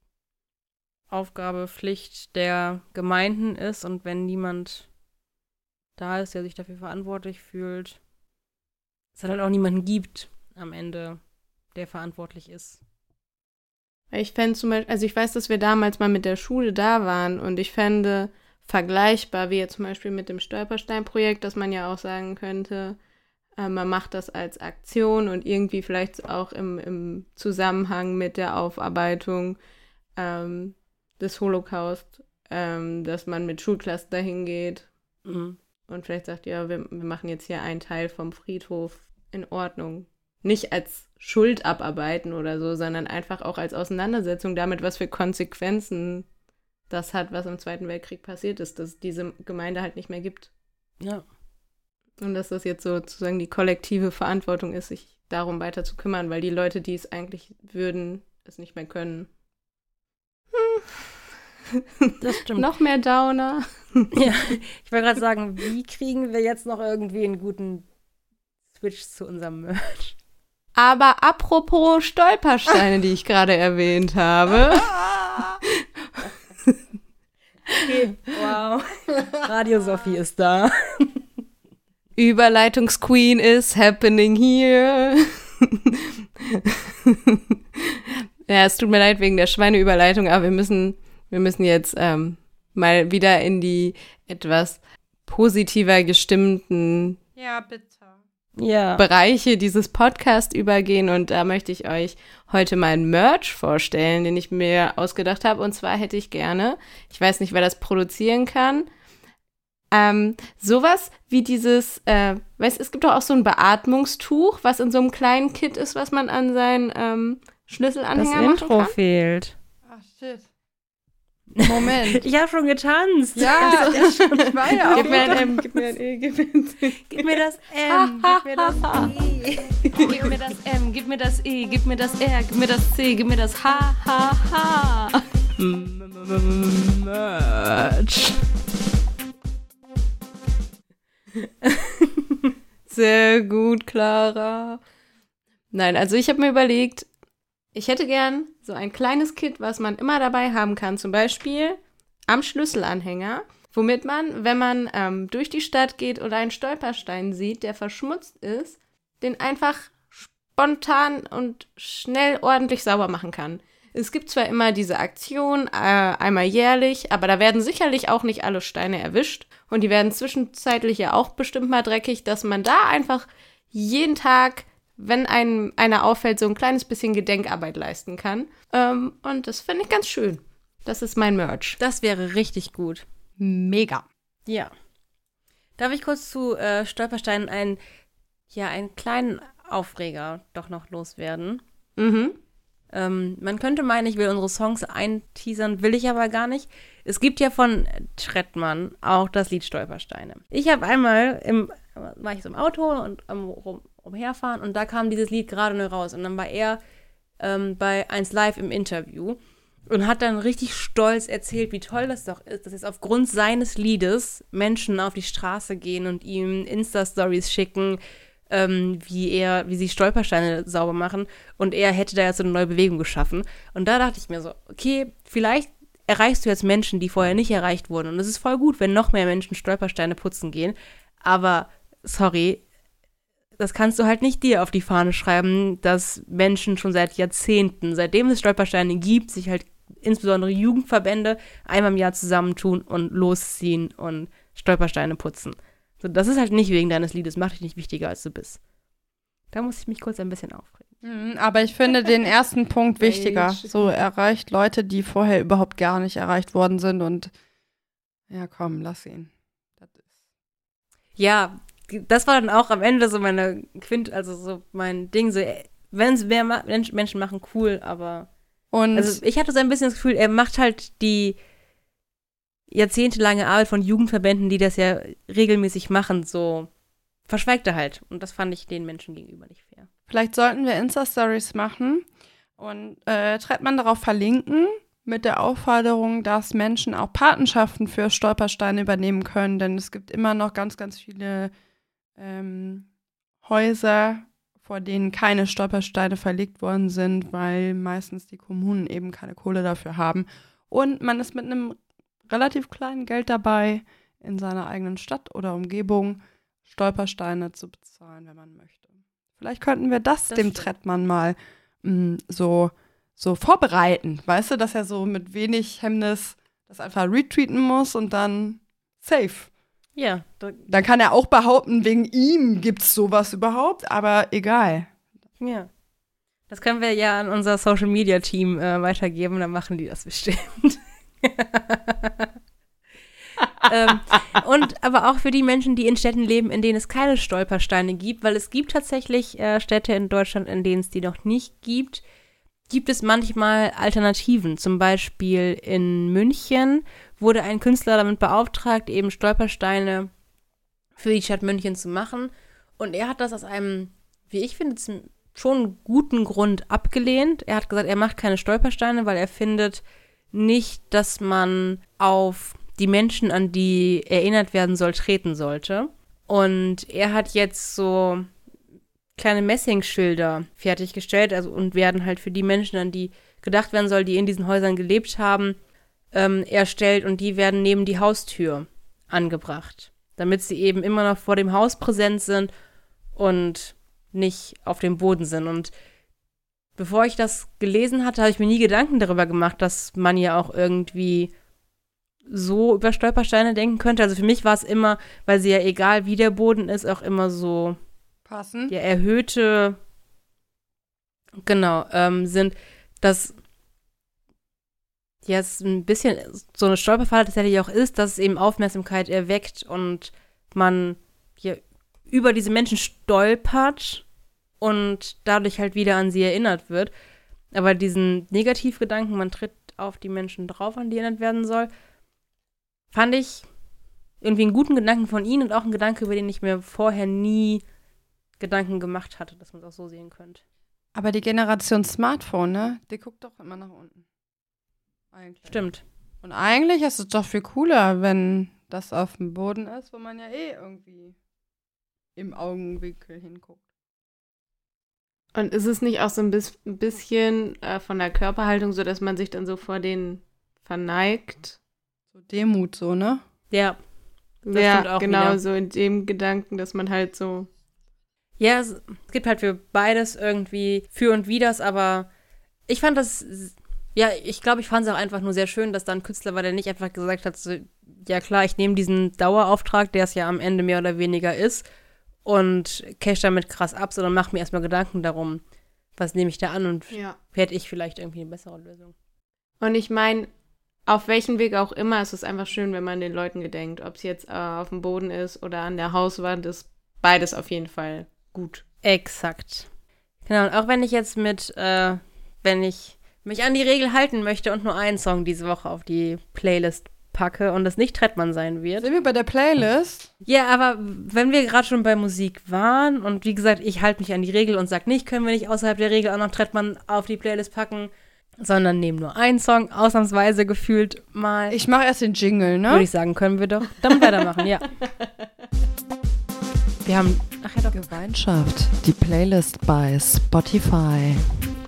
Aufgabe, Pflicht der Gemeinden ist und wenn niemand da ist, der sich dafür verantwortlich fühlt, es halt auch niemanden gibt am Ende, der verantwortlich ist. Ich fände zum Beispiel, also ich weiß, dass wir damals mal mit der Schule da waren und ich fände vergleichbar, wie jetzt zum Beispiel mit dem Stolperstein-Projekt, dass man ja auch sagen könnte, äh, man macht das als Aktion und irgendwie vielleicht auch im, im Zusammenhang mit der Aufarbeitung ähm, des Holocaust, ähm, dass man mit Schulklassen dahin geht Mhm. und vielleicht sagt, ja, wir, wir machen jetzt hier einen Teil vom Friedhof in Ordnung. Nicht als Schuld abarbeiten oder so, sondern einfach auch als Auseinandersetzung damit, was für Konsequenzen das hat, was im Zweiten Weltkrieg passiert ist, dass es diese Gemeinde halt nicht mehr gibt. Ja. Und dass das jetzt sozusagen die kollektive Verantwortung ist, sich darum weiter zu kümmern, weil die Leute, die es eigentlich würden, es nicht mehr können. Das stimmt. Noch mehr Downer. Ja, ich wollte gerade sagen, wie kriegen wir jetzt noch irgendwie einen guten Switch zu unserem Merch? Aber apropos Stolpersteine, die ich gerade erwähnt habe. Okay, wow. Radio Sophie ist da. Überleitungsqueen is happening here. Ja, es tut mir leid wegen der Schweineüberleitung, aber wir müssen, wir müssen jetzt ähm, mal wieder in die etwas positiver gestimmten Ja, bitte. Ja. Bereiche dieses Podcasts übergehen und da möchte ich euch heute meinen Merch vorstellen, den ich mir ausgedacht habe und zwar hätte ich gerne, ich weiß nicht, wer das produzieren kann, ähm, sowas wie dieses, äh, weißt, es gibt doch auch so ein Beatmungstuch, was in so einem kleinen Kit ist, was man an seinen ähm, Schlüsselanhänger Das machen Intro kann. fehlt. Ach, shit. Moment. Ich habe schon getanzt. Ja, ich war ja auch. Gib mir ein M, gib mir ein E, gib mir ein C. Gib mir das M, gib mir das E. Gib mir das M, gib mir das E, gib mir das R, gib mir das C, gib mir das H, H, H. Merch. Sehr gut, Clara. Nein, also ich habe mir überlegt, ich hätte gern so ein kleines Kit, was man immer dabei haben kann, zum Beispiel am Schlüsselanhänger, womit man, wenn man ähm, durch die Stadt geht oder einen Stolperstein sieht, der verschmutzt ist, den einfach spontan und schnell ordentlich sauber machen kann. Es gibt zwar immer diese Aktion, äh, einmal jährlich, aber da werden sicherlich auch nicht alle Steine erwischt und die werden zwischenzeitlich ja auch bestimmt mal dreckig, dass man da einfach jeden Tag, wenn einem einer auffällt, so ein kleines bisschen Gedenkarbeit leisten kann. Ähm, und das finde ich ganz schön. Das ist mein Merch. Das wäre richtig gut. Mega. Ja. Darf ich kurz zu äh, Stolpersteinen einen, ja, einen kleinen Aufreger doch noch loswerden? Mhm. Ähm, man könnte meinen, ich will unsere Songs einteasern, will ich aber gar nicht. Es gibt ja von Trettmann auch das Lied Stolpersteine. Ich habe einmal, im, war ich so im Auto und am rum, umherfahren und da kam dieses Lied gerade neu raus. Und dann war er ähm, bei eins Live im Interview und hat dann richtig stolz erzählt, wie toll das doch ist, dass jetzt aufgrund seines Liedes Menschen auf die Straße gehen und ihm Insta-Stories schicken, ähm, wie er, wie sie Stolpersteine sauber machen. Und er hätte da jetzt so eine neue Bewegung geschaffen. Und da dachte ich mir so, okay, vielleicht erreichst du jetzt Menschen, die vorher nicht erreicht wurden. Und es ist voll gut, wenn noch mehr Menschen Stolpersteine putzen gehen. Aber, sorry, das kannst du halt nicht dir auf die Fahne schreiben, dass Menschen schon seit Jahrzehnten, seitdem es Stolpersteine gibt, sich halt insbesondere Jugendverbände einmal im Jahr zusammentun und losziehen und Stolpersteine putzen. So, das ist halt nicht wegen deines Liedes, macht dich nicht wichtiger, als du bist. Da muss ich mich kurz ein bisschen aufregen. Mhm, aber ich finde den ersten Punkt wichtiger. So erreicht Leute, die vorher überhaupt gar nicht erreicht worden sind und ja, komm, lass ihn. Das ist Ja, das war dann auch am Ende so meine Quint, also so mein Ding, so, wenn es mehr ma- Menschen machen, cool, aber und also ich hatte so ein bisschen das Gefühl, er macht halt die jahrzehntelange Arbeit von Jugendverbänden, die das ja regelmäßig machen, so verschweigt er halt. Und das fand ich den Menschen gegenüber nicht fair. vielleicht sollten wir Insta-Stories machen und äh, Trettmann darauf verlinken mit der Aufforderung, dass Menschen auch Patenschaften für Stolpersteine übernehmen können, denn es gibt immer noch ganz, ganz viele ähm, Häuser, vor denen keine Stolpersteine verlegt worden sind, weil meistens die Kommunen eben keine Kohle dafür haben. Und man ist mit einem relativ kleinen Geld dabei, in seiner eigenen Stadt oder Umgebung Stolpersteine zu bezahlen, wenn man möchte. Vielleicht könnten wir das, Das dem stimmt. Trettmann mal mh, so, so vorbereiten. Weißt du, dass er so mit wenig Hemmnis das einfach retweeten muss und dann safe. Ja, da, Dann kann er auch behaupten, wegen ihm gibt's sowas überhaupt, aber egal. ja. Das können wir ja an unser Social-Media-Team äh, weitergeben, dann machen die das bestimmt. ähm, und aber auch für die Menschen, die in Städten leben, in denen es keine Stolpersteine gibt, weil es gibt tatsächlich äh, Städte in Deutschland, in denen es die noch nicht gibt, gibt es manchmal Alternativen. Zum Beispiel in München wurde ein Künstler damit beauftragt, eben Stolpersteine für die Stadt München zu machen. Und er hat das aus einem, wie ich finde, zum- schon guten Grund abgelehnt. Er hat gesagt, er macht keine Stolpersteine, weil er findet nicht, dass man auf die Menschen, an die erinnert werden soll, treten sollte. Und er hat jetzt so kleine Messingschilder fertiggestellt, also und werden halt für die Menschen, an die gedacht werden soll, die in diesen Häusern gelebt haben, ähm, erstellt und die werden neben die Haustür angebracht, damit sie eben immer noch vor dem Haus präsent sind und nicht auf dem Boden sind. Und bevor ich das gelesen hatte, habe ich mir nie Gedanken darüber gemacht, dass man ja auch irgendwie so über Stolpersteine denken könnte. Also für mich war es immer, weil sie ja egal wie der Boden ist, auch immer so Passen? ja, erhöhte, genau, ähm, sind, dass jetzt ein bisschen so eine Stolperfalle tatsächlich auch ist, dass es eben Aufmerksamkeit erweckt und man hier über diese Menschen stolpert und dadurch halt wieder an sie erinnert wird. Aber diesen Negativgedanken, man tritt auf die Menschen drauf, an die erinnert werden soll, fand ich irgendwie einen guten Gedanken von ihnen und auch einen Gedanke, über den ich mir vorher nie Gedanken gemacht hatte, dass man es auch so sehen könnte. Aber die Generation Smartphone, ne? Die guckt doch immer nach unten. Eigentlich. Stimmt. Und eigentlich ist es doch viel cooler, wenn das auf dem Boden ist, wo man ja eh irgendwie im Augenwinkel hinguckt. Und ist es nicht auch so ein bis- ein bisschen äh, von der Körperhaltung so, dass man sich dann so vor denen verneigt? So Demut, so, ne? Ja. Das ja, stimmt auch genau, wieder. so in dem Gedanken, dass man halt so. Ja, es, es gibt halt für beides irgendwie für und widers, aber ich fand das, ja, ich glaube, ich fand es auch einfach nur sehr schön, dass da ein Künstler war, der nicht einfach gesagt hat, so, ja klar, ich nehme diesen Dauerauftrag, der es ja am Ende mehr oder weniger ist, und cash damit krass ab, sondern mach mir erstmal Gedanken darum, was nehme ich da an und Ja. hätte ich vielleicht irgendwie eine bessere Lösung. Und ich meine, auf welchen Weg auch immer, ist es einfach schön, wenn man den Leuten gedenkt. Ob es jetzt äh, auf dem Boden ist oder an der Hauswand, ist beides auf jeden Fall gut. Exakt. Genau, und auch wenn ich jetzt mit, äh, wenn ich mich an die Regel halten möchte und nur einen Song diese Woche auf die Playlist packe und es nicht Trettmann sein wird. Sind wir bei der Playlist? Ja, aber wenn wir gerade schon bei Musik waren und wie gesagt, ich halte mich an die Regel und sage nicht, können wir nicht außerhalb der Regel auch noch Trettmann auf die Playlist packen, sondern nehmen nur einen Song, ausnahmsweise gefühlt mal. Ich mache erst den Jingle, ne? Würde ich sagen, können wir doch damit weitermachen, ja. Wir haben, ach ja doch. Gemeinschaft, die Playlist bei Spotify.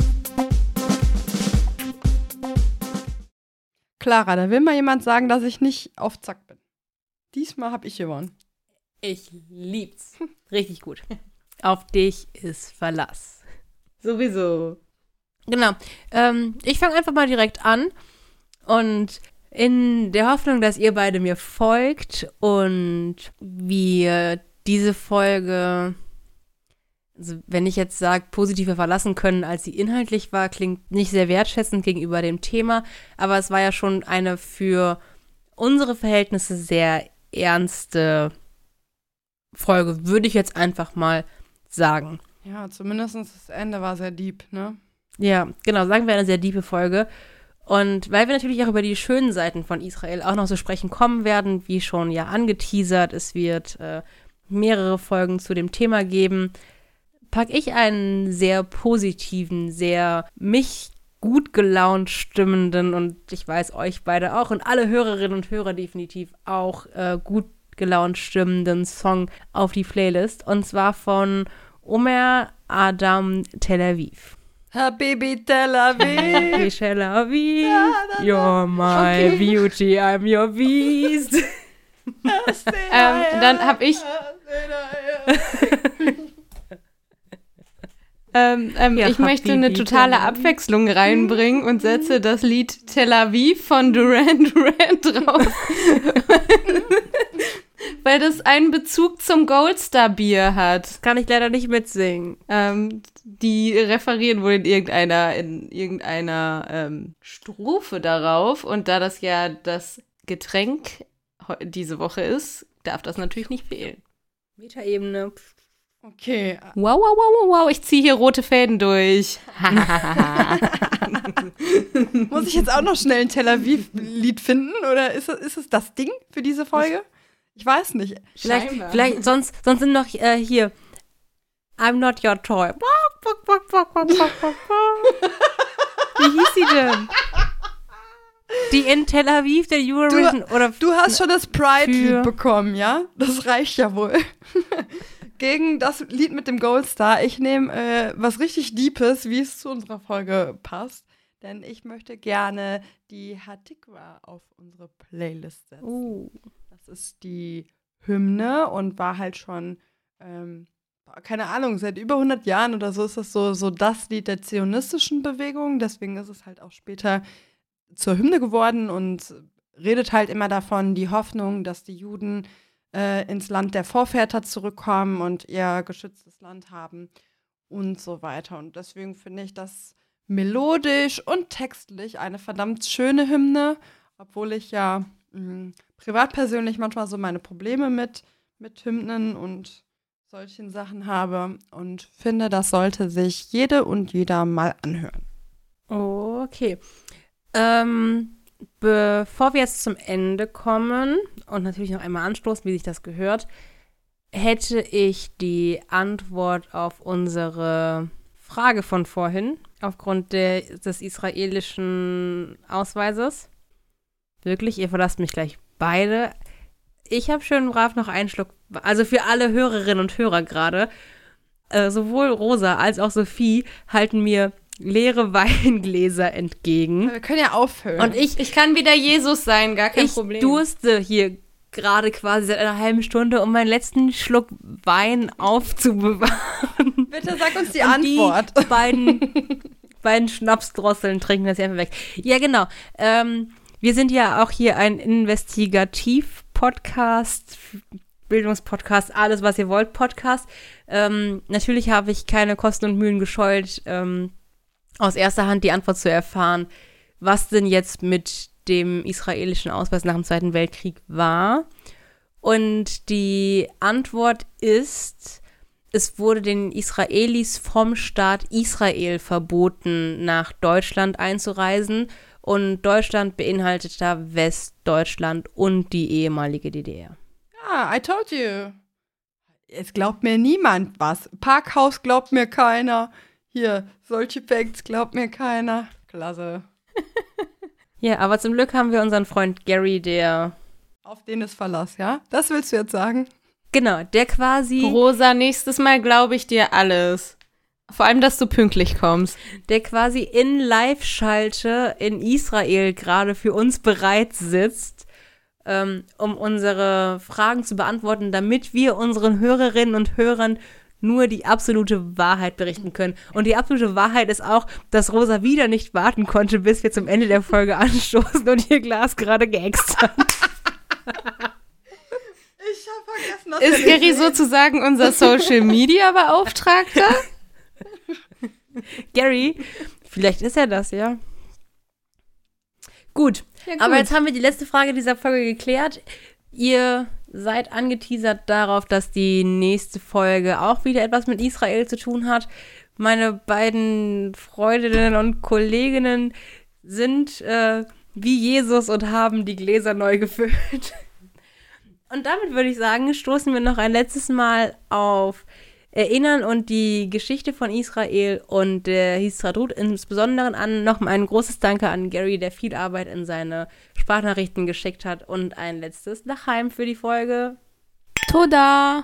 Clara, da will mal jemand sagen, dass ich nicht auf Zack bin. Diesmal habe ich gewonnen. Ich lieb's. Richtig gut. Auf dich ist Verlass. Sowieso. Genau. Ähm, ich fange einfach mal direkt an und in der Hoffnung, dass ihr beide mir folgt und wir diese Folge, also wenn ich jetzt sage, positiver verlassen können, als sie inhaltlich war, klingt nicht sehr wertschätzend gegenüber dem Thema, aber es war ja schon eine für unsere Verhältnisse sehr ernste Folge, würde ich jetzt einfach mal sagen. Ja, zumindest das Ende war sehr deep, ne? Ja, genau, sagen wir eine sehr tiefe Folge. Und weil wir natürlich auch über die schönen Seiten von Israel auch noch zu sprechen kommen werden, wie schon ja angeteasert, es wird äh, mehrere Folgen zu dem Thema geben, packe ich einen sehr positiven, sehr mich gut gelaunt stimmenden und ich weiß, euch beide auch und alle Hörerinnen und Hörer definitiv auch äh, gut gelaunt stimmenden Song auf die Playlist. Und zwar von Omer Adam Tel Aviv. Habibi Tel Aviv. Tel Aviv, you're my okay. beauty, I'm your beast. ähm, dann habe ich ähm, ähm, ja, ich möchte eine totale Abwechslung reinbringen und setze das Lied Tel Aviv von Duran Duran drauf. Weil das einen Bezug zum Goldstar Bier hat. Das kann ich leider nicht mitsingen. Ähm, die referieren wohl in irgendeiner, in irgendeiner ähm, Strophe darauf. Und da das ja das Getränk diese Woche ist, darf das natürlich nicht fehlen. Metaebene. Okay. Wow, wow, wow, wow, wow, ich ziehe hier rote Fäden durch. Muss ich jetzt auch noch schnell ein Tel Aviv-Lied finden? Oder ist es, ist es das Ding für diese Folge? Ich weiß nicht. Vielleicht, vielleicht sonst, sonst sind noch äh, hier I'm not your toy. Wie hieß sie denn? Die in Tel Aviv, der Eurovision, du, oder du hast schon das Pride-Lied bekommen, ja? Das reicht ja wohl. Gegen das Lied mit dem Goldstar. Ich nehme äh, was richtig Deepes, wie es zu unserer Folge passt. Denn ich möchte gerne die Hatikwa auf unsere Playlist setzen. Uh. Das ist die Hymne und war halt schon, ähm, keine Ahnung, seit über hundert Jahren oder so ist das so, so das Lied der zionistischen Bewegung. Deswegen ist es halt auch später zur Hymne geworden und redet halt immer davon, die Hoffnung, dass die Juden äh, ins Land der Vorväter zurückkommen und ihr geschütztes Land haben und so weiter. Und deswegen finde ich das melodisch und textlich eine verdammt schöne Hymne, obwohl ich ja mh, privat persönlich manchmal so meine Probleme mit, mit Hymnen und solchen Sachen habe und finde, das sollte sich jede und jeder mal anhören. Okay. Ähm, bevor wir jetzt zum Ende kommen und natürlich noch einmal anstoßen, wie sich das gehört, hätte ich die Antwort auf unsere Frage von vorhin aufgrund der, des israelischen Ausweises. Wirklich, ihr verlasst mich gleich beide. Ich habe schön brav noch einen Schluck, also für alle Hörerinnen und Hörer gerade, äh, sowohl Rosa als auch Sophie halten mir leere Weingläser entgegen. Wir können ja auffüllen. Und ich, ich kann wieder Jesus sein, gar kein ich Problem. Ich durste hier gerade quasi seit einer halben Stunde, um meinen letzten Schluck Wein aufzubewahren. Bitte sag uns die und Antwort. Die beiden, beiden Schnapsdrosseln trinken das hier einfach weg. Ja, genau. Ähm, wir sind ja auch hier ein Investigativ-Podcast, Bildungspodcast, alles, was ihr wollt, Podcast. Ähm, natürlich habe ich keine Kosten und Mühen gescheut, ähm, aus erster Hand die Antwort zu erfahren, was denn jetzt mit dem israelischen Ausweis nach dem Zweiten Weltkrieg war. Und die Antwort ist, es wurde den Israelis vom Staat Israel verboten, nach Deutschland einzureisen. Und Deutschland beinhaltet da Westdeutschland und die ehemalige D D R. Ja, I told you. Es glaubt mir niemand was. Parkhaus glaubt mir keiner. Hier, solche Facts glaubt mir keiner. Klasse. Ja, aber zum Glück haben wir unseren Freund Gary, der... Auf den ist Verlass, ja? Das willst du jetzt sagen? Genau, der quasi... Rosa, nächstes Mal glaube ich dir alles. Vor allem, dass du pünktlich kommst. Der quasi in Live-Schalte in Israel gerade für uns bereit sitzt, ähm, um unsere Fragen zu beantworten, damit wir unseren Hörerinnen und Hörern nur die absolute Wahrheit berichten können. Und die absolute Wahrheit ist auch, dass Rosa wieder nicht warten konnte, bis wir zum Ende der Folge anstoßen und ihr Glas gerade geäxt hat. Ich hab vergessen, dass Ist Gary sozusagen unser Social-Media-Beauftragter? Gary, vielleicht ist er das, ja. Gut, Ja, gut. aber jetzt haben wir die letzte Frage dieser Folge geklärt. Ihr seid angeteasert darauf, dass die nächste Folge auch wieder etwas mit Israel zu tun hat. Meine beiden Freundinnen und Kolleginnen sind äh, wie Jesus und haben die Gläser neu gefüllt. Und damit würde ich sagen, stoßen wir noch ein letztes Mal auf Erinnern und die Geschichte von Israel und der Histadrut insbesondere an. Nochmal ein großes Danke an Gary, der viel Arbeit in seine Sprachnachrichten geschickt hat. Und ein letztes Nachheim für die Folge. Toda!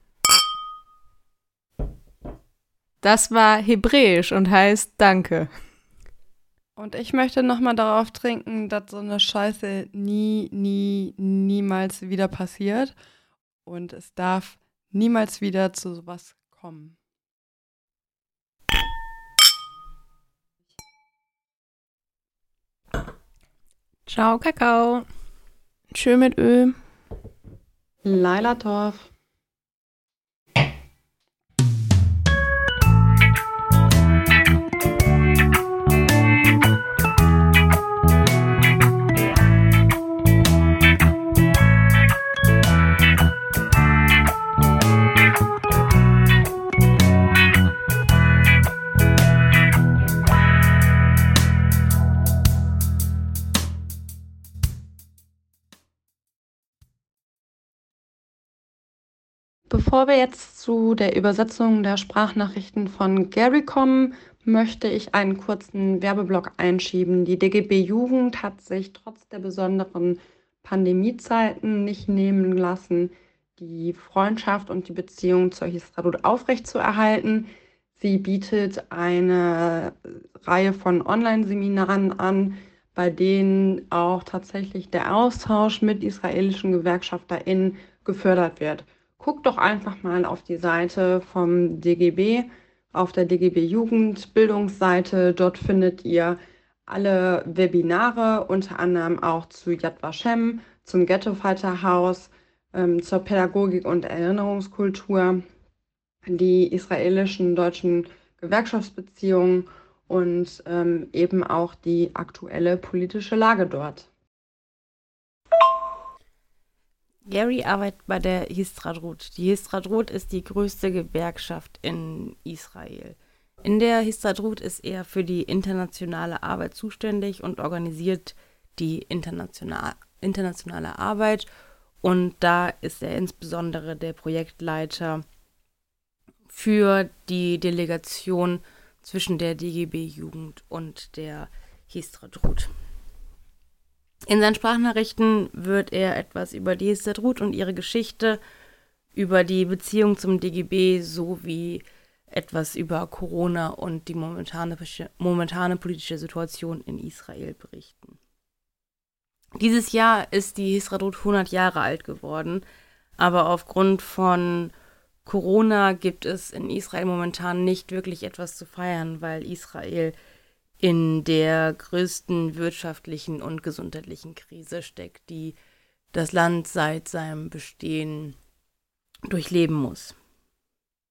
Das war hebräisch und heißt Danke. Und ich möchte nochmal darauf trinken, dass so eine Scheiße nie, nie, niemals wieder passiert. Und es darf niemals wieder zu sowas kommen. Ciao, Kakao. Schön mit Öl. Laila Torf. Bevor wir jetzt zu der Übersetzung der Sprachnachrichten von Gary kommen, möchte ich einen kurzen Werbeblock einschieben. Die D G B Jugend hat sich trotz der besonderen Pandemiezeiten nicht nehmen lassen, die Freundschaft und die Beziehung zur Histadrut aufrechtzuerhalten. Sie bietet eine Reihe von Online-Seminaren an, bei denen auch tatsächlich der Austausch mit israelischen GewerkschafterInnen gefördert wird. Guckt doch einfach mal auf die Seite vom D G B, auf der D G B Jugend Bildungsseite. Dort findet ihr alle Webinare, unter anderem auch zu Yad Vashem, zum Ghetto-Fighter-Haus, ähm, zur Pädagogik und Erinnerungskultur, die israelischen deutschen Gewerkschaftsbeziehungen und ähm, eben auch die aktuelle politische Lage dort. Gary arbeitet bei der Histadrut. Die Histadrut ist die größte Gewerkschaft in Israel. In der Histadrut ist er für die internationale Arbeit zuständig und organisiert die international, internationale Arbeit. Und da ist er insbesondere der Projektleiter für die Delegation zwischen der D G B Jugend und der Histadrut. In seinen Sprachnachrichten wird er etwas über die Histadrut und ihre Geschichte, über die Beziehung zum D G B sowie etwas über Corona und die momentane, momentane politische Situation in Israel berichten. Dieses Jahr ist die Histadrut hundert Jahre alt geworden, aber aufgrund von Corona gibt es in Israel momentan nicht wirklich etwas zu feiern, weil Israel in der größten wirtschaftlichen und gesundheitlichen Krise steckt, die das Land seit seinem Bestehen durchleben muss.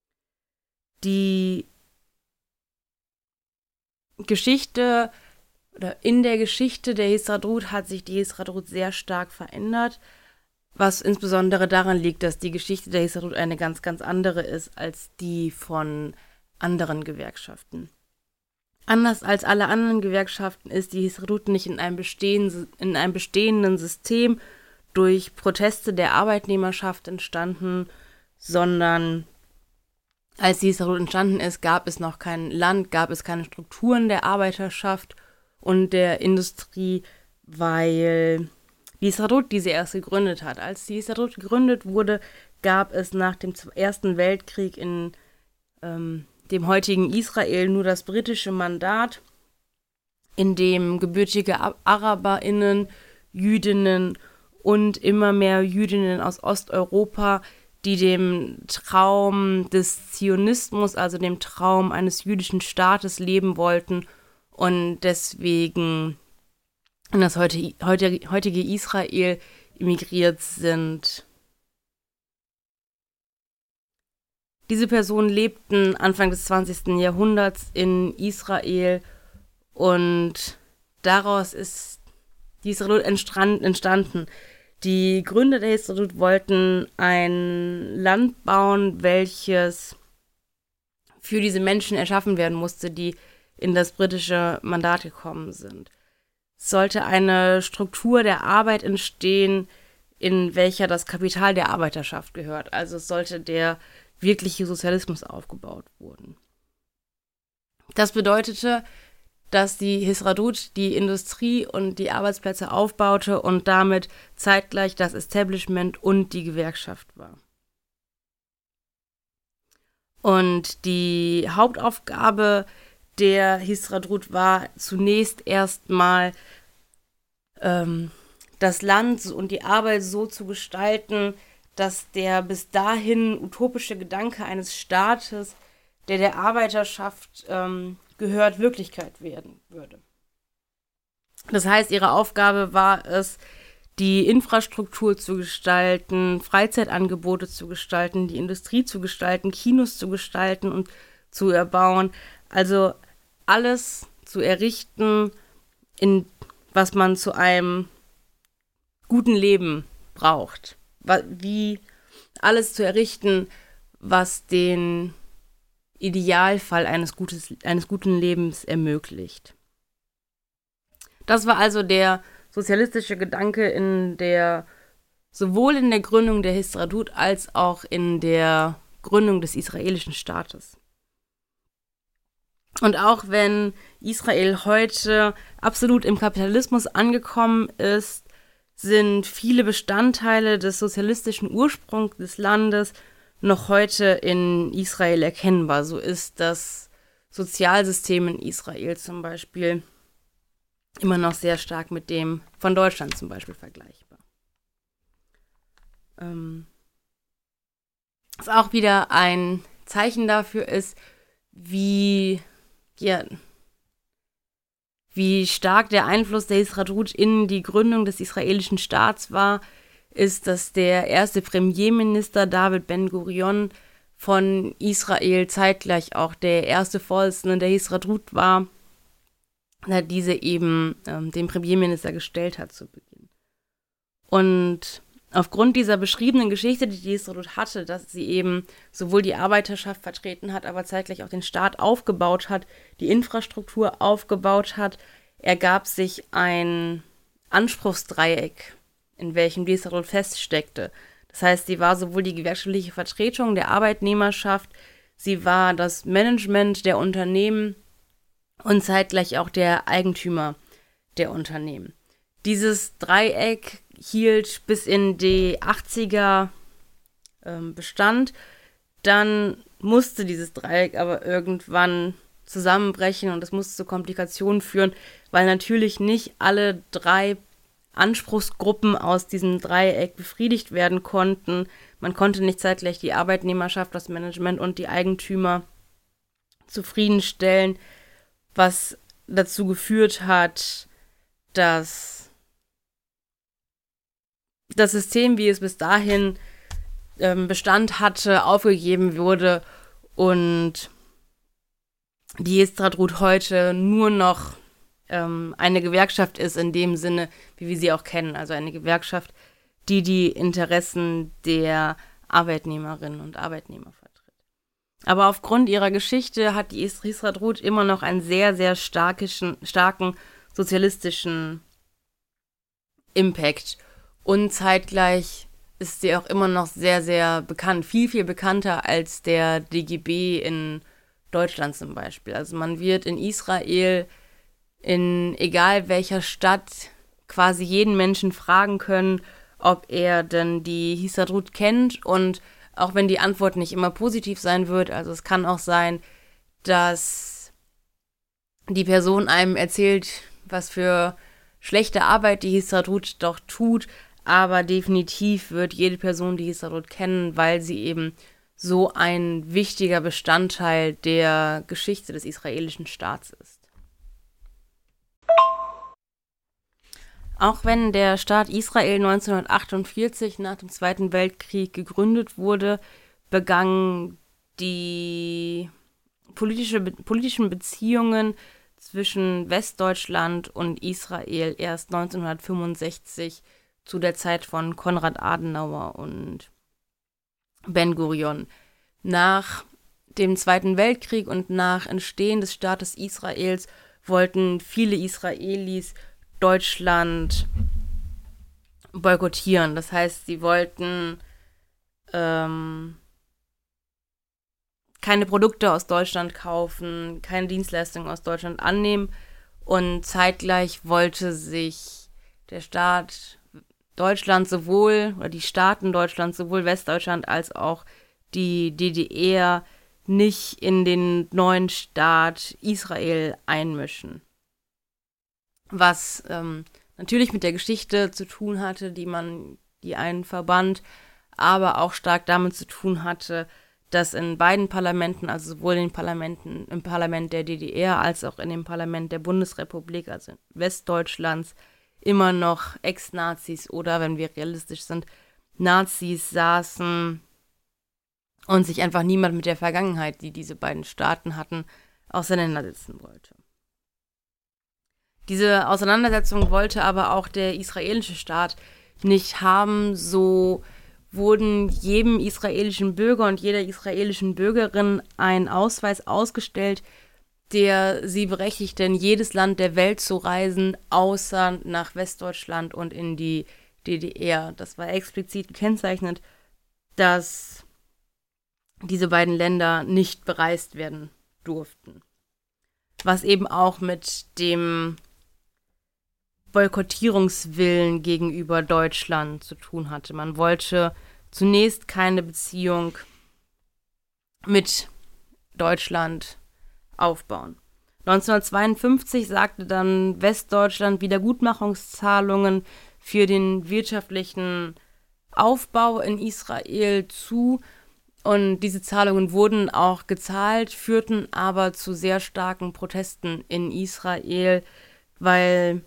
Die Geschichte oder in der Geschichte der Histadrut hat sich die Histadrut sehr stark verändert, was insbesondere daran liegt, dass die Geschichte der Histadrut eine ganz, ganz andere ist als die von anderen Gewerkschaften. Anders als alle anderen Gewerkschaften ist die Histadrut nicht in einem, bestehen, in einem bestehenden System durch Proteste der Arbeitnehmerschaft entstanden, sondern als die Histadrut entstanden ist, gab es noch kein Land, gab es keine Strukturen der Arbeiterschaft und der Industrie, weil die Histadrut diese erst gegründet hat. Als die Histadrut gegründet wurde, gab es nach dem Ersten Weltkrieg in ähm, dem heutigen Israel nur das britische Mandat, in dem gebürtige AraberInnen, Jüdinnen und immer mehr Jüdinnen aus Osteuropa, die dem Traum des Zionismus, also dem Traum eines jüdischen Staates leben wollten und deswegen in das heute, heute, heutige Israel emigriert sind. Diese Personen lebten Anfang des zwanzigsten Jahrhunderts in Israel und daraus ist die Histadrut entstanden. Die Gründer der Histadrut wollten ein Land bauen, welches für diese Menschen erschaffen werden musste, die in das britische Mandat gekommen sind. Es sollte eine Struktur der Arbeit entstehen, in welcher das Kapital der Arbeiterschaft gehört. Also es sollte der wirkliche Sozialismus aufgebaut wurden. Das bedeutete, dass die Histadrut die Industrie und die Arbeitsplätze aufbaute und damit zeitgleich das Establishment und die Gewerkschaft war. Und die Hauptaufgabe der Histadrut war zunächst erstmal ähm, das Land und die Arbeit so zu gestalten, dass der bis dahin utopische Gedanke eines Staates, der der Arbeiterschaft ähm, gehört, Wirklichkeit werden würde. Das heißt, ihre Aufgabe war es, die Infrastruktur zu gestalten, Freizeitangebote zu gestalten, die Industrie zu gestalten, Kinos zu gestalten und zu erbauen. Also alles zu errichten, in was man zu einem guten Leben braucht. Wie alles zu errichten, was den Idealfall eines, gutes, eines guten Lebens ermöglicht. Das war also der sozialistische Gedanke in der, sowohl in der Gründung der Histadrut als auch in der Gründung des israelischen Staates. Und auch wenn Israel heute absolut im Kapitalismus angekommen ist, sind viele Bestandteile des sozialistischen Ursprungs des Landes noch heute in Israel erkennbar. So ist das Sozialsystem in Israel zum Beispiel immer noch sehr stark mit dem von Deutschland zum Beispiel vergleichbar. Ähm, was auch wieder ein Zeichen dafür ist, wie, ja, wie stark der Einfluss der Histadrut in die Gründung des israelischen Staats war, ist, dass der erste Premierminister David Ben-Gurion von Israel zeitgleich auch der erste Vorsitzende der Histadrut war, da diese eben ähm, den Premierminister gestellt hat zu Beginn. Und aufgrund dieser beschriebenen Geschichte, die die Histadrut hatte, dass sie eben sowohl die Arbeiterschaft vertreten hat, aber zeitgleich auch den Staat aufgebaut hat, die Infrastruktur aufgebaut hat, ergab sich ein Anspruchsdreieck, in welchem die Histadrut feststeckte. Das heißt, sie war sowohl die gewerkschaftliche Vertretung der Arbeitnehmerschaft, sie war das Management der Unternehmen und zeitgleich auch der Eigentümer der Unternehmen. Dieses Dreieck hielt bis in die achtziger ähm, Bestand. Dann musste dieses Dreieck aber irgendwann zusammenbrechen und es musste zu Komplikationen führen, weil natürlich nicht alle drei Anspruchsgruppen aus diesem Dreieck befriedigt werden konnten. Man konnte nicht zeitgleich die Arbeitnehmerschaft, das Management und die Eigentümer zufriedenstellen, was dazu geführt hat, dass das System, wie es bis dahin ähm, Bestand hatte, aufgegeben wurde und die Histadrut heute nur noch ähm, eine Gewerkschaft ist in dem Sinne, wie wir sie auch kennen. Also eine Gewerkschaft, die die Interessen der Arbeitnehmerinnen und Arbeitnehmer vertritt. Aber aufgrund ihrer Geschichte hat die Histadrut immer noch einen sehr, sehr starkischen, starken sozialistischen Impact. Und zeitgleich ist sie auch immer noch sehr, sehr bekannt. Viel, viel bekannter als der D G B in Deutschland zum Beispiel. Also man wird in Israel, in egal welcher Stadt, quasi jeden Menschen fragen können, ob er denn die Histadrut kennt. Und auch wenn die Antwort nicht immer positiv sein wird, also es kann auch sein, dass die Person einem erzählt, was für schlechte Arbeit die Histadrut doch tut, aber definitiv wird jede Person die Histadrut kennen, weil sie eben so ein wichtiger Bestandteil der Geschichte des israelischen Staats ist. Auch wenn der Staat Israel neunzehnhundertachtundvierzig nach dem Zweiten Weltkrieg gegründet wurde, begannen die politische, politischen Beziehungen zwischen Westdeutschland und Israel erst neunzehnhundertfünfundsechzig zu der Zeit von Konrad Adenauer und Ben-Gurion. Nach dem Zweiten Weltkrieg und nach Entstehen des Staates Israels wollten viele Israelis Deutschland boykottieren. Das heißt, sie wollten ähm, keine Produkte aus Deutschland kaufen, keine Dienstleistungen aus Deutschland annehmen und zeitgleich wollte sich der Staat Deutschland sowohl, oder die Staaten Deutschland, sowohl Westdeutschland als auch die D D R nicht in den neuen Staat Israel einmischen. Was ähm, natürlich mit der Geschichte zu tun hatte, die man, die einen verband, aber auch stark damit zu tun hatte, dass in beiden Parlamenten, also sowohl in den Parlamenten, im Parlament der D D R als auch in dem Parlament der Bundesrepublik, also Westdeutschlands, immer noch Ex-Nazis oder, wenn wir realistisch sind, Nazis saßen und sich einfach niemand mit der Vergangenheit, die diese beiden Staaten hatten, auseinandersetzen wollte. Diese Auseinandersetzung wollte aber auch der israelische Staat nicht haben, so wurden jedem israelischen Bürger und jeder israelischen Bürgerin ein Ausweis ausgestellt, der sie berechtigte, in jedes Land der Welt zu reisen, außer nach Westdeutschland und in die D D R. Das war explizit gekennzeichnet, dass diese beiden Länder nicht bereist werden durften. Was eben auch mit dem Boykottierungswillen gegenüber Deutschland zu tun hatte. Man wollte zunächst keine Beziehung mit Deutschland aufbauen. neunzehnhundertzweiundfünfzig sagte dann Westdeutschland Wiedergutmachungszahlungen für den wirtschaftlichen Aufbau in Israel zu. Und diese Zahlungen wurden auch gezahlt, führten aber zu sehr starken Protesten in Israel, weil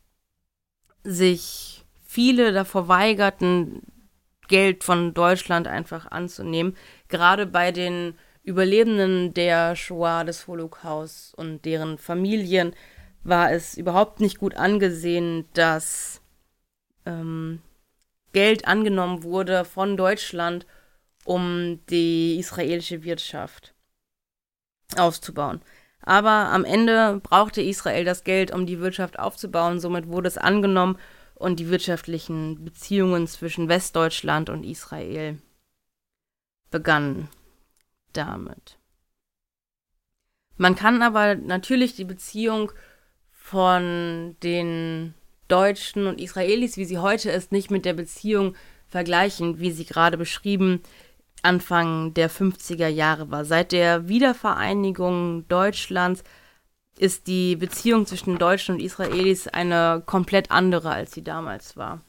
sich viele davor weigerten, Geld von Deutschland einfach anzunehmen. Gerade bei den Überlebenden der Shoah, des Holocaust und deren Familien war es überhaupt nicht gut angesehen, dass ähm, Geld angenommen wurde von Deutschland, um die israelische Wirtschaft aufzubauen. Aber am Ende brauchte Israel das Geld, um die Wirtschaft aufzubauen. Somit wurde es angenommen und die wirtschaftlichen Beziehungen zwischen Westdeutschland und Israel begannen damit. Man kann aber natürlich die Beziehung von den Deutschen und Israelis, wie sie heute ist, nicht mit der Beziehung vergleichen, wie sie gerade beschrieben Anfang der fünfziger Jahre war. Seit der Wiedervereinigung Deutschlands ist die Beziehung zwischen Deutschen und Israelis eine komplett andere, als sie damals war.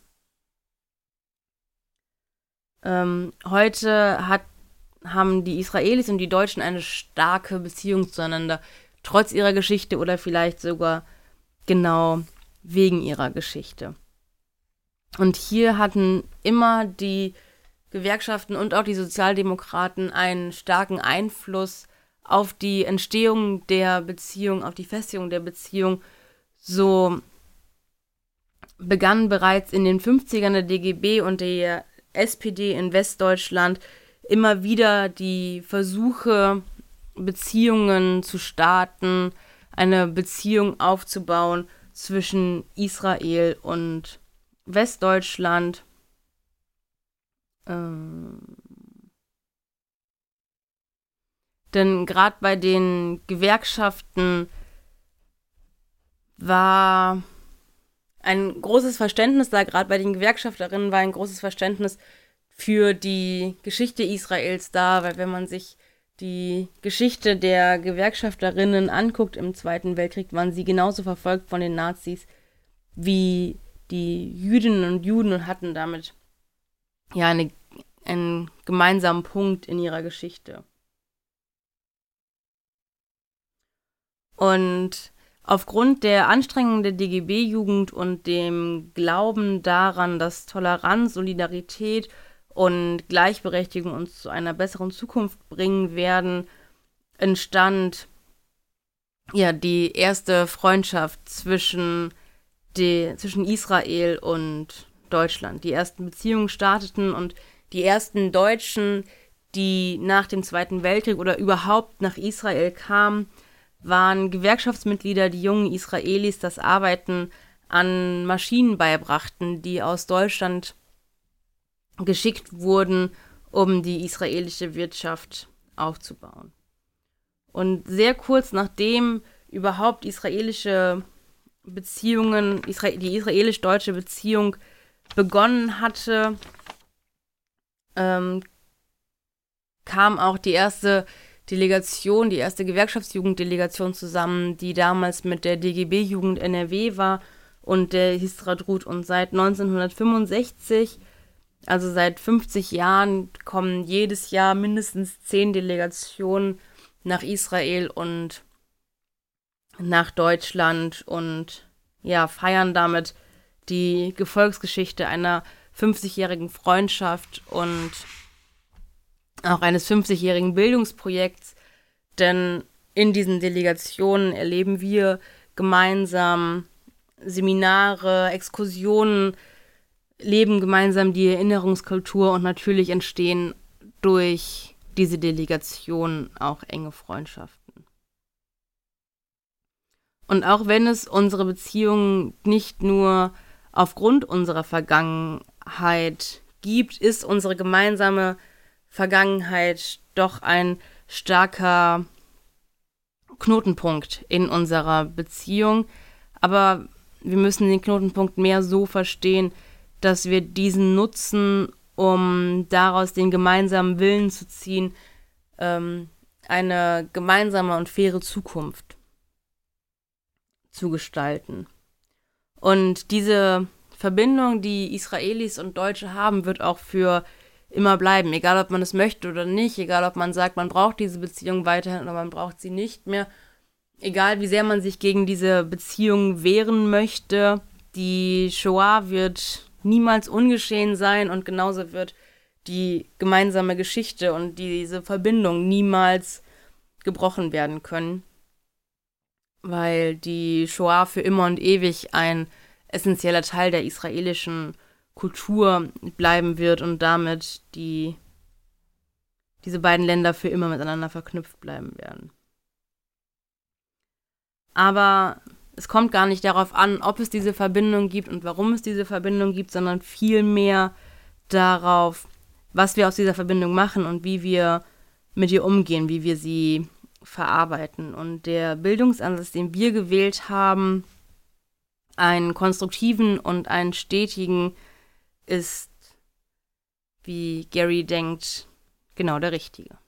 Ähm, heute hat, haben die Israelis und die Deutschen eine starke Beziehung zueinander, trotz ihrer Geschichte oder vielleicht sogar genau wegen ihrer Geschichte. Und hier hatten immer die Gewerkschaften und auch die Sozialdemokraten einen starken Einfluss auf die Entstehung der Beziehung, auf die Festigung der Beziehung, So begann bereits in den fünfzigern der D G B und der S P D in Westdeutschland immer wieder die Versuche, Beziehungen zu starten, eine Beziehung aufzubauen zwischen Israel und Westdeutschland. Ähm Denn gerade bei den Gewerkschaften war ein großes Verständnis da, gerade bei den Gewerkschafterinnen war ein großes Verständnis für die Geschichte Israels da, weil wenn man sich die Geschichte der Gewerkschafterinnen anguckt im Zweiten Weltkrieg, waren sie genauso verfolgt von den Nazis wie die Jüdinnen und Juden und hatten damit ja eine, einen gemeinsamen Punkt in ihrer Geschichte. Und aufgrund der Anstrengungen der D G B-Jugend und dem Glauben daran, dass Toleranz, Solidarität und Gleichberechtigung uns zu einer besseren Zukunft bringen werden, entstand ja die erste Freundschaft zwischen, die, zwischen Israel und Deutschland. Die ersten Beziehungen starteten und die ersten Deutschen, die nach dem Zweiten Weltkrieg oder überhaupt nach Israel kamen, waren Gewerkschaftsmitglieder, die jungen Israelis das Arbeiten an Maschinen beibrachten, die aus Deutschland geschickt wurden, um die israelische Wirtschaft aufzubauen. Und sehr kurz nachdem überhaupt israelische Beziehungen, Isra- die israelisch-deutsche Beziehung begonnen hatte, ähm, kam auch die erste Delegation, die erste Gewerkschaftsjugenddelegation zusammen, die damals mit der D G B-Jugend N R W war und der Histadrut. Und seit neunzehnhundertfünfundsechzig, also seit fünfzig Jahren, kommen jedes Jahr mindestens zehn Delegationen nach Israel und nach Deutschland und ja, feiern damit die Gefolgsgeschichte einer fünfzigjährigen Freundschaft und auch eines fünfzigjährigen Bildungsprojekts, denn in diesen Delegationen erleben wir gemeinsam Seminare, Exkursionen, leben gemeinsam die Erinnerungskultur und natürlich entstehen durch diese Delegationen auch enge Freundschaften. Und auch wenn es unsere Beziehungen nicht nur aufgrund unserer Vergangenheit gibt, ist unsere gemeinsame Vergangenheit doch ein starker Knotenpunkt in unserer Beziehung. Aber wir müssen den Knotenpunkt mehr so verstehen, dass wir diesen nutzen, um daraus den gemeinsamen Willen zu ziehen, ähm, eine gemeinsame und faire Zukunft zu gestalten. Und diese Verbindung, die Israelis und Deutsche haben, wird auch für immer bleiben, egal ob man es möchte oder nicht, egal ob man sagt, man braucht diese Beziehung weiterhin oder man braucht sie nicht mehr, egal wie sehr man sich gegen diese Beziehung wehren möchte, die Shoah wird niemals ungeschehen sein und genauso wird die gemeinsame Geschichte und diese Verbindung niemals gebrochen werden können, weil die Shoah für immer und ewig ein essentieller Teil der israelischen Kultur bleiben wird und damit die, diese beiden Länder für immer miteinander verknüpft bleiben werden. Aber es kommt gar nicht darauf an, ob es diese Verbindung gibt und warum es diese Verbindung gibt, sondern vielmehr darauf, was wir aus dieser Verbindung machen und wie wir mit ihr umgehen, wie wir sie verarbeiten. Und der Bildungsansatz, den wir gewählt haben, einen konstruktiven und einen stetigen, ist, wie Gary denkt, genau der richtige.